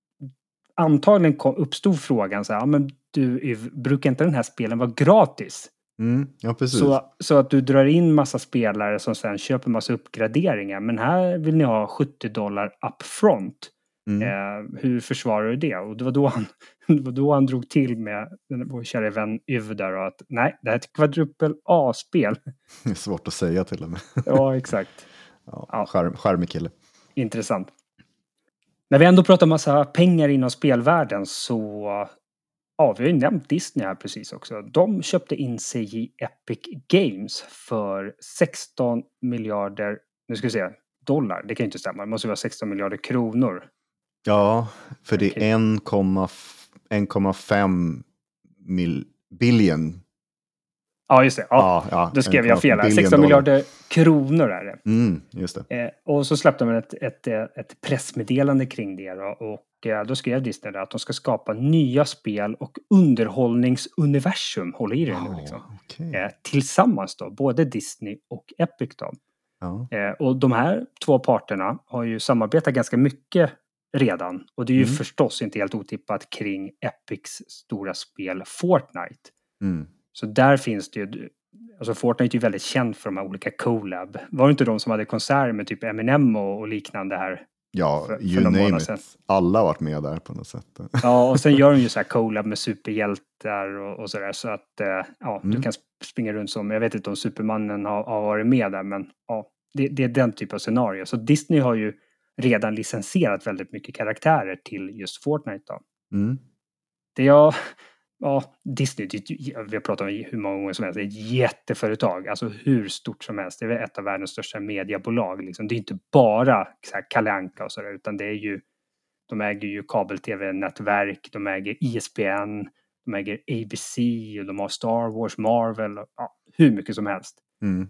antagligen kom, uppstod frågan så här, ja, men du, Yv, brukar inte den här spelen vara gratis? Mm. Ja, precis. Så, så att du drar in massa spelare som sen köper massa uppgraderingar, men här vill ni ha sjuttio dollar upfront. Mm. Eh, hur försvarar du det? Och det var då han, det var då han drog till med vår kära vän Yv där och att nej, det här är ett kvadrupel A-spel. Det är svårt att säga till och med. Ja, exakt. Ja, Ja. Charm, charmig kille. Intressant. När vi ändå pratar massa pengar inom spelvärlden så ja, vi har ju nämnt Disney här precis också. De köpte in sig i Epic Games för sexton miljarder, nu ska vi se, dollar. Det kan ju inte stämma, det måste vara sexton miljarder kronor. Ja, för det är en komma fem mil- billion. Ja, just det. Ja, Ja, ja, då skrev jag fel här. billion sexton dollar. miljarder kronor är det. Mm, just det. Eh, och så släppte de ett, ett, ett pressmeddelande kring det då, och eh, då skrev Disney där att de ska skapa nya spel och underhållningsuniversum, håll i det nu Wow, liksom. okej. Eh, tillsammans då, både Disney och Epic då. Ja. Eh, och de här två parterna har ju samarbetat ganska mycket redan. Och det är ju Mm. förstås inte helt otippat kring Epics stora spel Fortnite. Mm. Så där finns det ju, alltså Fortnite är ju väldigt känd för de här olika collab. Var det inte de som hade konserter med typ Eminem och, och liknande här? Ja, För- för you några name månader it. sedan. Alla har varit med där på något sätt. Ja, och sen gör de ju så här collab med superhjältar och, och sådär. Så att eh, ja, Mm. du kan sp- springa runt som, jag vet inte om Supermannen har, har varit med där, men ja, det, det är den typen av scenario. Så Disney har ju redan licensierat väldigt mycket karaktärer till just Fortnite då. Mm. Det jag, ja, Disney, det, är ju- vi har pratat om det hur många gånger som helst, det är ett jätteföretag, alltså hur stort som helst. Det är väl ett av världens största mediebolag. Liksom. Det är inte bara så här Kalle Anka och sådär, utan det är ju, de äger ju kabel-tv-nätverk, de äger E S P N, de äger A B C och de har Star Wars, Marvel, och, ja, hur mycket som helst. Mm.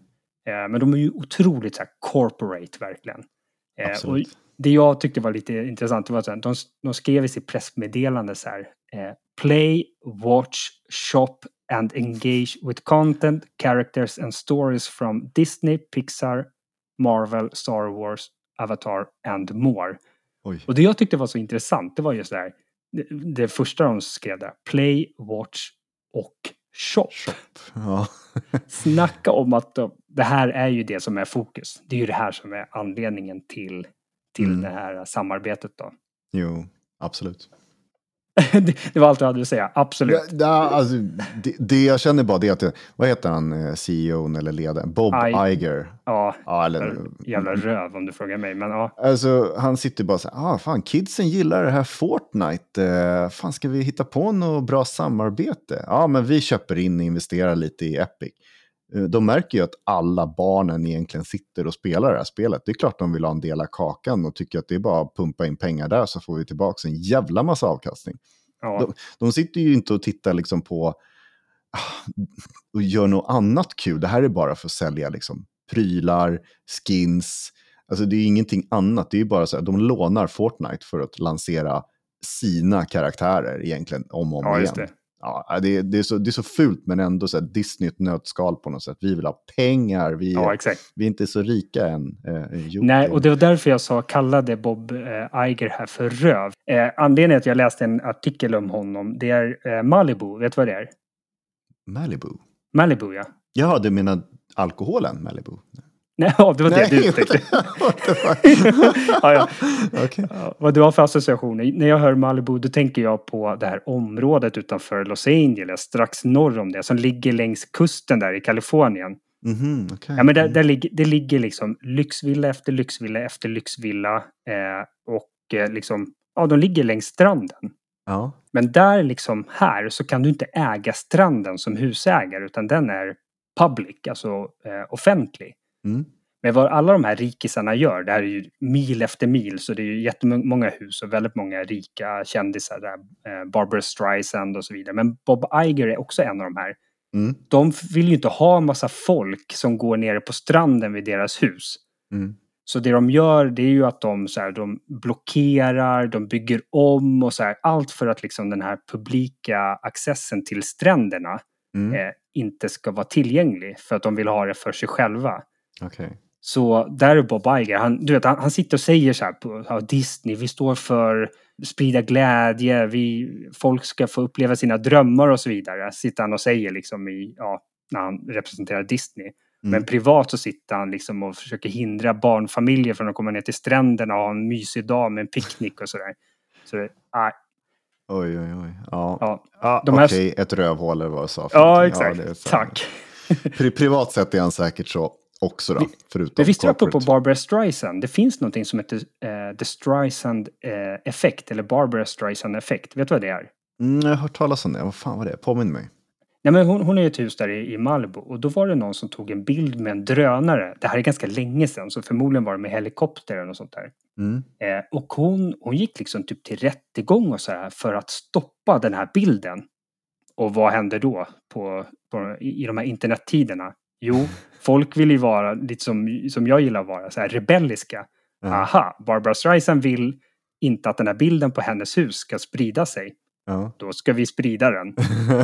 Eh, men de är ju otroligt så här corporate verkligen. Eh, Absolut. och det jag tyckte var lite intressant var att de, de skrev i sitt pressmeddelande så här. Eh, Play, watch, shop and engage with content, characters and stories from Disney, Pixar, Marvel, Star Wars, Avatar and more. Oj. Och det jag tyckte var så intressant, det var just det här. Det, det första de skrev där. Play, watch och shop. Shop. Ja. Snacka om att de, det här är ju det som är fokus. Det är ju det här som är anledningen till, till Mm. det här samarbetet då. Jo, absolut. det, det var allt jag hade att säga, absolut. Ja, ja, alltså, det, det jag känner bara det att, vad heter han, C E O eller ledaren? Bob I, Iger. Ja, ja eller, jävla röv om du frågar mig. Men, ja. Alltså, han sitter bara så här, ah, fan, kidsen gillar det här Fortnite. Uh, fan, ska vi hitta på något bra samarbete? Ja, men vi köper in och investerar lite i Epic. Uh, de märker ju att alla barnen egentligen sitter och spelar det här spelet. Det är klart de vill ha en del av kakan och tycker att det är bara att pumpa in pengar där så får vi tillbaka en jävla massa avkastning. Ja. De, de sitter ju inte och tittar liksom på och gör något annat kul. Det här är bara för att sälja liksom prylar, skins. Alltså det är ingenting annat. Det är ju bara så här, de lånar Fortnite för att lansera sina karaktärer egentligen om och om Ja, igen. just det. Ja, det, det, är så, det är så fult men ändå så här Disney ett nötskal på något sätt. Vi vill ha pengar. Vi, Ja, exakt. vi är inte så rika än. Eh, Nej, och det var därför jag sa kallade Bob eh, Iger här för röv. Eh, anledningen att jag läste en artikel om honom, det är eh, Malibu. Vet du vad det är? Malibu? Malibu, ja. Ja, du menar alkoholen Malibu? Nej, ja, det var det Nej, du tänkte. ja, ja. Okay. Ja, vad du har för associationer? När jag hör Malibu då tänker jag på det här området utanför Los Angeles, strax norr om det, som ligger längs kusten där i Kalifornien. Mm-hmm, okay. Ja, men där, där ligger, det ligger liksom lyxvilla efter lyxvilla efter lyxvilla eh, och eh, liksom, ja, de ligger längs stranden. Ja. Men där liksom här så kan du inte äga stranden som husägare utan den är public, alltså eh, offentlig. Mm. Men vad alla de här rikisarna gör, det här är ju mil efter mil så det är ju jättemånga hus och väldigt många rika kändisar där, eh, Barbra Streisand och så vidare. Men Bob Iger är också en av de här. Mm. De vill ju inte ha en massa folk som går nere på stranden vid deras hus. Mm. Så det de gör det är ju att de, så här, de blockerar, de bygger om och så här, allt för att liksom den här publika accessen till stränderna Mm. eh, inte ska vara tillgänglig för att de vill ha det för sig själva. Okay. Så där är Bob Iger, han, du vet, han, han sitter och säger så här på ja, Disney, vi står för sprida glädje, vi, folk ska få uppleva sina drömmar och så vidare. Sitter han och säger liksom i, ja, när han representerar Disney. Mm. Men privat så sitter han liksom och försöker hindra barnfamiljer från att komma ner till stränderna och ha en mysig dag med en picknick och sådär. Så det, ah. Oj, oj, oj. Ja, ja, ah, de här... okej, ett rövhål eller vad jag sa. Ja, exakt. Ja, tack. Pri- privat sett är han säkert så också då, förutom Men visste du på, corporate. på Barbra Streisand? Det finns någonting som heter uh, The Streisand-effekt, uh, eller Barbra Streisand-effekt. Vet du vad det är? Mm, jag har hört talas om det. Vad fan var det? Påminn mig. Nej, men hon, hon är ett hus där i, i Malibu och då var det någon som tog en bild med en drönare. Det här är ganska länge sedan så förmodligen var det med helikopter och sånt där. Mm. Eh, och hon, hon gick liksom typ till rättegång och så här för att stoppa den här bilden. Och vad hände då på, på, i, i de här internettiderna? Jo, folk vill ju vara lite som, som jag gillar att vara, så här rebelliska. Mm. Aha, Barbra Streisand vill inte att den här bilden på hennes hus ska sprida sig. Ja. Då ska vi sprida den.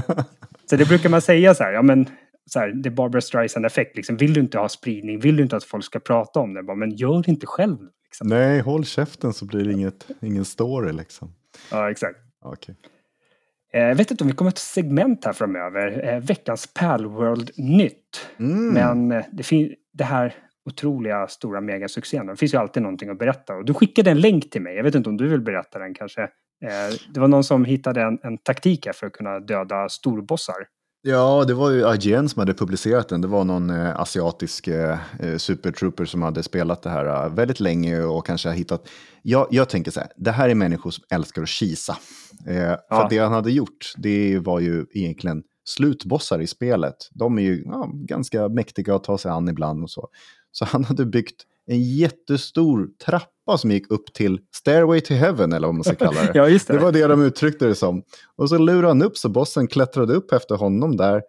Så det brukar man säga så här, ja men så här, det är Barbra Streisand-effekt. Liksom, vill du inte ha spridning, vill du inte att folk ska prata om det, bara, men gör det inte själv. Liksom. Nej, håll käften så blir det inget, ingen story liksom. Ja, exakt. Okay. Jag vet inte om vi kommer till segment här framöver. Veckans Palworld-nytt. Mm. Men det, fin- det här otroliga stora megasuccén. Det finns ju alltid någonting att berätta. Och du skickade en länk till mig. Jag vet inte om du vill berätta den kanske. Det var någon som hittade en, en taktik här för att kunna döda storbossar. Ja, det var ju I G N som hade publicerat den. Det var någon eh, asiatisk eh, supertrooper som hade spelat det här eh, väldigt länge och kanske har hittat... Jag, jag tänker så här, det här är människor som älskar att kisa. Eh, ja. För det han hade gjort, det var ju egentligen slutbossar i spelet. De är ju ja, ganska mäktiga att ta sig an ibland och så. Så han hade byggt en jättestor trappa som gick upp till Stairway to Heaven, eller vad man ska kalla det. Ja, just det. Det var det de uttryckte det som. Och så lurade han upp så bossen klättrade upp efter honom där.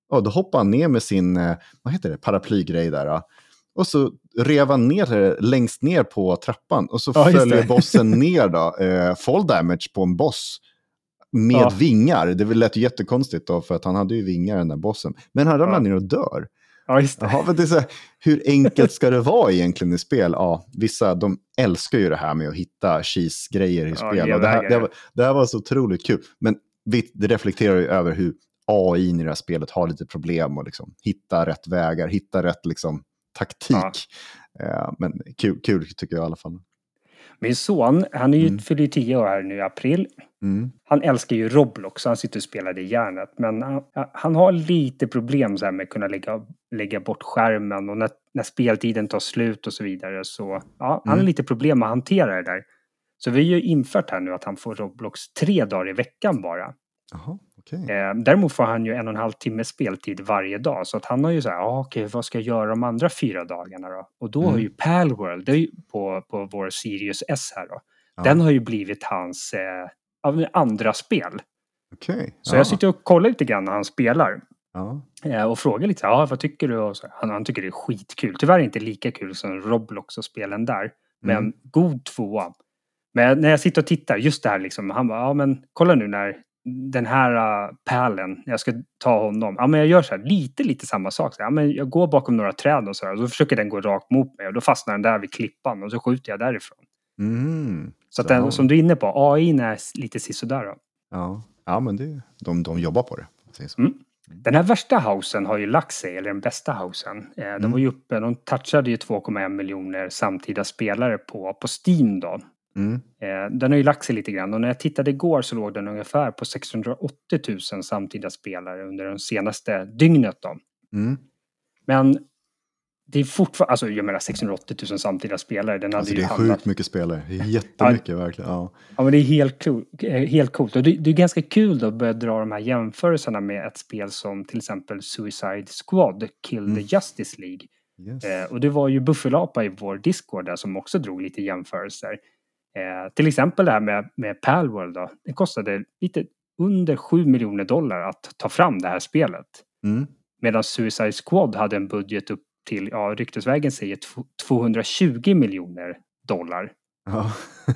Ja, då hoppade han ner med sin, eh, vad heter det, paraplygrej där. Ja. Och så rev han ner det längst ner på trappan. Och så Ja, just följer det. bossen ner då. Eh, fall damage på en boss. Med Ja. vingar. Det lät ju jättekonstigt då. För att han hade ju vingar den där bossen. Men han ramlar Ja. ner och dör. Ja, just det. Jaha, men det är så här, hur enkelt ska det vara egentligen i spel? Ja, vissa de älskar ju det här med att hitta cheese-grejer i Ja, spel. Och det, här, det, här, var- det här var så otroligt kul. Men vi- det reflekterar ju över hur A I i det här spelet har lite problem och liksom hitta rätt vägar, hitta rätt liksom, taktik. Ja. Eh, men kul, kul tycker jag i alla fall. Min son, han är ju, Mm. fyller ju tio år här nu i april. Mm. Han älskar ju Roblox, så han sitter och spelar det i järnet. Men han, han har lite problem så här med att kunna lägga, lägga bort skärmen. Och när, när speltiden tar slut och så vidare. Så ja, han har Mm. lite problem med att hantera det där. Så vi har ju infört här nu att han får Roblox tre dagar i veckan bara. Jaha, okej. Eh, däremot får han ju en och en halv timme speltid varje dag. Så att han har ju så här, ah, okej, vad ska jag göra de andra fyra dagarna då? Och då Mm. har ju Palworld, det är ju på, på vår Sirius S här då. Ja. Den har ju blivit hans eh, av andra spel. Okej. Så Ja. jag sitter och kollar lite grann när han spelar. Ja. Eh, och frågar lite, ja, ah, vad tycker du? Och så, han, han tycker det är skitkul. Tyvärr inte lika kul som Roblox och spelen där. Men Mm. god tvåa. Men när jag sitter och tittar, just det här liksom, han bara, ja men kolla nu när den här uh, pärlen, jag ska ta honom. Ja men jag gör så här, lite lite samma sak. Så, ja, men jag går bakom några träd och så här, och då försöker den gå rakt mot mig och då fastnar den där vid klippan och så skjuter jag därifrån. Mm. Så att den, Ja. som du är inne på, A I är lite sisådär då. Ja. Ja, men det, de, de jobbar på det. Säger så. Mm. Den här värsta housen har ju lagt sig, eller den bästa housen. Eh, de Mm. var ju uppe, de touchade ju två komma en miljoner samtida spelare på, på Steam då. Mm. Eh, den har ju lagt sig lite grann och när jag tittade igår så låg den ungefär på sexhundraåttio tusen samtida spelare under de senaste dygnet då. Mm. Men det är fortfarande, alltså jag menar sexhundraåttio tusen samtida spelare, den hade Alltså, ju det är hamnat... sjukt mycket spelare. Det är jättemycket verkligen. Ja. Ja men det är helt, klo- eh, helt coolt och det, det är ganska kul då att börja dra de här jämförelserna med ett spel som till exempel Suicide Squad, Kill Mm. the Justice League. Yes. Eh, och det var ju Buffelapa i vår Discord där som också drog lite jämförelser. Eh, till exempel det här med, med Palworld då. Det kostade lite under sju miljoner dollar att ta fram det här spelet. Mm. Medan Suicide Squad hade en budget upp till, ja ryktesvägen säger tvåhundratjugo miljoner dollar. Ja.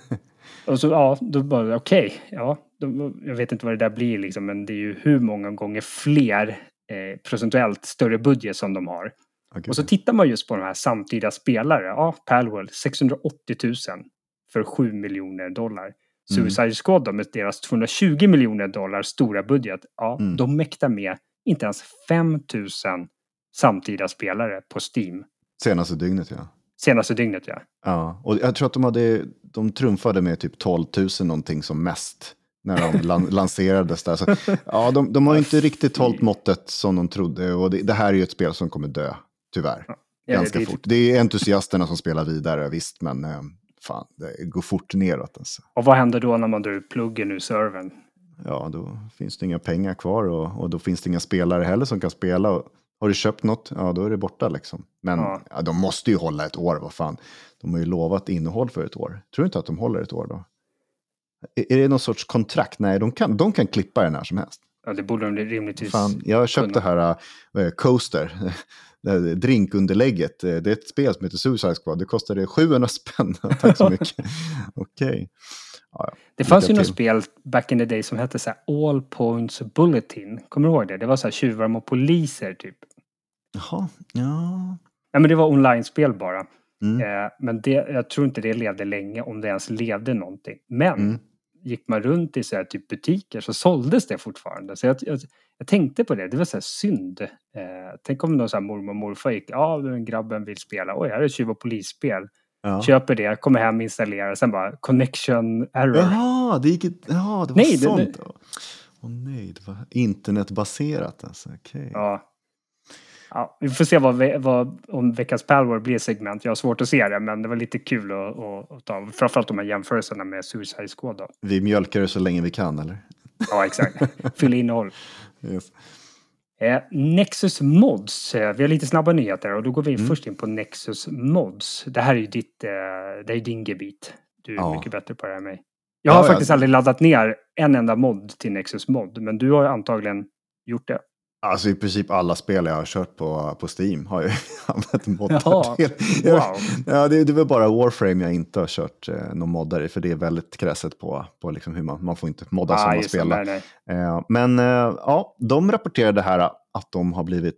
Och så ja, då bara okej, okay, ja, då, jag vet inte vad det där blir liksom, men det är ju hur många gånger fler eh, procentuellt större budget som de har. Okay. Och så tittar man just på de här samtida spelare. Ja, Palworld sexhundraåttio tusen för sju miljoner dollar. Suicide mm. Squad då, med deras tvåhundratjugo miljoner dollar stora budget. Ja, mm. de mäktar med inte ens fem tusen samtida spelare på Steam. Senaste dygnet, ja. Senaste dygnet, ja. Ja, och jag tror att de hade, de trumfade med typ tolv tusen någonting som mest när de lan- lanserades där. Så, ja, de, de har ju inte riktigt hållit måttet som de trodde och det, det här är ju ett spel som kommer dö, tyvärr. Ja. Ganska det, det, fort. Det är entusiasterna som spelar vidare, visst, men eh, fan, det går fort neråt. Alltså. Och vad händer då när man drar ut pluggen ur servern? Ja, då finns det inga pengar kvar och, och då finns det inga spelare heller som kan spela. Och, har du köpt något, ja då är det borta liksom. Men ja. Ja, de måste ju hålla ett år, vad fan. De har ju lovat innehåll för ett år. Tror du inte att de håller ett år då? Är, är det någon sorts kontrakt? Nej, de kan, de kan klippa den här som helst. Ja, det borde de rimligtvis fan, jag har köpt kunna. det här äh, Coaster. Drinkunderlägget. Det är ett spel som heter Suicide Squad. Det kostade sjuhundra spänn. Tack så mycket. Okej. Okay. Ja, ja. Det fanns ju något spel back in the day som hette så här All Points Bulletin. Kommer du ihåg det? Det var så här tjuvar mot poliser typ. Jaha, ja. Nej, men det var online-spel bara. Mm. Eh, men det, jag tror inte det levde länge om det ens levde någonting. Men mm. gick man runt i så här typ butiker så såldes det fortfarande. Så jag, jag, jag tänkte på det. Det var så här synd. Eh, tänk om någon så här mormor och morfar gick. Ja, den grabben vill spela. Oj, här är tjuv- och polisspel. Ja. Köper det, kommer hem, installerar. Sen bara connection error. Jaha, det gick ett, ja, det var nej, sånt. Det, det... Åh nej, det var internetbaserat alltså. Okay. Ja. Ja, vi får se vad, vad om veckans Palworld blir segment. Jag har svårt att se det, men det var lite kul att, att, att ta. Framförallt de här jämförelserna med Suicide Squad då. Vi mjölkar det så länge vi kan, eller? Ja, exakt. Fyll innehåll. Yes. Eh, Nexus Mods. Eh, vi har lite snabba nyheter och då går vi mm. först in på Nexus Mods. Det här är ju ditt, eh, det är din gebit. Du är ja. mycket bättre på det här än mig. Jag har ja, faktiskt ja. aldrig laddat ner en enda mod till Nexus Mod, men du har antagligen gjort det. Alltså i princip alla spel jag har kört på, på Steam har jag använt moddar Jaha, till. wow. Ja, det, det är väl bara Warframe jag inte har kört eh, någon moddar i, för det är väldigt kräset på, på liksom hur man, man får inte modda Ah, som man just det, spelar. nej, nej. Eh, men eh, ja, de rapporterade här att de har blivit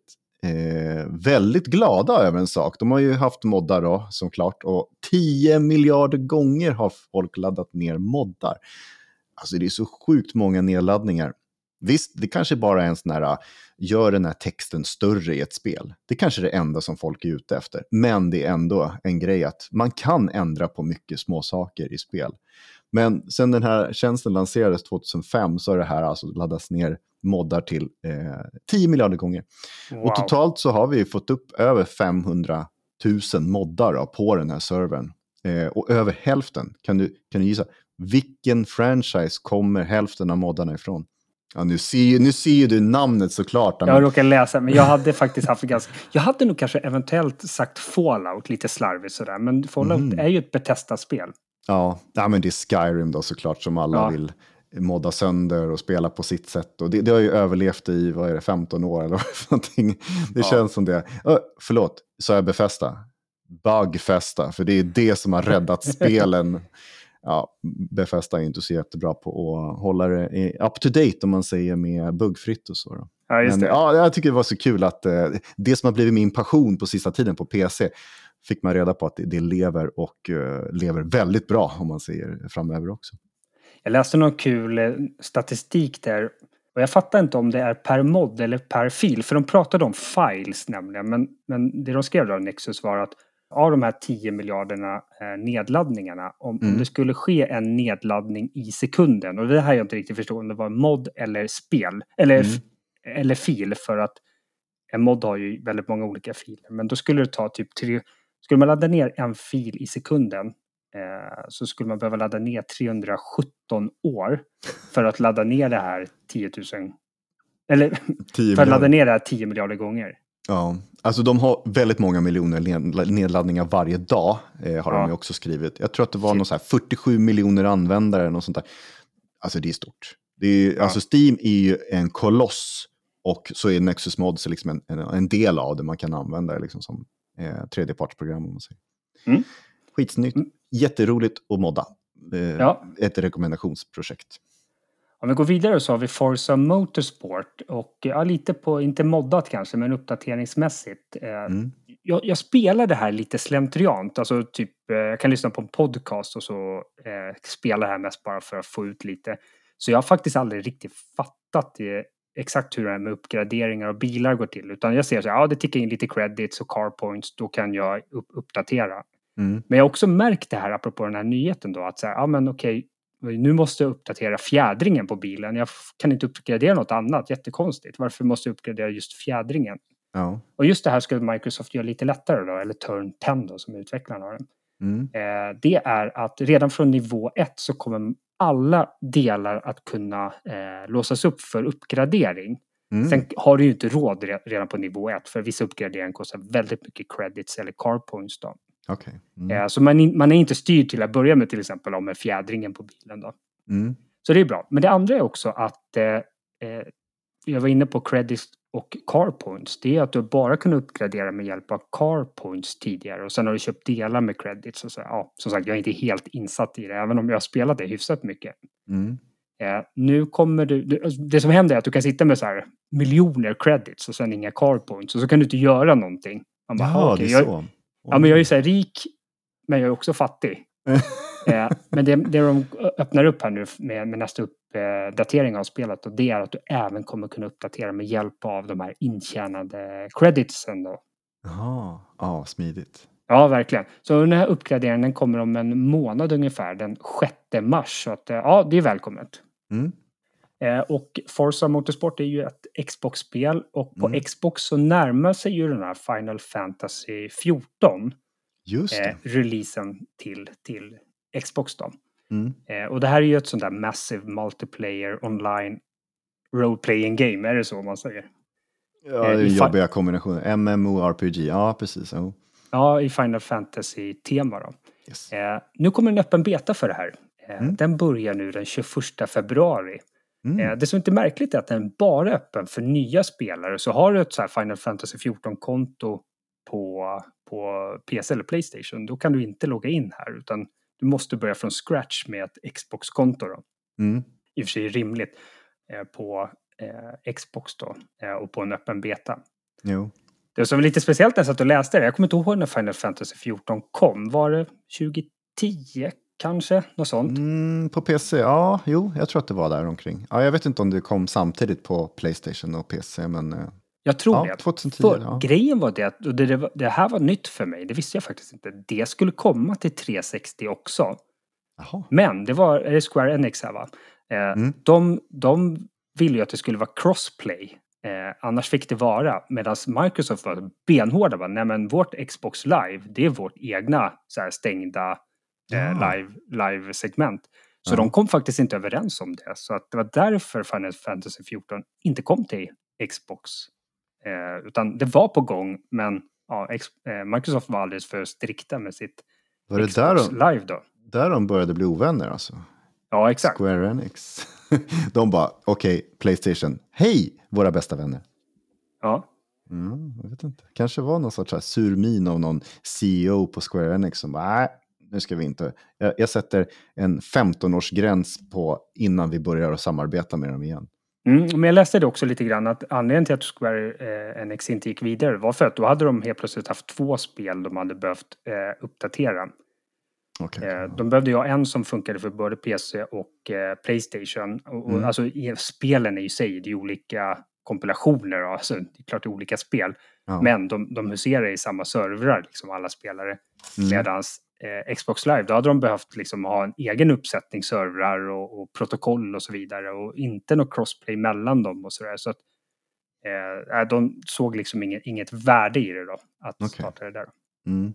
eh, väldigt glada över en sak. De har ju haft moddar då, som klart, och tio miljarder gånger har folk laddat ner moddar. Alltså det är så sjukt många nedladdningar. Visst, det kanske bara är en sån här, gör den här texten större i ett spel. Det kanske är det enda som folk är ute efter. Men det är ändå en grej att man kan ändra på mycket små saker i spel. Men sen den här tjänsten lanserades tjugohundrafem så har det här alltså laddats ner moddar till eh, tio miljarder gånger. Wow. Och totalt så har vi fått upp över femhundratusen moddar då, på den här servern. Eh, och över hälften, kan du, kan du gissa, vilken franchise kommer hälften av moddarna ifrån? Ja, nu ser, nu ser du namnet såklart. Jag råkar läsa, men jag hade faktiskt haft ganska... Jag hade nog kanske eventuellt sagt Fallout lite slarvigt sådär, men Fallout mm. är ju ett Bethesda-spel. Ja, ja, men det är Skyrim då såklart som alla ja. vill modda sönder och spela på sitt sätt. Och det, det har ju överlevt i, vad är det, femton år eller någonting. Det ja. känns som det. Oh, förlåt, så är Bethesda. Bugfesta, för det är det som har räddat spelen. Ja, Bethesda är inte så jättebra på att hålla det up to date om man säger med buggfritt och så. Då. Ja, just det. Men, ja, jag tycker det var så kul att eh, det som har blivit min passion på sista tiden på P C fick man reda på att det, det lever och uh, lever väldigt bra om man säger framöver också. Jag läste någon kul eh, statistik där och jag fattar inte om det är per mod eller per fil, för de pratade om files nämligen, men, men det de skrev då Nexus var att av de här tio miljarderna eh, nedladdningarna, om, mm. om det skulle ske en nedladdning i sekunden, och det här jag inte riktigt förstår om det var mod eller spel, eller, mm. f- eller fil, för att en mod har ju väldigt många olika filer, men då skulle det ta typ tre, skulle man ladda ner en fil i sekunden eh, så skulle man behöva ladda ner trehundrasjutton år för att ladda ner det här tio tusen, eller för att ladda ner det här tio miljarder gånger. Ja, alltså de har väldigt många miljoner nedladdningar varje dag, eh, har ja. de ju också skrivit. Jag tror att det var någon så här fyrtiosju miljoner användare och sånt där. Alltså det är stort. Det är, ja. Alltså Steam är ju en koloss och så är Nexus Mods liksom en, en, en del av det man kan använda liksom som eh, tredjepartsprogram om man säger. Mm. Skitsnyggt, mm. jätteroligt att modda. Eh, ja. Ett rekommendationsprojekt. Om vi går vidare så har vi Forza Motorsport och ja, lite på, inte moddat kanske, men uppdateringsmässigt. Mm. Jag, jag spelar det här lite slentriant, alltså typ jag kan lyssna på en podcast och så eh, spelar det här mest bara för att få ut lite. Så jag har faktiskt aldrig riktigt fattat det, exakt hur det här med uppgraderingar och bilar går till, utan jag ser så här, ja det tickar in lite credits och car points, då kan jag upp, uppdatera. Mm. Men jag har också märkt det här apropå den här nyheten då, att så här, ja men okej, nu måste jag uppdatera fjädringen på bilen. Jag kan inte uppgradera något annat. Jättekonstigt. Varför måste jag uppgradera just fjädringen? Ja. Och just det här skulle Microsoft göra lite lättare då. Eller Turn tio då, som utvecklarna har den. Mm. Eh, det är att redan från nivå ett så kommer alla delar att kunna eh, låsas upp för uppgradering. Mm. Sen har du ju inte råd redan på nivå ett. För vissa uppgraderingar kostar väldigt mycket credits eller car points då. Okay. Mm. Eh, så man, man är inte styrd till att börja med till exempel om med fjädringen på bilen då. Mm. Så det är bra. Men det andra är också att eh, jag var inne på credits och car points. Det är att du bara kan uppgradera med hjälp av car points tidigare. Och sen har du köpt delar med credits. Och så, ja, som sagt, jag är inte helt insatt i det. Även om jag har spelat det hyfsat mycket. Mm. Eh, nu kommer du... Det som händer är att du kan sitta med så här miljoner credits och sen inga car points. Och så kan du inte göra någonting. Man bara, ja, okay, det är så. Jag, ja, men jag är ju så här rik, men jag är också fattig. eh, men det, det de öppnar upp här nu med, med nästa uppdatering av spelet, och det är att du även kommer kunna uppdatera med hjälp av de här intjänade creditsen då. Jaha, ja, smidigt. Ja, verkligen. Så den här uppgraderingen kommer om en månad ungefär, den sjätte mars. Så att, ja, det är välkommet. Mm. Eh, och Forza Motorsport är ju ett Xbox-spel, och på mm. Xbox så närmar sig ju den här Final Fantasy fjorton. Just det. Eh, releasen till, till Xbox då. Mm. Eh, och det här är ju ett sånt där massive multiplayer online role-playing game, är det så man säger? Ja, det är eh, jobbiga fa- kombinationer. M M O R P G, ja precis. Oh. Ja, i Final Fantasy-tema då. Yes. Eh, nu kommer en öppen beta för det här. Eh, mm. Den börjar nu den tjugoförsta februari. Mm. Eh, det som inte är märkligt är att den bara är öppen för nya spelare. Så har du ett så här Final Fantasy fjorton-konto på, på P C eller PlayStation, då kan du inte logga in här, utan du måste börja från scratch med ett Xbox-konto då. Mm. I och för sig rimligt eh, på eh, Xbox då, eh, och på en öppen beta. Jo. Det som var lite speciellt när jag satt och läste det, jag kommer inte ihåg när Final Fantasy fjorton kom, var det tjugo tio kanske, något sånt? Mm, på P C, ja, jo, jag tror att det var där omkring. Ja, jag vet inte om det kom samtidigt på PlayStation och P C, men eh, Jag tror ja, det. tjugohundratio. För, Ja. Grejen var det att, och det, det, var- det här var nytt för mig, det visste jag faktiskt inte. Det skulle komma till trehundrasextio också. Jaha. Men det var är det Square Enix här va? Eh, Mm. de, de ville ju att det skulle vara crossplay. Eh, annars fick det vara. Medan Microsoft var benhårda. Va? Nej men vårt Xbox Live, det är vårt egna så här, stängda eh, Ja. live, live-segment. Så Ja. de kom faktiskt inte överens om det. Så att det var därför Final Fantasy fjorton inte kom till Xbox. Eh, utan det var på gång, men ja, ex, eh, Microsoft var alldeles för strikta med sitt Var det Xbox där de, Live då. där de började bli ovänner alltså? Ja, exakt. Square Enix. De bara, okej, okay, PlayStation, hej våra bästa vänner. Ja. Mm, jag vet inte. Kanske var någon sorts så här surmin av någon C E O på Square Enix som bara, nej, nu ska vi inte. Jag, jag sätter en femton-årsgräns på innan vi börjar att samarbeta med dem igen. Mm, men jag läste det också lite grann att anledningen till att Square eh, Enix inte gick vidare var för att då hade de helt plötsligt haft två spel de hade behövt eh, uppdatera. Okay, eh, okay. De behövde ju ha en som funkade för både P C och eh, PlayStation. Och, Mm. och, alltså i, spelen i sig, det är olika kompilationer. Då. Alltså, det är klart det är olika spel. Ja. Men de, de huserar i samma servrar, liksom alla spelare. Mm. Medans eh, Xbox Live, då hade de behövt liksom ha en egen uppsättning servrar och, och protokoll och så vidare. Och inte något crossplay mellan dem och sådär. Så att eh, de såg liksom inget, inget värde i det då, att Okay. starta det där. Mm.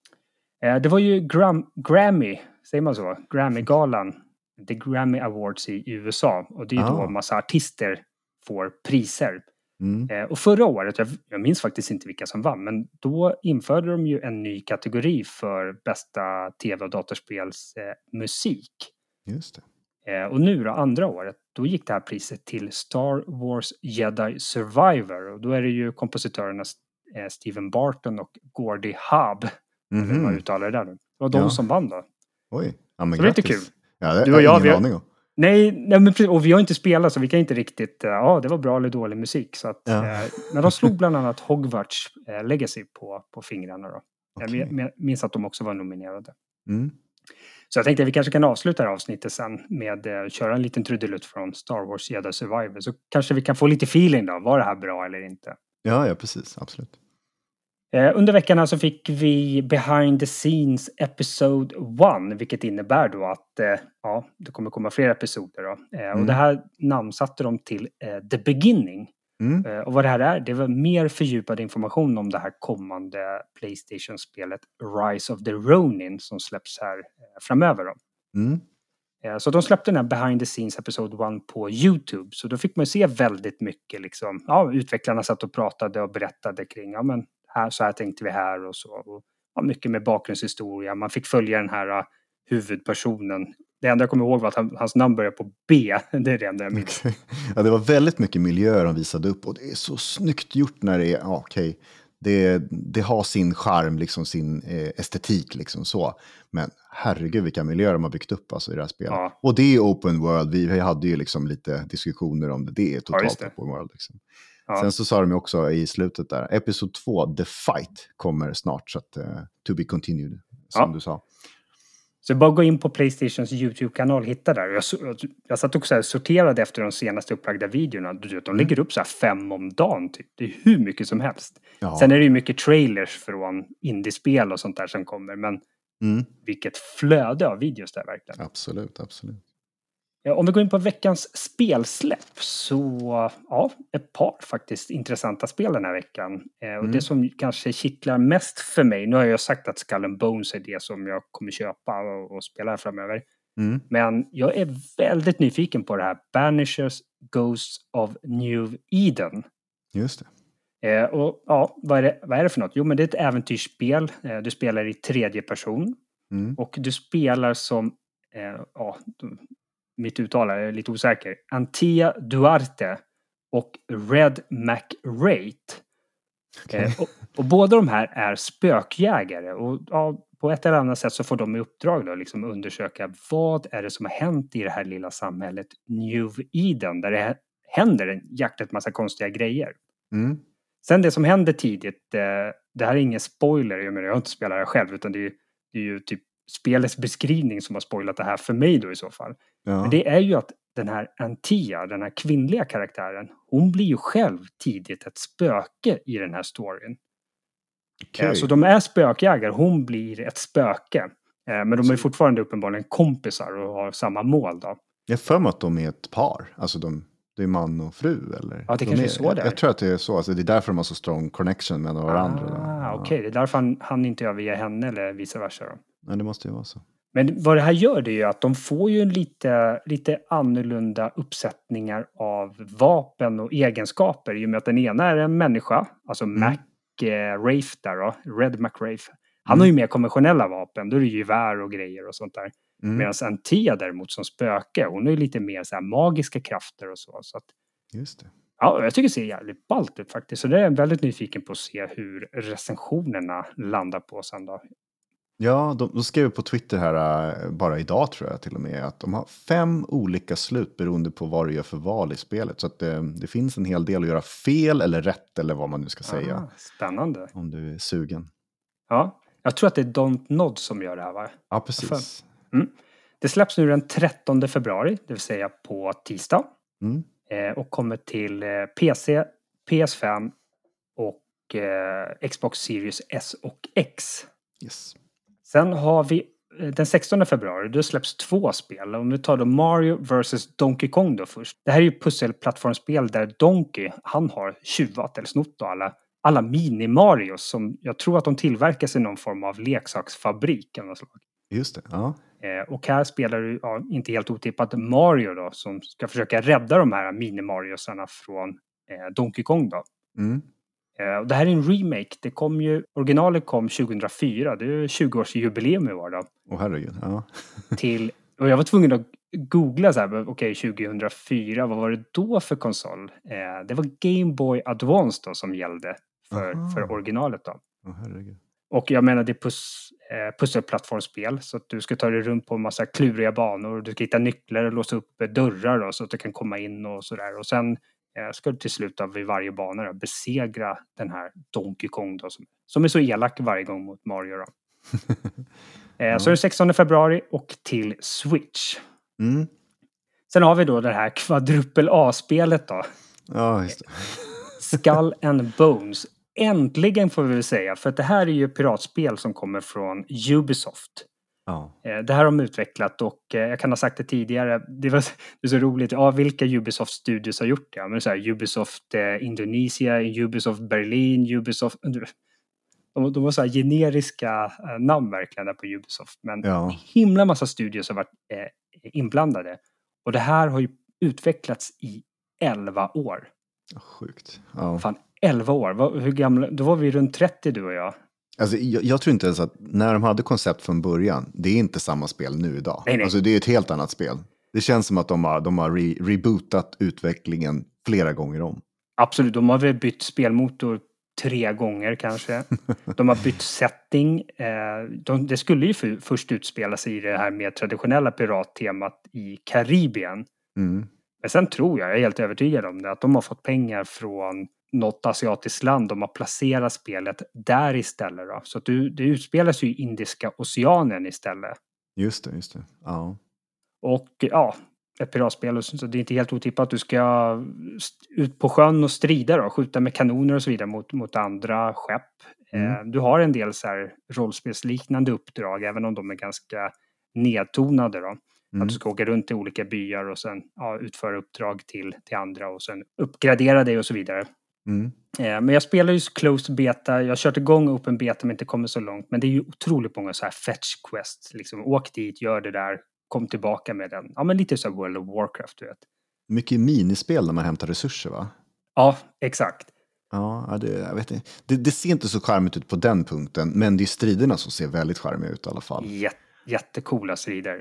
Eh, det var ju Gram- Grammy, säger man så? Grammy-galan. The Grammy Awards i U S A. Och det är ju Ah. då massa artister får priser. Mm. Eh, och förra året, jag, jag minns faktiskt inte vilka som vann, men då införde de ju en ny kategori för bästa tv- och datorspels eh, musik. Just det. Eh, och nu då, andra året, då gick det här priset till Star Wars Jedi Survivor. Och då är det ju kompositörerna eh, Stephen Barton och Gordie Howe. Mm-hmm. Eller hur man uttalar det där nu. Det var de Ja. som vann då. Oj, ja, men så det är lite grattis. kul. Ja, det Du och är jag, ingen vi har- aning om. Nej, nej men precis, och vi har inte spelat så vi kan inte riktigt, ja det var bra eller dålig musik. Så att, Ja. eh, men de slog bland annat Hogwarts eh, Legacy på, på fingrarna då. Okej. Jag men- minns att de också var nominerade. Mm. Så jag tänkte att vi kanske kan avsluta det här avsnittet sen med att eh, köra en liten trudelutt från Star Wars Jedi Survivor. Så kanske vi kan få lite feeling då, var det här bra eller inte? Ja, ja, precis, absolut. Eh, under veckan här så fick vi Behind the Scenes Episode ett, vilket innebär då att eh, ja, det kommer komma fler episoder. Då. Eh, Mm. Och det här namnsatte de till eh, The Beginning. Mm. Eh, och vad det här är, det var mer fördjupad information om det här kommande PlayStation-spelet Rise of the Ronin som släpps här eh, framöver. Då. Mm. Eh, så de släppte den här Behind the Scenes Episode ett på YouTube. Så då fick man se väldigt mycket liksom, ja, utvecklarna satt och pratade och berättade kring, ja men här, så här tänkte vi här och så. Och, ja, mycket med bakgrundshistoria. Man fick följa den här uh, huvudpersonen. Det enda jag kommer ihåg var att han, hans namn började på B. Det är det enda jag minns. Okay. Ja, det var väldigt mycket miljöer de visade upp och det är så snyggt gjort när det är, ja, okej, okay. det, det har sin charm, liksom sin eh, estetik liksom så. Men herregud vilka miljöer de har byggt upp alltså, i det här spelet. Ja. Och det är open world, vi hade ju liksom lite diskussioner om det, det är totalt ja, det. Open world liksom. Ja. Sen så sa de också i slutet där, episod två, The Fight, kommer snart, så att, uh, to be continued, som ja. du sa. Så bara gå in på PlayStations YouTube-kanal och hitta där. Jag, jag satt också och sorterade efter de senaste upplagda videorna. De mm. lägger upp så här fem om dagen, typ. Det är hur mycket som helst. Ja. Sen är det ju mycket trailers från indiespel och sånt där som kommer, men mm. vilket flöde av videos det är verkligen. Absolut, absolut. Om vi går in på veckans spelsläpp så ja, ett par faktiskt intressanta spel den här veckan. Eh, och mm. det som kanske kittlar mest för mig, nu har jag sagt att Skull and Bones är det som jag kommer köpa och, och spela framöver. Mm. Men jag är väldigt nyfiken på det här Banishers Ghosts of New Eden. Just det. Eh, och ja, vad är, det, vad är det för något? Jo, men det är ett äventyrsspel. Eh, du spelar i tredje person. Mm. Och du spelar som, eh, ja... mitt uttal är lite osäker. Antia Duarte och Red McRate. Okay. Eh, och, och båda de här är spökjägare och ja, på ett eller annat sätt så får de i uppdrag då liksom undersöka vad är det som har hänt i det här lilla samhället New Eden där det händer en jäkligt massa konstiga grejer. Mm. Sen det som händer tidigt, eh, det här är ingen spoiler, jag menar jag har inte spelat det här själv utan det är, det är ju typ spelets beskrivning som har spoilat det här för mig då i så fall. Ja. Men det är ju att den här Antia, den här kvinnliga karaktären, hon blir ju själv tidigt ett spöke i den här storyn. Okay. Så de är spökjägare, hon blir ett spöke. Men de är fortfarande uppenbarligen kompisar och har samma mål då. Jag för mig att de är ett par, alltså de, det är man och fru eller? Ja, det de kanske är, är så där. Jag, jag tror att det är så, alltså, det är därför de har så strong connection med varandra. Ah, okej, okay. Det är därför han, han inte överger henne eller vice versa då. Nej, det måste ju vara så. Men vad det här gör det är ju att de får ju en lite, lite annorlunda uppsättningar av vapen och egenskaper i och med att den ena är en människa, alltså mm. Mac eh, Rafe där då, Red McRafe. Han mm. har ju mer konventionella vapen, då är det gevär och grejer och sånt där. Mm. Medan Antia däremot som spöke, hon har ju lite mer så här magiska krafter och så. så att, Just det. Ja, jag tycker det ser jävligt ballt ut faktiskt. Så det är jag väldigt nyfiken på att se hur recensionerna landar på sen då. Ja, de, de skrev på Twitter här uh, bara idag tror jag till och med att de har fem olika slut beroende på vad du gör för val i spelet. Så att det, det finns en hel del att göra fel eller rätt eller vad man nu ska säga. Ah, spännande. Om du är sugen. Ja, jag tror att det är Don't Nod som gör det här va? Ja, precis. Mm. Det släpps nu den trettonde februari, det vill säga på tisdag. Mm. Eh, och kommer till eh, P C, P S fem och eh, Xbox Series S och X. Yes. Sen har vi den sextonde februari, då släpps två spel. Om vi tar då Mario versus Donkey Kong då först. Det här är ju pusselplattformsspel där Donkey, han har tjuvat eller snott då alla, alla mini-Marios som jag tror att de tillverkas i någon form av leksaksfabrik. Eller något slag. Just det, ja. Eh, och här spelar du, ja, inte helt otippat, Mario då som ska försöka rädda de här mini-Mariosarna från eh, Donkey Kong då. Mm. Uh, det här är en remake. Det kom ju, originalet kom tjugohundrafyra. Det är tjugoårsjubileum i år då. Åh oh, herregud, ja. Till, och jag var tvungen att googla så här, okej okay, tjugohundrafyra, vad var det då för konsol? Uh, det var Game Boy Advance då som gällde för, för originalet då. Åh oh, herregud. Och jag menar det är pus, eh, pusselplattformsspel så att du ska ta dig runt på en massa kluriga banor. Du ska hitta nycklar och låsa upp dörrar då, så att du kan komma in och sådär. Och sen ska du till slut av vid varje bana då, besegra den här Donkey Kong då, som, som är så elak varje gång mot Mario då. eh, ja. Så är det sextonde februari och till Switch. Mm. Sen har vi då det här kvadrupel A-spelet då. Ja, just det. Skull and Bones. Äntligen får vi väl säga, för att det här är ju piratspel som kommer från Ubisoft. Ja. Det här har de utvecklat och jag kan ha sagt det tidigare, det var det är så roligt, ja vilka Ubisoft Studios har gjort det? Ja, men så här, Ubisoft eh, Indonesia, Ubisoft Berlin, Ubisoft, de, de var så här generiska eh, namn verkligen där på Ubisoft, men ja. himla massa studios har varit eh, inblandade och det här har ju utvecklats i elva år. Sjukt. Ja. Fan, elva år, hur gamla, då var vi runt trettio du och jag. Alltså, jag, jag tror inte ens att när de hade koncept från början, det är inte samma spel nu idag. Nej, nej. Alltså, det är ett helt annat spel. Det känns som att de har, de har re, rebootat utvecklingen flera gånger om. Absolut, de har väl bytt spelmotor tre gånger kanske. De har bytt setting. De, det skulle ju för, först utspela sig i det här mer traditionella pirattemat i Karibien. Mm. Men sen tror jag, jag är helt övertygad om det, att de har fått pengar från något asiatiskt land. De har placerat spelet där istället då. Så att du, det utspelas ju i Indiska oceanen istället. Just det, just det. Ja. Och ja, ett piratspel, så det är inte helt otippat att du ska ut på sjön och strida då, skjuta med kanoner och så vidare mot, mot andra skepp. Mm. Du har en del så här rollspelsliknande uppdrag, även om de är ganska nedtonade då. Mm. Att du ska åka runt i olika byar och sen ja, utföra uppdrag till, till andra och sen uppgradera dig och så vidare. Mm. Men jag spelar ju closed beta, jag har kört igång open beta men inte kommit så långt. Men det är ju otroligt många så här fetch quests. Liksom, åk dit, gör det där, kom tillbaka med den. Ja, men lite så här World of Warcraft, du vet. Mycket minispel när man hämtar resurser, va? Ja, exakt. Ja, det, jag vet inte. Det, det ser inte så charmigt ut på den punkten, men det är striderna som ser väldigt charmiga ut i alla fall. Jät, jättekola strider.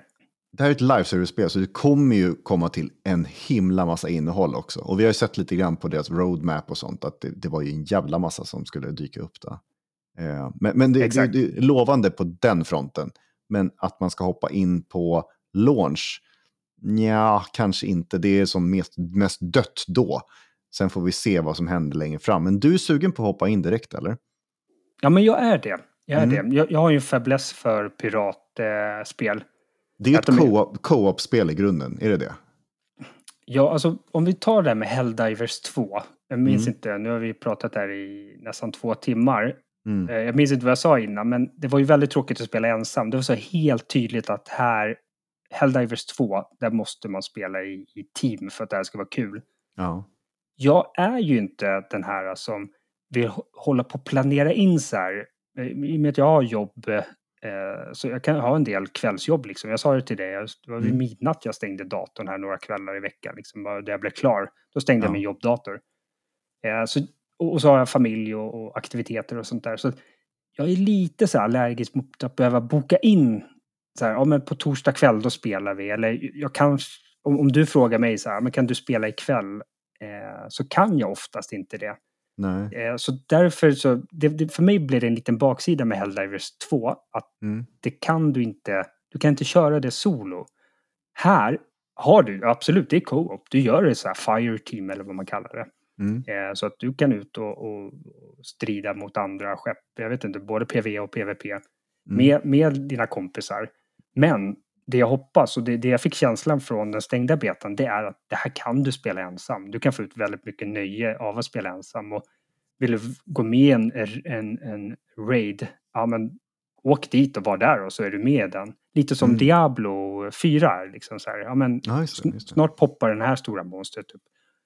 det här är ett live-service-spel, så det kommer ju komma till en himla massa innehåll också. Och vi har ju sett lite grann på deras roadmap och sånt, att det, det var ju en jävla massa som skulle dyka upp där. Eh, men men det, det, det är lovande på den fronten. Men att man ska hoppa in på launch, ja, kanske inte. Det är som mest, mest dött då. Sen får vi se vad som händer längre fram. Men du är sugen på att hoppa in direkt, eller? Ja, men jag är det. Jag, är Mm. det. Jag, jag har ju en fäbless för piratspel. Eh, det är ett de... co-op, co-op-spel i grunden, är det det? Ja, alltså om vi tar det här med Helldivers två. Jag minns Mm. inte, nu har vi pratat där i nästan två timmar. Mm. Eh, jag minns inte vad jag sa innan, men det var ju väldigt tråkigt att spela ensam. Det var så helt tydligt att här, Helldivers två, där måste man spela i, i team för att det här ska vara kul. Ja. Jag är ju inte den här som vill hålla på att planera in så här. I och med att jag har jobb, eh, så jag kan ha en del kvällsjobb liksom. Jag sa det till dig, det var vid Mm. midnatt jag stängde datorn här några kvällar i veckan. Liksom, där jag blev klar. Då stängde Ja. jag min jobbdator. Eh, så, och så har jag familj och, och aktiviteter och sånt där. Så jag är lite så här allergisk mot att behöva boka in. Så här, ja, men på torsdag kväll då spelar vi. Eller jag kan, om, om du frågar mig så här, men kan du spela ikväll? Eh, så kan jag oftast inte det. Nej. Eh, så därför så, det, det, för mig blir det en liten baksida med Helldivers två. Att Mm. det kan du inte, du kan inte köra det solo. Här har du, absolut det är co-op. Du gör det så här fire team eller vad man kallar det. Mm. Eh, så att du kan ut och, och, och strida mot andra skepp. Jag vet inte, både P V och P V P. Mm. Med, med dina kompisar. Men det jag hoppas och det, det jag fick känslan från den stängda betan, det är att det här kan du spela ensam. Du kan få ut väldigt mycket nöje av att spela ensam. Och vill du gå med i en, en, en raid, ja men åk dit och var där och så är du med i den. Lite som Mm. Diablo fyra. Liksom så här. Ja, men Ja, just det, just det. snart poppar den här stora monstret upp.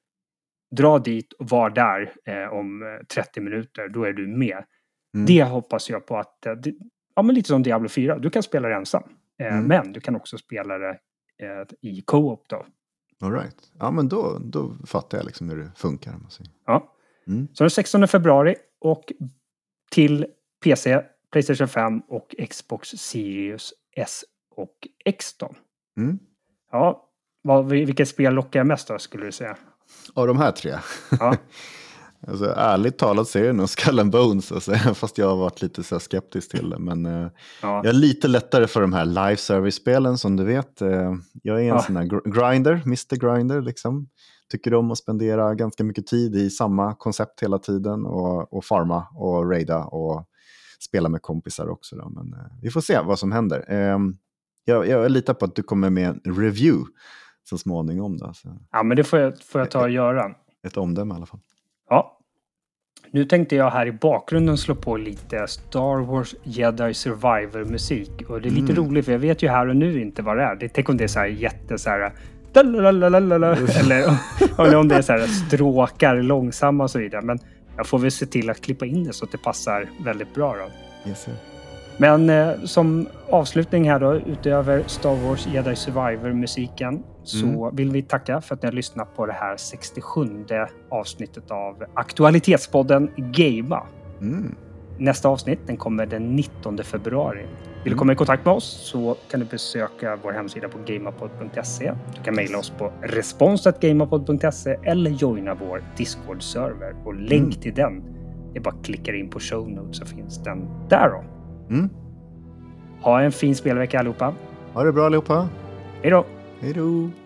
Dra dit och var där eh, om trettio minuter, då är du med. Mm. Det hoppas jag på att, eh, det, ja men lite som Diablo fyra, du kan spela det ensam. Eh, Mm. Men du kan också spela det eh, i co-op då. All right. Ja, men då, då fattar jag liksom hur det funkar. Om man säger. Ja. Mm. Så den sextonde februari och till P C, PlayStation fem och Xbox Series S och X då. Mm. Ja, vad, vilket spel lockar jag mest då skulle du säga? Av de här tre? Ja. Alltså, ärligt talat så är det nog Skull and Bones, alltså, fast jag har varit lite så skeptisk till det. Men eh, Ja. jag är lite lättare för de här live service-spelen som du vet. Eh, jag är en Ja. sån här gr- grinder, mister Grinder liksom. Tycker om att spendera ganska mycket tid i samma koncept hela tiden och, och farma och raida och spela med kompisar också. Då. Men eh, vi får se vad som händer. Eh, jag, jag litar på att du kommer med en review så småningom. Då, så. Ja, men det får jag, får jag ta och göra. Ett omdöme i alla fall. Ja. Nu tänkte jag här i bakgrunden slå på lite Star Wars Jedi Survivor musik. Och det är lite Mm. roligt för jag vet ju här och nu inte vad det är. Det, tänk om det är så här jätte så här... Eller, eller om det är så här stråkar långsamma och så vidare. Men jag får väl se till att klippa in det så att det passar väldigt bra då. Yes, sir. Men eh, som avslutning här då, utöver Star Wars Jedi Survivor-musiken, så Mm. vill vi tacka för att ni har lyssnat på det här sextiosjunde avsnittet av Aktualitetspodden Gamea. Mm. Nästa avsnitt den kommer den nittonde februari. Vill du Mm. komma i kontakt med oss så kan du besöka vår hemsida på gamapod punkt se. Du kan mejla oss på respons snabel-a gamapod punkt se eller joina vår Discord-server. Och länk Mm. till den, det är bara att klicka in på show notes så finns den där då. Mm. Ha en fin spelvecka allihopa. Ha det bra allihopa. Hej då! Hej då!